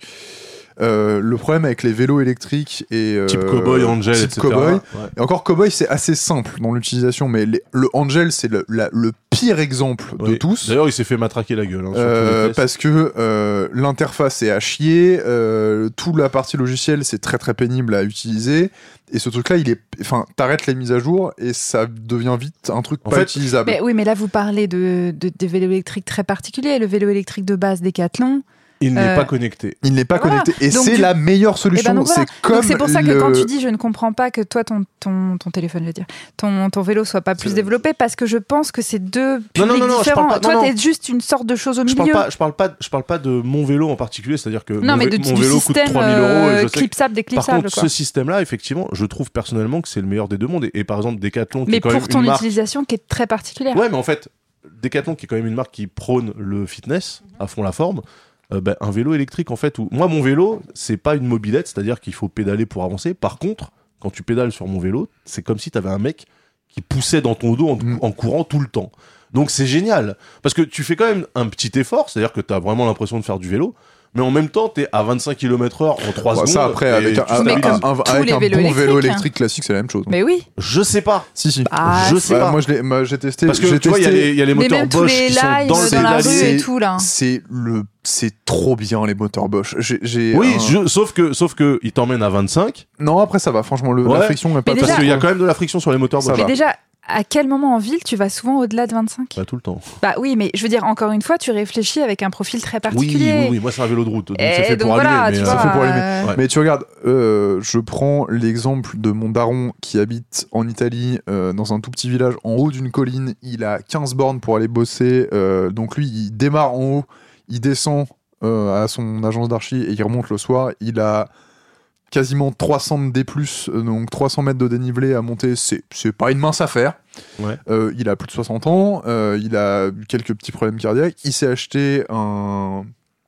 Euh, le problème avec les vélos électriques et euh, Type Cowboy, Angel, type et cetera. Cowboy, Ouais. et encore Cowboy, c'est assez simple dans l'utilisation, mais les- le Angel, c'est le, la- le pire exemple de Oui. tous. D'ailleurs, il s'est fait matraquer la gueule. Hein, sur Euh, tous les tests. parce que euh, l'interface est à chier, euh, toute la partie logicielle c'est très très pénible à utiliser, et ce truc là il est, enfin t'arrêtes les mises à jour et ça devient vite un truc En pas fait, utilisable. Mais oui, mais là vous parlez de, de des vélos électriques très particuliers, le vélo électrique de base Decathlon. Il n'est euh, pas connecté. Il n'est pas Voilà. connecté et Donc, c'est du- la meilleure solution. Eh ben donc voilà. C'est comme Donc c'est pour ça que le- quand tu dis je ne comprends pas que toi ton ton, ton téléphone je veux dire ton ton vélo soit pas plus C'est- développé, parce que je pense que c'est deux publics Non, non, non, non, je différents. parle pas- Toi non, t'es non. juste une sorte de chose au Je milieu. parle pas, je parle pas, je parle pas de mon vélo en particulier, c'est-à-dire que non mon, mais vé- de, mon du vélo coûte système trois mille euros et euh, je sais que- clipsable, Par déclipsable contre, quoi. ce système-là, effectivement, je trouve personnellement que c'est le meilleur des deux mondes. Et, et par exemple, Decathlon, qui Mais est quand pour même ton une marque. utilisation qui est très particulière. Ouais, mais en fait, Decathlon, qui est quand même une marque qui prône le fitness à fond la forme. Euh, ben, un vélo électrique, en fait, où moi, mon vélo, c'est pas une mobilette, c'est-à-dire qu'il faut pédaler pour avancer. Par contre, quand tu pédales sur mon vélo, c'est comme si tu avais un mec qui poussait dans ton dos en, Mm. en courant tout le temps. Donc c'est génial, parce que tu fais quand même un petit effort, c'est-à-dire que tu as vraiment l'impression de faire du vélo, mais en même temps, tu es à vingt-cinq kilomètres heure en trois Bah, secondes. ça après et avec tu un, stabilises. Mais comme un- tous avec les un vélos bon vélo électriques, électrique classique, c'est la même chose. Mais oui. Je sais pas. Si si. Ah, je si. sais Ouais, pas. moi je l'ai, moi, j'ai testé. Parce que j'ai tu vois, il y, a testé- les- il y a les Mais moteurs même tous Bosch les qui sont lives dans le dans la rue pédalier. et tout là. C'est le, c'est trop bien les moteurs Bosch. J'ai, j'ai Oui, un- je- sauf que sauf que il t'emmène à vingt-cinq, Non, après ça va. Franchement, le, Ouais. la friction est pas Mais parce déjà- qu'il y a quand même de la friction sur les moteurs Ça Bosch. Mais va. déjà, à quel moment en ville tu vas souvent au-delà de vingt-cinq? Bah, tout le temps. Bah oui, mais je veux dire, encore une fois, tu réfléchis avec un profil très Oui, particulier. oui, oui, moi c'est un vélo de route, donc Et c'est fait donc pour voilà, allumer. tu mais, vois, euh, fait pour allumer. euh, Ouais. Mais tu regardes, euh, je prends l'exemple de mon daron qui habite en Italie, euh, dans un tout petit village en haut d'une colline. Il a quinze bornes pour aller bosser. euh, donc lui, il démarre en haut, il descend euh, à son agence d'archi et il remonte le soir. Il a quasiment trois cents de D plus, euh, donc trois cents mètres de dénivelé à monter. C'est, c'est pas une mince affaire. Ouais. Euh, il a plus de soixante ans, euh, il a eu quelques petits problèmes cardiaques. Il s'est acheté un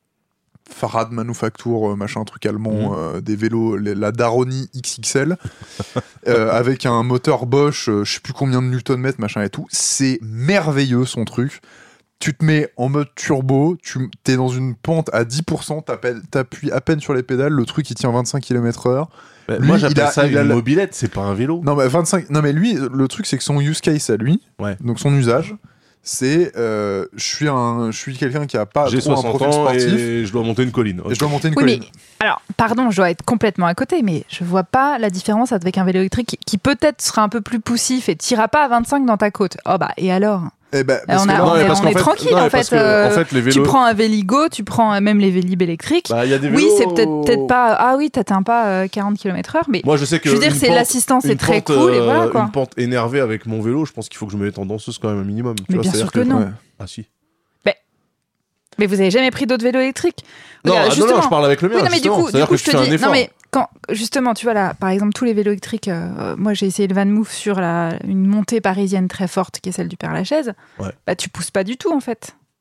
Farad Manufacture, euh, machin, truc allemand, Mhm. euh, des vélos, les- la Daroni X X L, euh, avec un moteur Bosch, euh, je sais plus combien de newton-mètres, machin et tout. C'est merveilleux son truc. Tu te mets en mode turbo, tu es dans une pente à dix pour cent, t'appelles- t'appuies à peine sur les pédales, le truc il tient vingt-cinq kilomètres heure. Bah, Lui, moi il j'appelle a- ça il a une la- mobilette, c'est pas un vélo. Non mais vingt-cinq. Non mais lui, le truc c'est que son use case à lui, Ouais. donc son usage, c'est euh, je suis un, je suis quelqu'un qui a pas J'ai trop un soixante profil ans sportif et je dois monter une colline. et je dois monter une Oui, colline. mais alors, pardon, je dois être complètement à côté, mais je vois pas la différence avec un vélo électrique qui, qui peut-être sera un peu plus poussif et t'ira pas à vingt-cinq dans ta côte. Oh bah, et alors? Eh ben, parce on que a- là, on mais est- parce on qu'en est fait- tranquille, non, mais en parce fait, que, euh, en fait, les Tu vélos. prends un Véligo, tu prends même les Vélib électriques. Bah, il y a des Oui, vélos- c'est peut-être peut-être pas. Ah oui, t'atteins pas euh, quarante kilomètres heure, mais Moi, je sais que. je veux dire, une c'est pente- l'assistance, c'est une très pente, cool et euh, voilà quoi. Une pente énervée avec mon vélo, je pense qu'il faut que je me mette en danseuse quand même un minimum. tu Mais vois, bien c'est-à-dire sûr que non. ouais. Ah si. Mais vous avez jamais pris d'autres vélos électriques? Non, Regarde, ah, non, non, justement. je parle avec le mien. Oui, non, mais du justement. coup, du C'est-à-dire coup, que je je te fais un dis, effort. non, mais quand, justement, tu vois, là, par exemple, tous les vélos électriques, euh, moi, j'ai essayé le VanMoof sur la, une montée parisienne très forte, qui est celle du Père-Lachaise. Ouais. Bah, tu pousses pas du tout, en fait.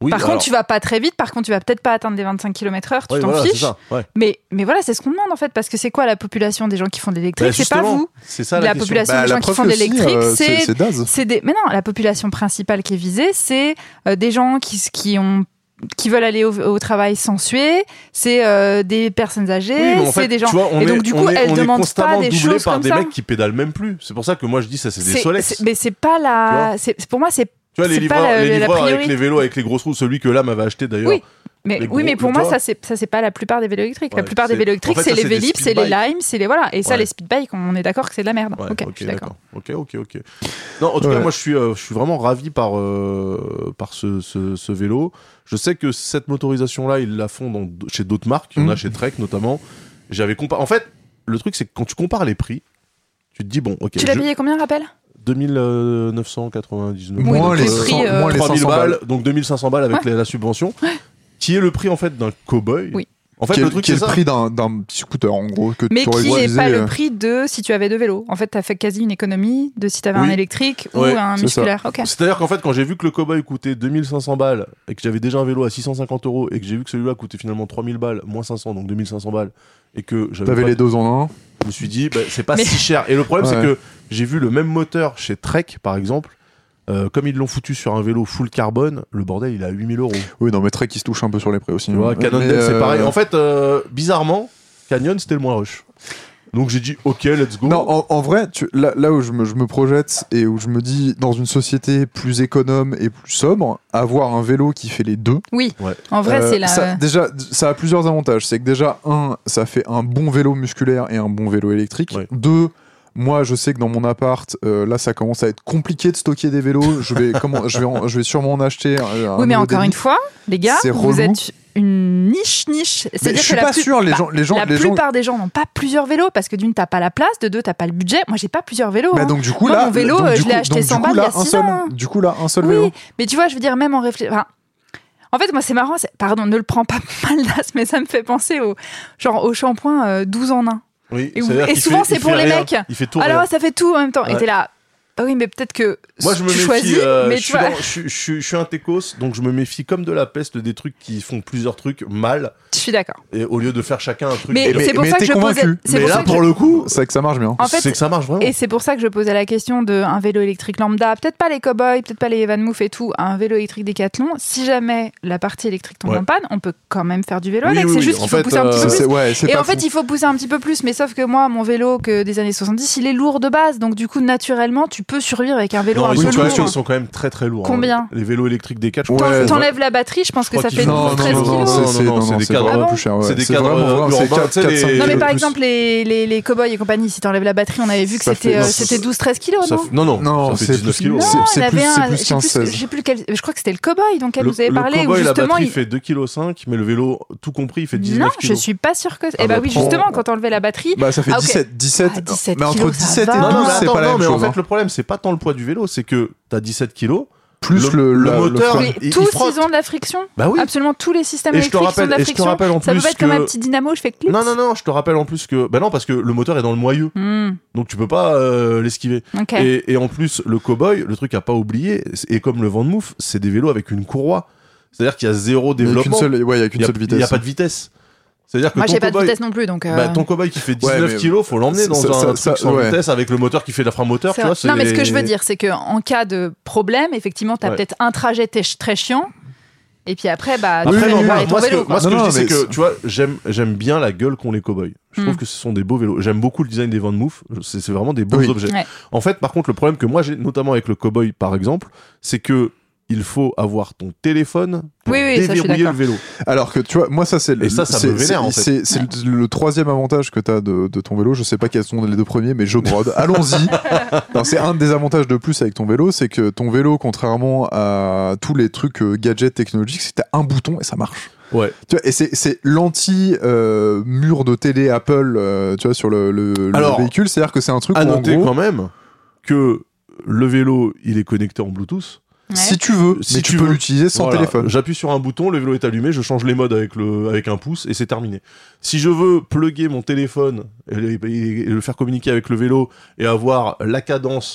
Oui, par alors- contre, tu vas pas très vite. Par contre, tu vas peut-être pas atteindre des vingt-cinq kilomètres heure. Tu Ouais, t'en voilà, c'est fiches. ça, ouais. Mais, mais voilà, c'est ce qu'on demande en fait. Parce que c'est quoi la population des gens qui font de l'électrique? Bah, C'est pas justement, vous. C'est ça La la, question. population Bah, des la gens qui preuve font de que si, l'électrique, euh, c'est. c'est Daz. C'est des... Mais non, la population principale qui est visée, c'est euh, des gens qui, qui ont qui veulent aller au, au travail sans suer, c'est euh, des personnes âgées, Oui, mais en c'est fait, des gens. tu vois, on et donc est- du on coup, est- elles on est demandent constamment pas des doublé choses par comme des ça. mecs qui pédalent même plus. C'est pour ça que moi je dis ça, c'est des C'est- Solex. c'est- Mais c'est pas la. C'est, pour moi, c'est. Tu vois, les c'est pas livreurs, la- les la livreurs avec priorité. les vélos, avec les grosses roues, celui que là m'avait acheté d'ailleurs. Oui. Mais Les oui, mais gros- pour tu moi, vois. ça c'est ça c'est pas la plupart des vélos électriques. la Ouais, plupart des c'est- vélos électriques, en fait, c'est ça, les c'est des Vélib, speed c'est les bikes. Lime, c'est les voilà. Et ça, Ouais. les speed bikes, on est d'accord que c'est de la merde. Ouais, ok, ok, je suis d'accord. Ok, ok, ok. Non, en tout Ouais. cas, moi, je suis, euh, je suis vraiment ravi par, euh, par ce, ce, ce vélo. Je sais que cette motorisation-là, ils la font dans, chez d'autres marques. Il y en a Mhm. chez Trek, notamment. J'avais comparé. En fait, le truc, c'est que quand tu compares les prix, tu te dis, bon, ok. Tu l'as je- payé combien, rappel? deux mille neuf cent quatre-vingt-dix-neuf. Oui, moins donc les le cent- prix, euh, moins les trois mille cinq cents balles, donc deux mille cinq cents balles avec Ouais. la, la subvention, qui est le prix, en fait, d'un cow-boy. Oui. En fait, qui est, le truc, qui est c'est le ça. prix d'un, d'un petit scooter en gros que Mais tu aurais qui utilisé, n'est pas euh, le prix de si tu avais deux vélos. En fait, t'as fait quasi une économie de si t'avais Oui. un électrique Ouais, ou un c'est musculaire. Ok. C'est-à-dire qu'en fait, quand j'ai vu que le cow-boy coûtait deux mille cinq cents balles et que j'avais déjà un vélo à six cent cinquante euros et que j'ai vu que celui-là coûtait finalement trois mille balles, moins cinq cents, donc deux mille cinq cents balles, et que j'avais T'avais pas- les deux en un. je me suis dit, bah, c'est pas Mais- si cher. Et le problème, Ouais. c'est que j'ai vu le même moteur chez Trek, par exemple. Euh, comme ils l'ont foutu sur un vélo full carbone, le bordel, il est à huit mille euros. Oui, non, mais Trek qui se touche un peu sur les prix aussi. Tu vois, hein. Cannondale, Mais, c'est euh, pareil. En fait, euh, bizarrement, Canyon, c'était le moins rush. Donc j'ai dit, ok, let's go. Non, en, en vrai, tu, là, là où je me, je me projette et où je me dis, dans une société plus économe et plus sobre, avoir un vélo qui fait les deux. En vrai, euh, c'est la. ça, déjà, ça a plusieurs avantages. C'est que déjà, un, ça fait un bon vélo musculaire et un bon vélo électrique. Ouais. Deux, moi, je sais que dans mon appart, euh, là, ça commence à être compliqué de stocker des vélos. Je vais, comment, je vais, en- je vais sûrement en acheter un. un Oui, mais nouveau encore débit. une fois, les gars, C'est vous relou. êtes une niche niche. Mais C'est-à-dire je suis que la pas plus- sûr, les bah, gens, les gens, la les gens. plupart des gens n'ont pas plusieurs vélos parce que d'une, t'as pas la place, de deux, t'as pas le budget. Moi, j'ai pas plusieurs vélos. Bah, hein. donc du coup Moi, là, mon vélo, donc, euh, du je l'ai coup- acheté donc, du cent coup, balles là, il y a un six seul, ans, hein. Du coup là, un seul Oui, vélo. mais tu vois, je veux dire, même en réfléchissant. En fait, moi, c'est marrant. c'est- Pardon, ne le prends pas mal d'as, mais ça me fait penser au genre au shampoing euh, douze en un. Oui, Et, c'est-à-dire et qu'il souvent, fait- c'est il pour fait les rien. mecs. Il fait tout Alors, rien. ça fait tout en même temps. Et Ouais. t'es là. Ah oui, mais peut-être que Moi, je me tu méfie. choisis, euh, mais je, tu suis vois. dans- je, suis- je suis- je suis un techos, donc je me méfie comme de la peste des trucs qui font plusieurs trucs mal, Je suis d'accord. et au lieu de faire chacun un truc. Mais Et mais- c'est pour mais ça que t'es je posais. convaincu. c'est mais pour là, ça que pour je- le coup, C'est que ça marche bien. En fait, c'est que ça marche vraiment. Et c'est pour ça que je posais la question de un vélo électrique lambda, peut-être pas les cow-boys, peut-être pas les Evan Moof et tout, un vélo électrique Decathlon. Si jamais la partie électrique tombe Ouais. en panne, on peut quand même faire du vélo Oui, avec. oui, c'est oui. juste En qu'il faut fait, pousser un petit euh, peu C'est- plus. ouais, c'est Et pas en fait, fou. il faut pousser un petit peu plus, mais sauf que moi, mon vélo que des années soixante-dix, il est lourd de base, donc du coup, naturellement, tu peux survivre avec un vélo Non, un ils, peu sont, tu vois, lourd. ils sont quand même très très lourds. hein. Combien Les vélos électriques des quatre, je Ouais. crois. T'en- qu'ils T'enlèves la batterie, je pense que Je ça crois fait qu'ils- Non, douze non, treize non, kilos. non, Non, c'est non, c'est- non, non, c'est non, des c'est cadres. vraiment Ah plus cher. ouais. C'est des C'est cadres, vraiment euh, vraiment, c'est urbains, quatre- tu sais, quatre, les- cinq Non, mais kilos par plus. exemple, les, les, les cow-boys et compagnie, si t'enlèves la batterie, on avait vu que Ça c'était fait- euh, non, c'était c'est- douze treize kilos, Ça non fait- Non, non, Non, ça fait c'est dix-neuf plus- kilos. Non, c'est- il c'est y plus- avait c'est un, plus je sais quinze, plus, seize. je sais plus quel, je crois que c'était le cow-boy dont elle Le, nous avait le parlé, où cow-boy, la justement batterie il... fait deux virgule cinq kilos, mais le vélo, tout compris, il fait dix-neuf Non, kilos. je suis pas sûre que. Ah Eh bah bah, oui, prends- justement, quand t'enlevais la batterie. Bah, ça fait Ah, ok. dix-sept, dix-sept, Ah, dix-sept mais entre kilos, ça dix-sept et va. Non, non, douze, mais c'est attends, pas la non, même mais en chose. fait, hein. le problème, c'est pas tant le poids du vélo, c'est que t'as dix-sept kilos. Plus le, le la- moteur, frein. Mais il- il tous, frotte. ils ont de la friction. Bah oui. Absolument tous les systèmes Et je te électriques sont de rappelle, la et je te friction. rappelle en Ça peut plus pas être comme un que- petit dynamo, je fais clic. Non, non, non, je te rappelle en plus que. Bah non, parce que le moteur est dans le moyeu. Hmm, Donc tu peux pas euh, l'esquiver. ok. Et, et en plus, le cowboy, le truc à pas oublier, et comme le Van Moof, c'est des vélos avec une courroie. C'est-à-dire qu'il y a zéro Il y a qu'une développement. seule, ouais, il y a Il qu'une y a, seule il y vitesse. a pas de vitesse. C'est-à-dire que Moi, ton j'ai pas de cow-boy- vitesse non plus, donc. euh, bah, ton cow-boy qui fait dix-neuf mais- kilos, faut l'emmener dans ça- un ça- truc ça- sans ouais. vitesse avec le moteur qui fait de la frein moteur, c'est tu vois. vrai. Non, mais ce que je veux c'est- dire, c'est qu'en cas de problème, effectivement, t'as Ouais. peut-être un trajet t- très chiant. Et puis après, bah, tu Après, fais non, le moi, avec ton moi, ce que, vélo, quoi. moi, ce que Non, je non, dis, c'est mais que, c'est- tu vois, j'aime, j'aime bien la gueule qu'ont les cowboys. Je Hmm. trouve que ce sont des beaux vélos. J'aime beaucoup le design des Van Moof. C'est, c'est vraiment des beaux Oui. objets. Ouais. En fait, par contre, le problème que moi j'ai, notamment avec le cowboy, par exemple, c'est que il faut avoir ton téléphone pour Oui, oui, ça, je suis déverrouiller le d'accord. vélo. Alors que tu vois, moi ça c'est le, Et ça, ça c'est- me vénère, c'est- en fait. C'est c'est le, le troisième avantage que tu as de, de ton vélo. Je sais pas quels sont les deux premiers, mais je brode. Allons-y. Non, c'est un des avantages de plus avec ton vélo, c'est que ton vélo, contrairement à tous les trucs euh, gadgets technologiques, c'est que t'as un bouton et ça marche. Ouais. Tu vois, et c'est c'est l'anti euh, mur de télé Apple, euh, tu vois, sur le, le, le Alors, véhicule. C'est-à-dire que c'est un truc À où, en noter gros, quand même que le vélo, il est connecté en Bluetooth. Ouais. si tu veux, Si mais tu tu, peux veux. l'utiliser sans Voilà. téléphone. J'appuie sur un bouton, le vélo est allumé, je change les modes avec le avec un pouce et c'est terminé. Si je veux plugger mon téléphone et le, et le faire communiquer avec le vélo et avoir la cadence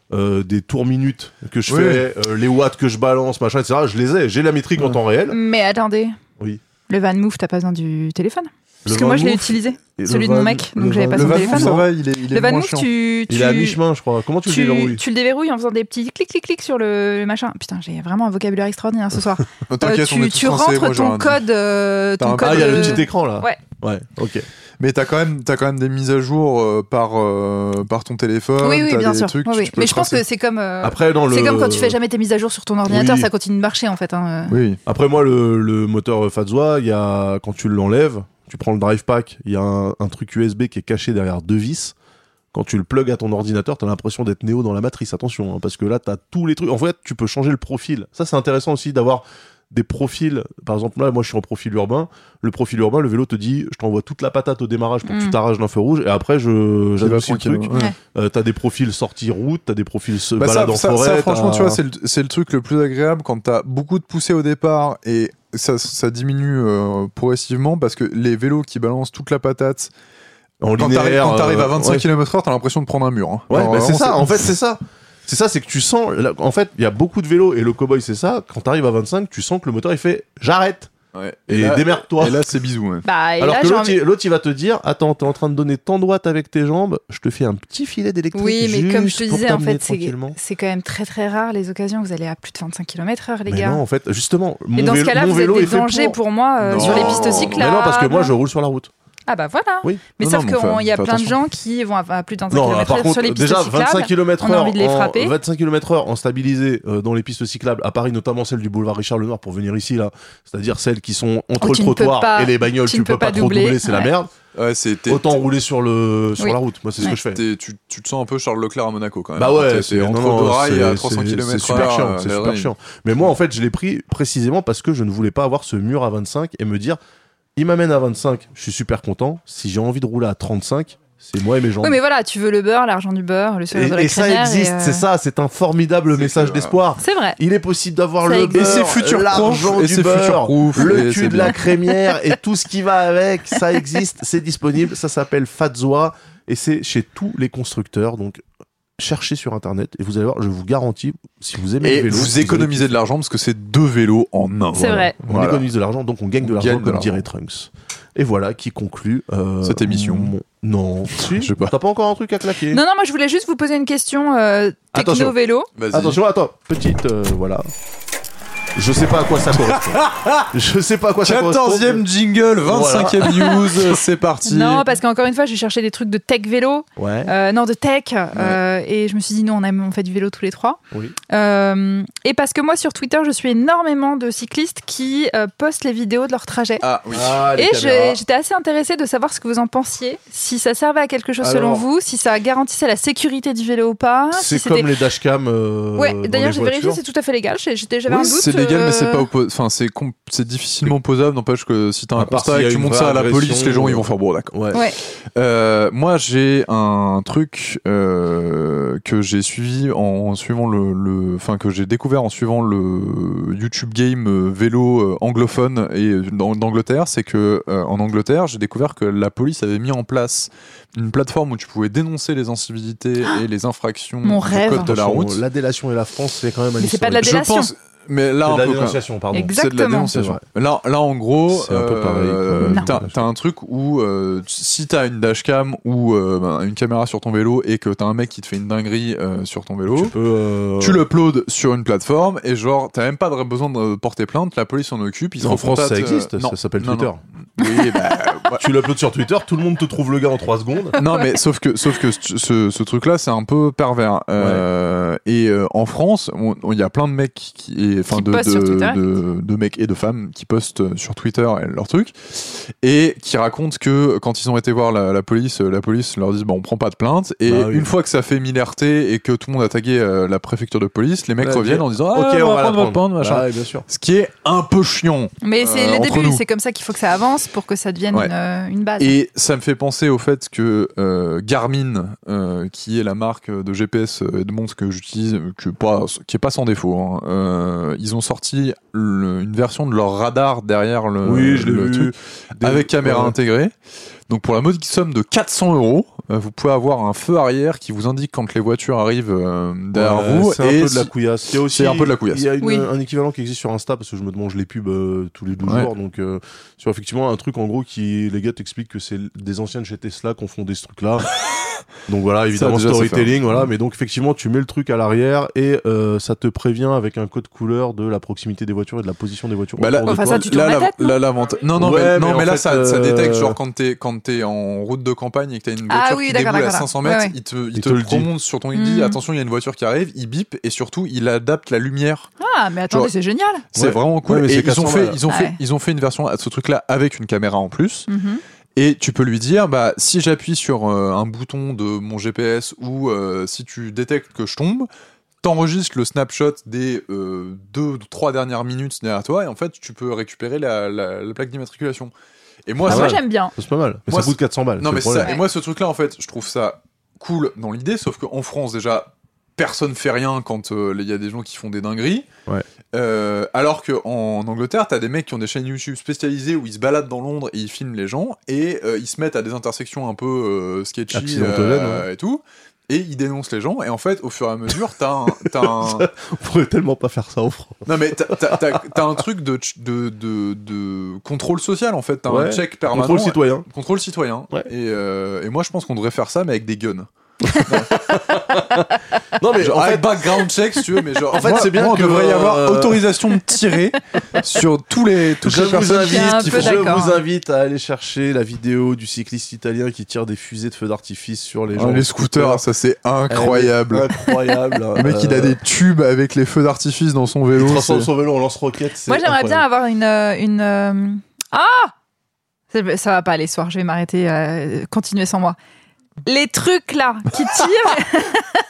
euh, des tours minutes que je Oui. fais, euh, les watts que je balance, machin, et cetera. Je les ai. J'ai la métrique Ouais. en temps réel. Mais attendez. Oui. Le Van Move, t'as pas besoin du téléphone. Parce Le que moi, Van je l'ai Move, utilisé. et Celui le de mon Van- mec, le donc j'avais Van- pas Le son Van téléphone. Move, ça va, il est, il est Le Van moins Move, chiant. tu, Il tu, est à mi-chemin, je crois. Comment tu, le tu, déverrouilles tu le déverrouilles en faisant des petits clic clic clic sur le machin. Putain, j'ai vraiment un vocabulaire extraordinaire ce soir. Oh, Euh, T'inquiète, on est tu tous tu français, rentres moi, j'ai ton rien dit. code, euh, T'as ton un- code. Ah, il y a le euh, petit écran là. Ouais. Ouais, ok. Mais t'as quand même, t'as quand même des mises à jour euh, par euh, par ton téléphone. Oui, oui, t'as bien des sûr. trucs, Oui, tu- oui. tu peux Mais le je pense tracer. que c'est comme. euh, Après, dans le. C'est comme quand tu fais jamais tes mises à jour sur ton ordinateur, Oui. ça continue de marcher en fait. Hein. Oui. Après, moi, le, le moteur Fadzwa, il y a, quand tu l'enlèves, tu prends le drive pack, il y a un, un truc U S B qui est caché derrière deux vis. Quand tu le plugs à ton ordinateur, t'as l'impression d'être Néo dans la matrice. Attention, hein, parce que là, t'as tous les trucs. En fait, tu peux changer le profil. Ça, c'est intéressant aussi d'avoir des profils. Par exemple, là, moi, je suis en profil urbain. Le profil urbain, le vélo te dit, je t'envoie toute la patate au démarrage pour que Mm. tu t'arraches d'un feu rouge. Et après, je, Ça va j'adoucis le tranquille, truc. ouais. Ouais. Euh, t'as des profils sortie route, t'as des profils se Bah, balade ça, en ça, forêt. ça, franchement, t'as- tu vois, c'est le, c'est le truc le plus agréable quand t'as beaucoup de poussée au départ et ça, ça diminue euh, progressivement parce que les vélos qui balancent toute la patate, en quand t'arrives, linéaire. quand t'arrives à euh, vingt-cinq ouais. kilomètres heure, t'as l'impression de prendre un mur. Hein. Ouais, Alors, bah c'est vraiment, ça. En fait, c'est ça. C'est ça, c'est que tu sens. là, En fait, il y a beaucoup de vélos et le cowboy, c'est ça. Quand t'arrives à vingt-cinq, tu sens que le moteur il fait j'arrête Ouais. et, là- démerde-toi. Et là, c'est bisous. Ouais. Bah, et Alors là, que j'ai l'autre, envie- il, l'autre, il va te dire attends, t'es en train de donner tant de watts avec tes jambes, je te fais un petit filet d'électrique. Oui, mais comme je te juste pour disais, en t'amener fait, c'est, tranquillement. c'est quand même très très rare les occasions où vous allez à plus de vingt-cinq kilomètres heure, les Mais gars. non, en fait, justement, mon Et dans ce vélo, cas-là, mon vous êtes vélo des est fait dangers pour. pour, moi euh, Non. sur les pistes cyclables. Mais non, parce que moi, je roule sur la route. Ah bah voilà. Oui. Mais Non, sauf non, mais qu'il y a fais plein de attention. gens qui vont à à plus de vingt-cinq Non, kilomètres par heure contre, sur les pistes déjà cyclables. vingt-cinq kilomètres on a heure, envie de les en- frapper. vingt-cinq kilomètres heure en stabilisé euh, dans les pistes cyclables à Paris, notamment celles du boulevard Richard Lenoir pour venir ici là, c'est-à-dire celles qui sont entre Oh, le tu ne peux trottoir pas- et les bagnoles, tu tu, ne peux peux pas, pas trop doubler, doubler, c'est la ouais. merde. Ouais, c'est t'es- Autant rouler sur le sur Oui. la route. Moi, c'est ce Ouais. que je fais. t'es- tu, tu te sens un peu Charles Leclerc à Monaco quand même. Bah ouais, T'es- c'est t'es entre non, deux non, rails c'est- à trois cents c'est- kilomètres C'est super heure, chiant, euh, c'est les super rails. chiant. Mais moi, en fait, je l'ai pris précisément parce que je ne voulais pas avoir ce mur à vingt-cinq et me dire, il m'amène à vingt-cinq, je suis super content. Si j'ai envie de rouler à trente-cinq, c'est moi et mes jambes. Oui, mais voilà, tu veux le beurre, l'argent du beurre, le sourire de la et, et ça crémière. existe, et, euh, c'est ça, c'est un formidable C'est message que, d'espoir. C'est vrai. Il est possible d'avoir Ça le existe. beurre, Et c'est future-proof, l'argent et du c'est beurre, future-proof, et le c'est cul de bien. la crémière et tout ce qui va avec. Ça existe, c'est disponible. Ça s'appelle Fadzwa et c'est chez tous les constructeurs. Donc cherchez sur internet et vous allez voir, je vous garantis, si vous aimez Et le vélo, vous allez économisez de l'argent parce que c'est deux vélos en un. C'est vrai. On Voilà. économise de l'argent, donc on gagne de On l'argent, gagne de comme l'argent. dirait Trunks. Et voilà qui conclut euh, Cette émission. mon- Non, si, Je sais pas. T'as pas encore un truc à claquer. Non, non, moi je voulais juste vous poser une question euh, Attention. techno-vélo. Vas-y. Attention, attends, petite, euh, voilà. Je sais pas à quoi ça correspond. Je sais pas à quoi ça correspond. quatorzième jingle, vingt-cinquième news, c'est parti. Non, parce qu'encore une fois, j'ai cherché des trucs de tech vélo. Ouais. Euh, non, de tech. euh, et je me suis dit, nous, on, aime, on fait du vélo tous les trois. Oui. Euh, et parce que moi, sur Twitter, je suis énormément de cyclistes qui euh, postent les vidéos de leur trajet. Ah oui. Ah, les Et caméras. je- j'étais assez intéressée de savoir ce que vous en pensiez, si ça servait à quelque chose selon Alors- vous, si ça garantissait la sécurité du vélo ou pas. C'est si comme c'était- les dashcams. Euh, Ouais, dans d'ailleurs, les j'ai vérifié, voitures. c'est tout à fait légal. J'ai- j'étais- J'avais Oui, un doute. c'est légal, mais c'est euh, pas oppo- enfin c'est com- c'est difficilement posable. N'empêche que si t'as un À part constat s'il y et a que tu une montes vraie ça à la police, agression, les gens ils euh, vont faire bon d'accord. Ouais. Ouais. Euh, moi j'ai un truc euh, que j'ai suivi en suivant le, le, enfin que j'ai découvert en suivant le YouTube Game euh, vélo euh, anglophone et dans- d'Angleterre, c'est que euh, en Angleterre j'ai découvert que la police avait mis en place une plateforme où tu pouvais dénoncer les incivilités et les infractions Mon du rêve. code de la Attention, route. La délation et la France, c'est quand même un Mais c'est pas de la historique. Je délation. pense, mais là C'est un de la peu quand même. dénonciation, pardon. Exact. C'est de la Exactement. dénonciation. C'est Là, là, en gros, C'est un peu pareil, euh, quoi. t'as, Non. t'as un truc où euh, si t'as une dashcam ou euh, ben, une caméra sur ton vélo et que t'as un mec qui te fait une dinguerie euh, sur ton vélo, Tu peux. euh, tu l'uploades sur une plateforme et genre t'as même pas de besoin de porter plainte, la police s'en occupe, ils se En France, ça recontactent, existe. euh, non, Ça s'appelle non, Twitter. non. Oui, bah, ouais. Tu l'uploades sur Twitter, tout le monde te trouve le gars en trois secondes. Non, mais sauf que, sauf que ce, ce, ce truc-là, c'est un peu pervers. Euh, Et euh, en France, on- on- il y a plein de mecs, qui, et- enfin Qui de, postent de, sur Twitter. de, de mecs et de femmes qui postent sur Twitter leurs trucs et qui racontent que quand ils ont été voir la, la police, la police leur dit bon, on prend pas de plainte. Et Bah oui. une fois que ça fait mille R T et que tout le monde a tagué euh, la préfecture de police, les mecs Ouais, reviennent dire, en disant ah, ok, on on va va la prendre votre prendre. plainte, machin. Bah ouais, bien sûr. Ce qui est un peu chiant. Mais c'est Euh, le entre début, nous. c'est comme ça qu'il faut que ça avance pour que ça devienne Ouais. une, euh, une base. Et ça me fait penser au fait que euh, Garmin, euh, qui est la marque de G P S et de montre que j'utilise, que pas, qui est pas sans défaut, hein, euh, ils ont sorti le- une version de leur radar derrière le, Oui, je l'ai le vu. truc Des- avec caméra ouais. intégrée. Donc pour la modique somme de quatre cents euros, euh, vous pouvez avoir un feu arrière qui vous indique quand les voitures arrivent euh, derrière Ouais, vous. C'est un et peu de la si- couillasse. Il y a aussi, c'est un peu de la couillasse. Il y a une- Oui. un équivalent qui existe sur Insta parce que je me demande, je les pubs euh, tous les deux Ouais. jours. Donc, euh, sur effectivement un truc en gros qui, les gars t'expliquent que c'est des anciennes chez Tesla qui ont fondé ce truc-là. Donc voilà, évidemment déjà, ça storytelling, fait un- voilà. Mais donc effectivement, tu mets le truc à l'arrière et euh, ça te prévient avec un code couleur de la proximité des voitures et de la position des voitures. Bah là- autour de Enfin, toi. ça, tu tournes la Là, tête, non là, l'avantage. Non, non, Ouais, mais, non, mais mais en là, fait, ça, ça euh, détecte, genre, quand t'es, quand t'es en route de campagne et que t'as une voiture Ah oui, qui d'accord, déboule à d'accord. cinq cents mètres, Ouais, ouais. il te, il Il te, te le dit. remonte sur ton, il dit, Mm. attention, il y a une voiture qui arrive, il bip, et surtout, il adapte la lumière. Ah, mais attendez, Genre- c'est génial. C'est Ouais. vraiment cool. Ouais, mais et c'est ils ont quatre cents fait, balles. ils ont fait, Ouais. ils ont fait une version à ce truc-là avec une caméra en plus. Mhm. Et tu peux lui dire, bah, si j'appuie sur euh, un bouton de mon G P S ou euh, si tu détectes que je tombe, t'enregistres le snapshot des euh, deux ou trois dernières minutes derrière toi et en fait, tu peux récupérer la, la, la plaque d'immatriculation. Et moi, Ah, ça, moi, ouais. j'aime bien. C'est pas mal. Mais Moi, ça coûte quatre cents balles. non c'est mais le c'est ça. problème. Et moi, ce truc-là, en fait, je trouve ça cool dans l'idée, sauf qu'en France, déjà, personne fait rien quand euh, il y a des gens qui font des dingueries. Ouais. Euh, alors qu'en Angleterre, t'as des mecs qui ont des chaînes YouTube spécialisées où ils se baladent dans Londres et ils filment les gens et euh, ils se mettent à des intersections un peu euh, sketchy Accidentogènes, euh, et tout. Et ils dénoncent les gens et en fait, au fur et à mesure, t'as un, t'as un... On pourrait tellement pas faire ça en France. non mais t'as, t'as, t'as, t'as un truc de, de, de, de contrôle social en fait. T'as Ouais. un check permanent. Contrôle citoyen. Contrôle citoyen. Ouais. Et, euh, et moi, je pense qu'on devrait faire ça, mais avec des guns. Non mais Genre, en avec fait, background check, si tu veux, mais genre, En fait, moi, c'est bien moi, on que, devrait y avoir euh, autorisation de tirer sur tous les, toutes je les vous personnes qui, invite, qui peu font. je d'accord. vous invite à aller chercher la vidéo du cycliste italien qui tire des fusées de feux d'artifice sur les Ah, gens. les en scooters, ça c'est Elle est incroyable. Incroyable. Le mec, il a des tubes avec les feux d'artifice dans son vélo. Il transforme c'est- son vélo en lance-roquette. c'est Moi, j'aimerais bien incroyable. avoir une. euh, une euh, Ah C'est- Ça va pas aller ce soir, je vais m'arrêter. euh, continuer sans moi. Les trucs là qui tirent.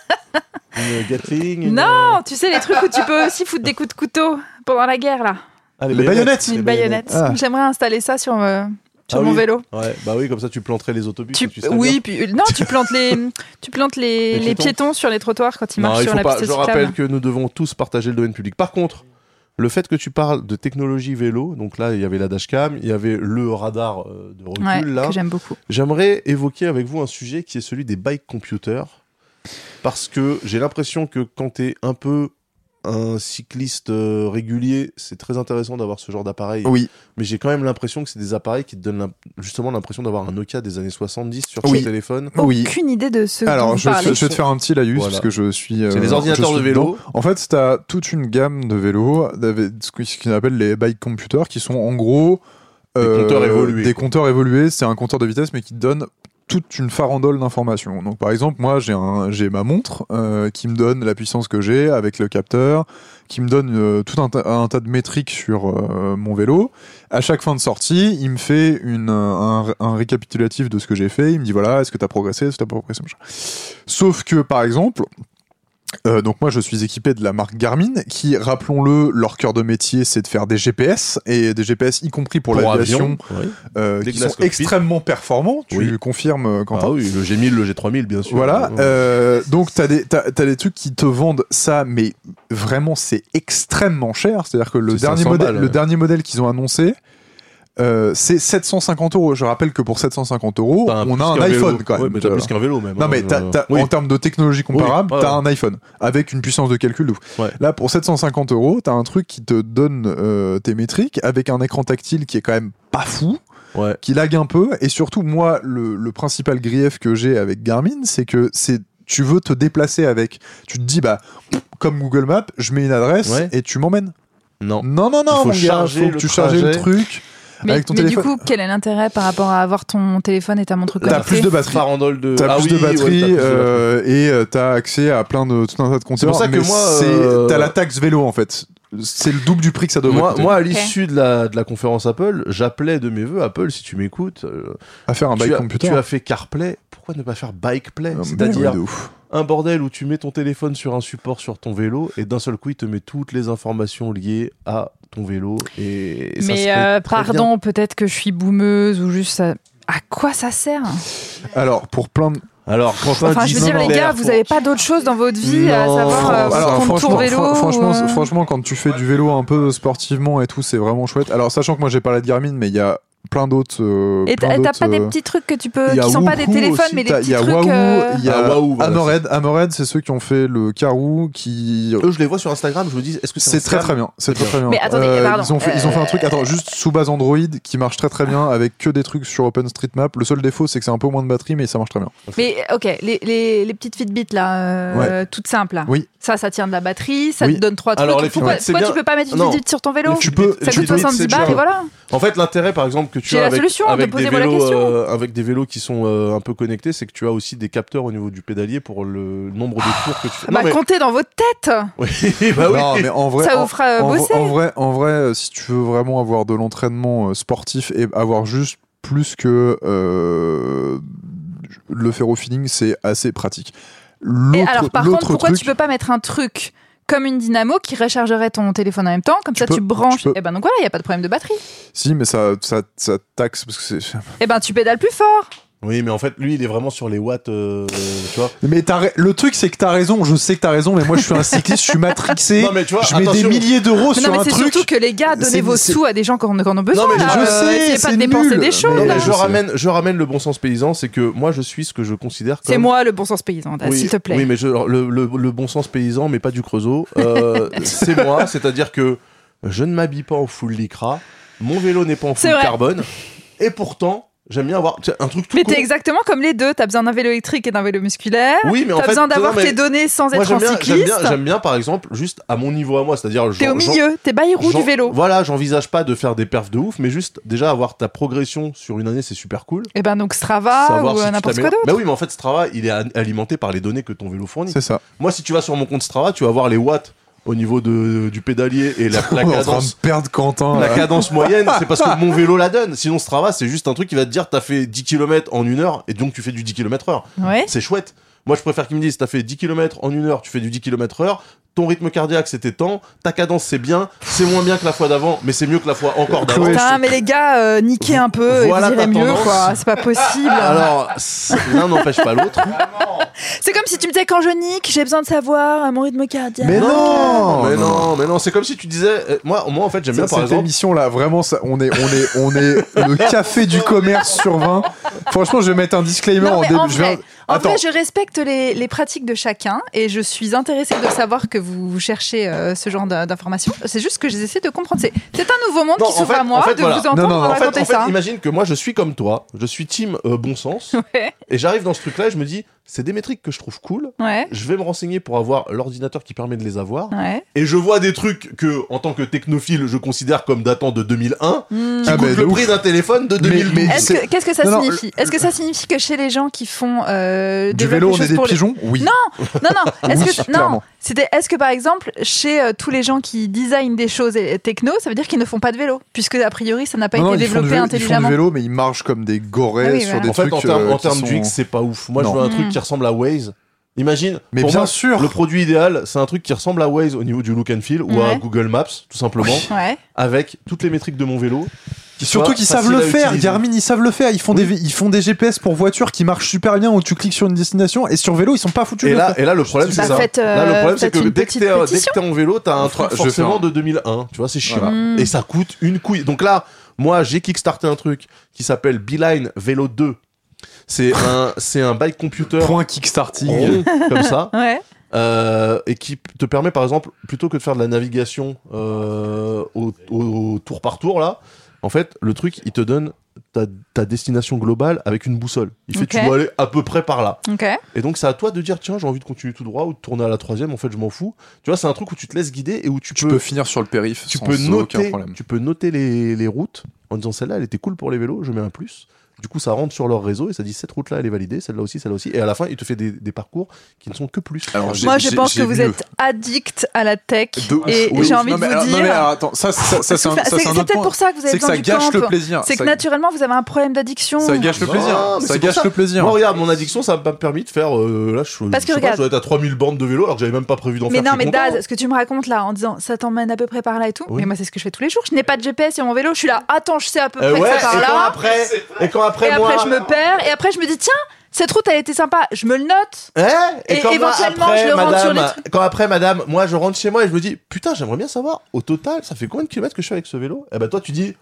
Une Gatling. une- Non, tu sais, les trucs où tu peux aussi foutre des coups de couteau pendant la guerre là. Ah, Les baïonnettes. Une Les baïonnette. Ah. J'aimerais installer ça sur, euh, sur Ah mon oui. vélo. Ouais, bah oui, comme ça tu planterais les autobus. Tu, et tu serais oui, bien. puis non, tu plantes les, tu plantes les, Les les piétons. piétons sur les trottoirs quand ils Non, marchent il sur faut la pas. piste Je cyclable. rappelle que nous devons tous partager le domaine public. Par contre, le fait que tu parles de technologie vélo, donc là il y avait la dashcam, il y avait le radar euh, de recul Ouais, là. que j'aime beaucoup. J'aimerais évoquer avec vous un sujet qui est celui des bike computers. Parce que j'ai l'impression que quand t'es un peu un cycliste euh, régulier, c'est très intéressant d'avoir ce genre d'appareil. Oui. Mais j'ai quand même l'impression que c'est des appareils qui te donnent l'im- justement l'impression d'avoir un Nokia des années soixante-dix sur Oui. ton téléphone. Oui. Aucune idée de ce Alors, dont je, vous vais te- parlez. je vais te faire un petit laïus Voilà. parce que je suis. euh, C'est les ordinateurs je suis de vélo. dedans. En fait, t'as toute une gamme de vélos, avec ce qu'on- ce qu'on appelle les bike computers, qui sont en gros Des compteurs évolués, Des quoi. compteurs évolués, c'est un compteur de vitesse, mais qui te donne toute une farandole d'informations. Donc, par exemple, moi, j'ai un, j'ai ma montre euh, qui me donne la puissance que j'ai avec le capteur, qui me donne euh, tout un, ta- un tas de métriques sur euh, mon vélo. À chaque fin de sortie, il me fait une, un, un récapitulatif de ce que j'ai fait. Il me dit voilà, est-ce que tu as progressé, est-ce que tu as progressé, machin. Sauf que, par exemple, Euh, donc moi je suis équipé de la marque Garmin qui, rappelons-le, leur cœur de métier c'est de faire des G P S et des G P S y compris pour, Pour l'aviation avion, oui. euh, Des qui glaces sont cockpit. extrêmement performants, tu Oui. confirmes euh, Quentin. Ah oui, le G mille, le G trois mille, bien sûr. Voilà, Ouais. euh, donc t'as des, t'as, t'as des trucs qui te vendent ça, mais vraiment c'est extrêmement cher. C'est-à-dire que le C'est dernier cinq cents modèle, balles, le ouais. dernier modèle qu'ils ont annoncé, euh, c'est sept cent cinquante euros. Je rappelle que pour sept cent cinquante euros, T'as on plus a un qu'un iPhone vélo. quand même. Ouais, mais t'as Voilà. plus qu'un vélo même. Non hein, mais t'as, euh, t'as- oui. en termes de technologie comparable, Oui, ouais, t'as ouais. un iPhone avec une puissance de calcul de ouf. Ouais. Là pour sept cent cinquante euros, t'as un truc qui te donne euh, tes métriques avec un écran tactile qui est quand même pas fou, Ouais. qui lag un peu, et surtout moi le, le principal grief que j'ai avec Garmin, c'est que c'est tu veux te déplacer avec, tu te dis bah comme Google Maps, je mets une adresse Ouais. et tu m'emmènes. Non. Non non non Il faut mon gars, charger faut que le tu charges le trajet. truc. Mais, avec ton mais du téléphone. coup, quel est l'intérêt par rapport à avoir ton téléphone et ta montre T'as connectée plus de batterie. Farandole de. T'as Ah plus oui, de ouais, batterie t'as plus de euh, et euh, t'as accès à plein de tout un tas de compteurs. pour ça que mais moi, c'est- euh, t'as la taxe vélo en fait. C'est le double du prix que ça devrait Moi, coûter. moi, à l'issue de la, de la conférence Apple, j'appelais de mes voeux Apple, si tu m'écoutes, euh, à faire un tu, bike as, computer. tu as fait CarPlay, pourquoi ne pas faire BikePlay? Non, mais C'est-à-dire ouais, de ouf. un bordel où tu mets ton téléphone sur un support sur ton vélo et d'un seul coup il te met toutes les informations liées à ton vélo et, et ça Mais serait euh, très pardon, peut-être que je suis boumeuse ou juste. ça- À quoi ça sert? Alors pour plein de... bien. Alors Quentin Enfin, je veux dit dire, les Claire, gars, vous pour- avez pas d'autre chose dans votre vie à Non. savoir euh, Alors, votre compte tour vélo fran- franchement, ou, euh, franchement, quand tu fais du vélo un peu sportivement et tout, c'est vraiment chouette. Alors sachant que moi j'ai parlé de Garmin, mais il y a plein d'autres. Euh, Et plein t'as, d'autres, t'as pas des euh, petits trucs que tu peux, il y a qui sont pas des Woohoo téléphones, aussi, mais les t'as- petits il y a trucs. Wahoo, euh, il y a Ah, Wahoo, voilà, Amored. Amored, c'est ceux qui ont fait le Karoo, qui. Eux, je les vois sur Instagram, je me dis, est-ce que c'est C'est un très scam très bien. C'est très très bien. Mais attendez, pardon, ils ont fait, ils ont fait un euh, truc. Attends, juste sous base Android qui marche très très bien avec que des trucs sur OpenStreetMap. Le seul défaut, c'est que c'est un peu moins de batterie, mais ça marche très bien. Mais ok, les, les, les petites Fitbit là, euh, toutes simples là. Oui. Ça, ça tient de la batterie, ça Oui. te donne trois trucs. Alors, les pourquoi Fitbit, c'est pourquoi bien. tu peux pas mettre une Non. Fitbit sur ton vélo Les Tu Fitbit, peux- Ça les coûte Fitbit, soixante-dix c'est balles bien. et voilà. En fait, l'intérêt, par exemple, que tu J'ai as la avec, solution, avec, des posez-moi la vélos, question. euh, avec des vélos qui sont euh, un peu connectés, c'est que tu as aussi des capteurs au niveau du pédalier pour le nombre de tours que tu fais. Bah, Non, mais- comptez dans votre tête. Oui, bah oui. Non, mais en vrai, Ça vous en- fera, euh, en, bosser. en vrai, en vrai, euh, si tu veux vraiment avoir de l'entraînement euh, sportif et avoir juste plus que euh, le faire au feeling, c'est assez pratique. Et L'autre, alors, par l'autre contre, pourquoi truc, tu peux pas mettre un truc comme une dynamo qui rechargerait ton téléphone en même temps, comme Tu ça peux, tu branches. tu peux. Et ben donc voilà, il y a pas de problème de batterie. Si, mais ça, ça, ça taxe parce que c'est. Et ben tu pédales plus fort. Oui, mais en fait, lui, il est vraiment sur les watts, euh, tu vois. Mais t'as ra- le truc, c'est que t'as raison. Je sais que t'as raison, mais moi, je suis un cycliste, je suis matrixé. Non, mais tu vois, je mets attention. des milliers d'euros Mais sur non, mais un c'est truc. surtout que les gars, donnez c'est- vos c'est- sous à des gens qui en, qui en ont besoin. Non, mais là. je Euh, sais, essayez pas c'est de dépenser nul, des choses. mais Non, là. mais je je sais. ramène, je ramène le bon sens paysan, c'est que moi, je suis ce que je considère comme. C'est moi le bon sens paysan, Oui, s'il te plaît. Oui, mais je- le, le- le bon sens paysan, mais pas du creusot. Euh, c'est moi, c'est-à-dire que je ne m'habille pas en full lycra, mon vélo n'est pas en C'est full vrai. carbone, et pourtant, j'aime bien avoir tu sais, un truc tout Mais con. t'es exactement comme les deux. T'as besoin d'un vélo électrique et d'un vélo musculaire. Oui, mais en T'as fait, besoin d'avoir non, mais tes données sans moi, être j'aime un bien, j'aime cycliste. bien, j'aime bien, par exemple, juste à mon niveau à moi, c'est-à-dire. T'es j'en- au j'en- milieu. T'es baillerou j'en- du vélo. Voilà, j'envisage pas de faire des perfs de ouf, mais juste déjà avoir ta progression sur une année, c'est super cool. Et ben donc Strava Savoir ou si euh, tu n'importe quoi t'améliores. d'autre. Bah oui, mais en fait, Strava, il est a- alimenté par les données que ton vélo fournit. C'est ça. Moi, si tu vas sur mon compte Strava, tu vas voir les watts au niveau de, du pédalier et la, la On est en train de cadence. perdre Quentin. La là. cadence moyenne, c'est parce que mon vélo la donne. Sinon, Strava, c'est juste un truc qui va te dire t'as fait dix kilomètres en une heure et donc tu fais du dix kilomètres heure. Ouais. C'est chouette. Moi, je préfère qu'ils me disent t'as fait dix kilomètres en une heure, tu fais du dix kilomètres heure. Ton rythme cardiaque, c'était tant. Ta cadence, c'est bien. C'est moins bien que la fois d'avant, mais c'est mieux que la fois encore d'avant. Chloé, Putain, mais les gars, euh, niquez un peu Voilà et vous irez ta mieux, tendance. quoi. C'est pas possible. Alors, c'est- l'un n'empêche pas l'autre. C'est comme si tu me disais quand je nique, j'ai besoin de savoir euh, mon rythme cardiaque. Mais non, mais non, mais non, c'est comme si tu disais. euh, Moi, moi, en fait, j'aime bien Ça, par cette exemple. émission là, vraiment, ça, on est, on est, on est le café du commerce sur vingt. Franchement, je vais mettre un disclaimer Non, en mais début. en je vais- vrai, en Attends. vrai, je respecte les, les pratiques de chacun et je suis intéressée de savoir que vous cherchez euh, ce genre d'in- d'informations. C'est juste que j'essaie de comprendre. C'est, c'est un nouveau monde Non, qui en s'ouvre fait- à moi en fait, de voilà. vous entendre Non, non, non, En fait, raconter en fait, ça. imagine que moi, je suis comme toi. Je suis team euh, bon sens. Ouais, Et j'arrive dans ce truc-là et je me dis, c'est des métriques que je trouve cool. ouais, Je vais me renseigner pour avoir l'ordinateur qui permet de les avoir. ouais. Et je vois des trucs que, en tant que technophile, je considère comme datant de deux mille un, Hmm. qui Ah, coûtent bah, de le ouf. prix d'un téléphone de deux mille douze. mais Est-ce c'est- que, qu'est-ce que ça Non, non, signifie Est-ce que ça signifie que chez les gens qui font euh, Du développent vélo, les on est choses des pour les- pigeons. Oui. Non, non, non. Est-ce Oui, que non clairement. C'était est-ce que par exemple chez euh, tous les gens qui designent des choses euh, techno, ça veut dire qu'ils ne font pas de vélo, puisque a priori ça n'a pas Non, non, été ils font du développé vélo- Ils font intelligemment. du vélo, mais ils marchent comme des gorées Ah oui, sur voilà. des En fait, trucs. en termes euh, en qui termes sont- d'U X, c'est pas ouf. Moi, Non. je veux un Mm. truc qui ressemble à Waze. Imagine. Mais pour bien moi, sûr. Le produit idéal, c'est un truc qui ressemble à Waze au niveau du look and feel ou à Ouais. Google Maps, tout simplement, Ouais. avec toutes les métriques de mon vélo. qui Surtout soient qu'ils savent faciles le à faire. utiliser. Garmin, ils savent le faire. Ils font, Oui. des, ils font des G P S pour voitures qui marchent super bien où tu cliques sur une destination et sur vélo, ils sont pas foutus Et de le là, faire. et là, le problème, Bah, c'est ça. faites, euh, Là, le problème, c'est faites que une dès que petite t'es dès que pétition. t'es en vélo, t'as un fera- truc je vais forcément faire. de deux mille un. Tu vois, c'est chiant. Voilà. Mm. Et ça coûte une couille. Donc là, moi, j'ai kickstarté un truc qui s'appelle Beeline Vélo deux. C'est un, c'est un bike computer Point kickstarting. rond, comme ça. Ouais. Euh, et qui te permet par exemple plutôt que de faire de la navigation euh, au, au- au tour par tour là, en fait le truc il te donne ta, ta destination globale avec une boussole. Il fait Ok. tu dois aller à peu près par là. Ok. Et donc c'est à toi de dire tiens j'ai envie de continuer tout droit ou de tourner à la troisième, en fait je m'en fous. Tu vois, c'est un truc où tu te laisses guider et où tu, Tu peux, peux finir sur le périph. tu sans peux aucun noter problème. tu peux noter les, les routes en disant celle-là elle était cool pour les vélos, je mets un plus. Du coup, ça rentre sur leur réseau et ça dit cette route-là, elle est validée, celle-là aussi, celle-là aussi. Et à la fin, il te fait des, des parcours qui ne sont que plus. Alors, j'ai- Moi, je j'ai- pense j'ai que vous mieux. êtes addict à la tech De ouf. et Oui, j'ai ouf. envie Non, de mais vous alors- dire. Non, mais alors, attends, ça, ça, ça, c'est un, ça, c'est c'est un c'est autre peut-être point. pour ça que vous avez C'est que besoin ça du gâche camp. le plaisir. C'est que Ça- naturellement vous avez un problème d'addiction. Ça gâche le Non, plaisir. mais Ça c'est pour gâche ça. le plaisir. Moi, regarde, mon addiction, ça m'a permis de faire. euh, là, je, suis- Parce que je sais regarde. pas, je dois être à trois mille bornes de vélo alors que j'avais même pas prévu d'en Mais faire. non, je suis mais content. Daz, ce que tu me racontes là en disant ça t'emmène à peu près par là et tout, Oui. mais moi c'est ce que je fais tous les jours. Je n'ai pas de G P S sur mon vélo, je suis là, attends, je sais à peu Euh, près ouais, que et c'est par quand là. après, et quand après, Et moi, après je me perds, et après je me dis tiens, cette route elle était sympa, je me le note. Hein Et quand moi, éventuellement, après, je le rentre sur madame, les trucs. quand après, madame, moi, je rentre chez moi et je me dis, putain, j'aimerais bien savoir, au total, ça fait combien de kilomètres que je fais avec ce vélo? Eh ben, toi, tu dis,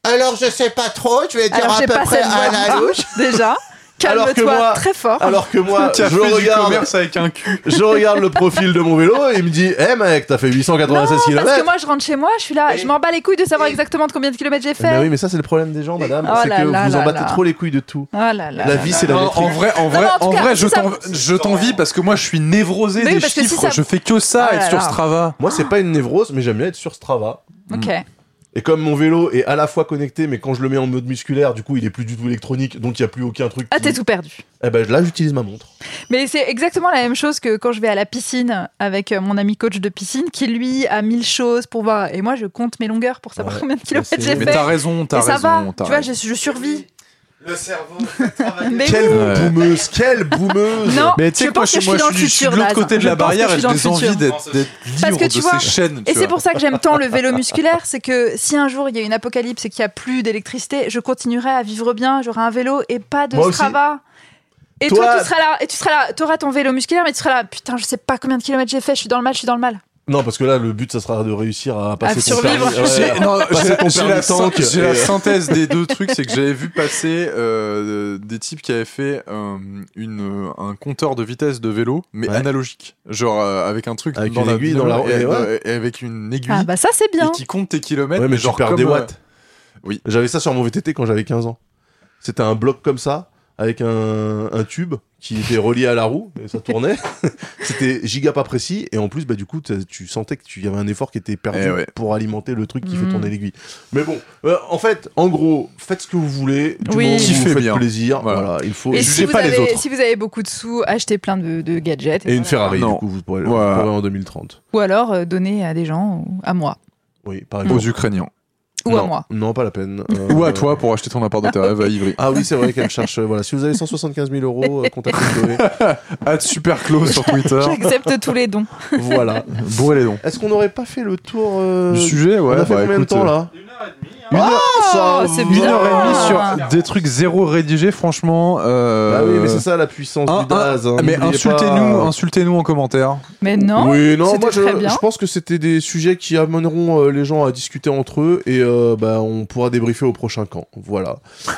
Alors je sais pas trop, je vais dire Alors, à j'ai peu pas près cette voix à la louche. Déjà, Alors que calme-toi moi- très fort. Alors que moi, Qui a je fait du regarde, commerce avec un cul. je regarde le profil de mon vélo et il me dit, eh mec, t'as fait huit cent Non, quatre-vingt-seize parce que kilomètres. moi je rentre chez moi, je suis là, Et- je m'en bats les couilles de savoir et- exactement de combien de kilomètres j'ai fait. Mais oui, mais ça c'est le problème des gens, madame, Oh c'est là que là vous en là battez là. trop les couilles de tout. Oh là là. La là vie, là c'est là. la Non, métrique. en vrai, en Non, vrai, mais en tout en cas, vrai, si je ça- t'en- je t'envie parce que moi, je suis névrosé Mais des parce que si chiffres. ça- Je fais que ça, Oh là être sur là. Strava. Moi, c'est pas une névrose, mais j'aime bien être sur Strava. Ok. Et comme mon vélo est à la fois connecté, mais quand je le mets en mode musculaire, du coup, il est plus du tout électronique, donc il y a plus aucun truc. Ah, qui- t'es tout perdu. Eh ben là, j'utilise ma montre. Mais c'est exactement la même chose que quand je vais à la piscine avec euh, mon ami coach de piscine qui lui a mille choses pour voir. Et moi, je compte mes longueurs pour savoir Ouais. combien de kilomètres Mais c'est- j'ai Mais fait. t'as raison, t'as Et raison. ça va. t'as Tu vois, raison. je, je survis. Le cerveau. Mais Quelle oui. Ouais. boumeuse, quelle boumeuse. Non, Mais tu sais je que moi, pense je que suis, moi, dans je le suis, je suis futur, de l'autre Laz. côté de Je la pense que barrière je et suis j'ai dans le des envies futur. d'être d'être Parce libre que de tu vois, ces chaînes. Et tu c'est vois. pour ça que j'aime tant le vélo musculaire, c'est que si un jour il y a une apocalypse et qu'il n'y a plus d'électricité, je continuerai à vivre bien, j'aurai un vélo et pas de Moi aussi. Strava. Et Toi- toi, tu seras là, et tu seras là, t'auras ton vélo musculaire, mais tu seras là, putain, je sais pas combien de kilomètres j'ai fait, je suis dans le mal, je suis dans le mal. Non, parce que là, le but, ça sera de réussir à passer À ton survivre. permis. Ouais. J'ai- non, Passer j'ai- ton j'ai permis la, tank syn- j'ai la et- synthèse des deux trucs, c'est que j'avais vu passer euh, des types qui avaient fait euh, une, un compteur de vitesse de vélo, mais Ouais. analogique, genre euh, avec un truc Avec dans une la aiguille dans la- et, et ouais. et avec une aiguille Ah bah ça c'est bien. et qui compte tes kilomètres. Ouais, mais genre tu perds comme, des euh, watts. oui. J'avais ça sur mon V T T quand j'avais quinze ans. C'était un bloc comme ça, avec un, un tube qui était relié à la roue, et ça tournait. C'était giga pas précis, et en plus, bah, du coup, t'as- tu sentais que tu y avait un effort qui était perdu Eh ouais. pour alimenter le truc qui fait Mhm. tourner l'aiguille. Mais bon, euh, en fait, en gros, faites ce que vous voulez, du Oui. moment où vous Kiffez faites bien. plaisir. Voilà. Voilà. il faut Et jugez si vous, pas les avez, autres. si vous avez beaucoup de sous, achetez plein de, de gadgets. Et une voilà. Ferrari, Non. du coup, vous pourrez, vous Voilà. pourrez en deux mille trente. Ou alors euh, donner à des gens, ou à moi. Oui, par exemple. Aux Ukrainiens. Ou à Non, moi. Non, pas la peine. Euh, Ou à toi pour acheter ton appart de tes rêves à Ivry. Ah oui, c'est vrai qu'elle cherche. euh, voilà, si vous avez cent soixante-quinze mille euros, euh, contactez Chloé. At Superclos sur Twitter. J'accepte tous les dons. Voilà. Bourrez les dons. Est-ce qu'on n'aurait pas fait le tour euh, Du sujet, ouais. On a fait bah, combien de écoute, temps euh, là Une heure, Oh, c'est une bien. heure et demie sur des trucs zéro rédigés, franchement. euh, Bah oui, mais c'est ça la puissance un- du Daz. hein, un- mais n'oubliez insultez-nous, pas. insultez-nous en commentaire. Mais non. Oui, non, c'était moi je, très bien. je pense que c'était des sujets qui amèneront euh, les gens à discuter entre eux et euh, bah, on pourra débriefer au prochain camp. Voilà.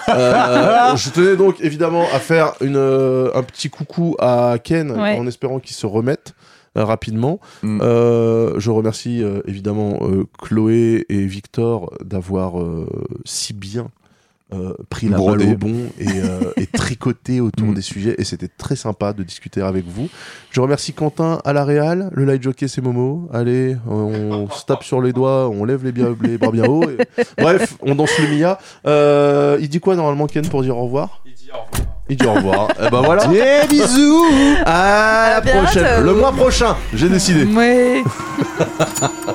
Euh, je tenais donc évidemment à faire une, euh, un petit coucou à Ken Ouais. en espérant qu'il se remette euh, rapidement. Mm. Euh, je remercie euh, évidemment euh, Chloé et Victor d'avoir euh, si bien euh, pris la Brodé. balle au bon et, euh, et tricoté autour Mm. des sujets et c'était très sympa de discuter avec vous. Je remercie Quentin à la Réal, le light jockey c'est Momo. Allez, on se tape sur les doigts, on lève les, bien, les bras bien haut. et- Bref, on danse le Mia. Euh, il dit quoi normalement Ken pour dire au revoir? Il dit au revoir. Il dit au revoir. Et ben voilà. Et bisous. À la À bientôt. prochaine. Le mois prochain, j'ai décidé. Ouais.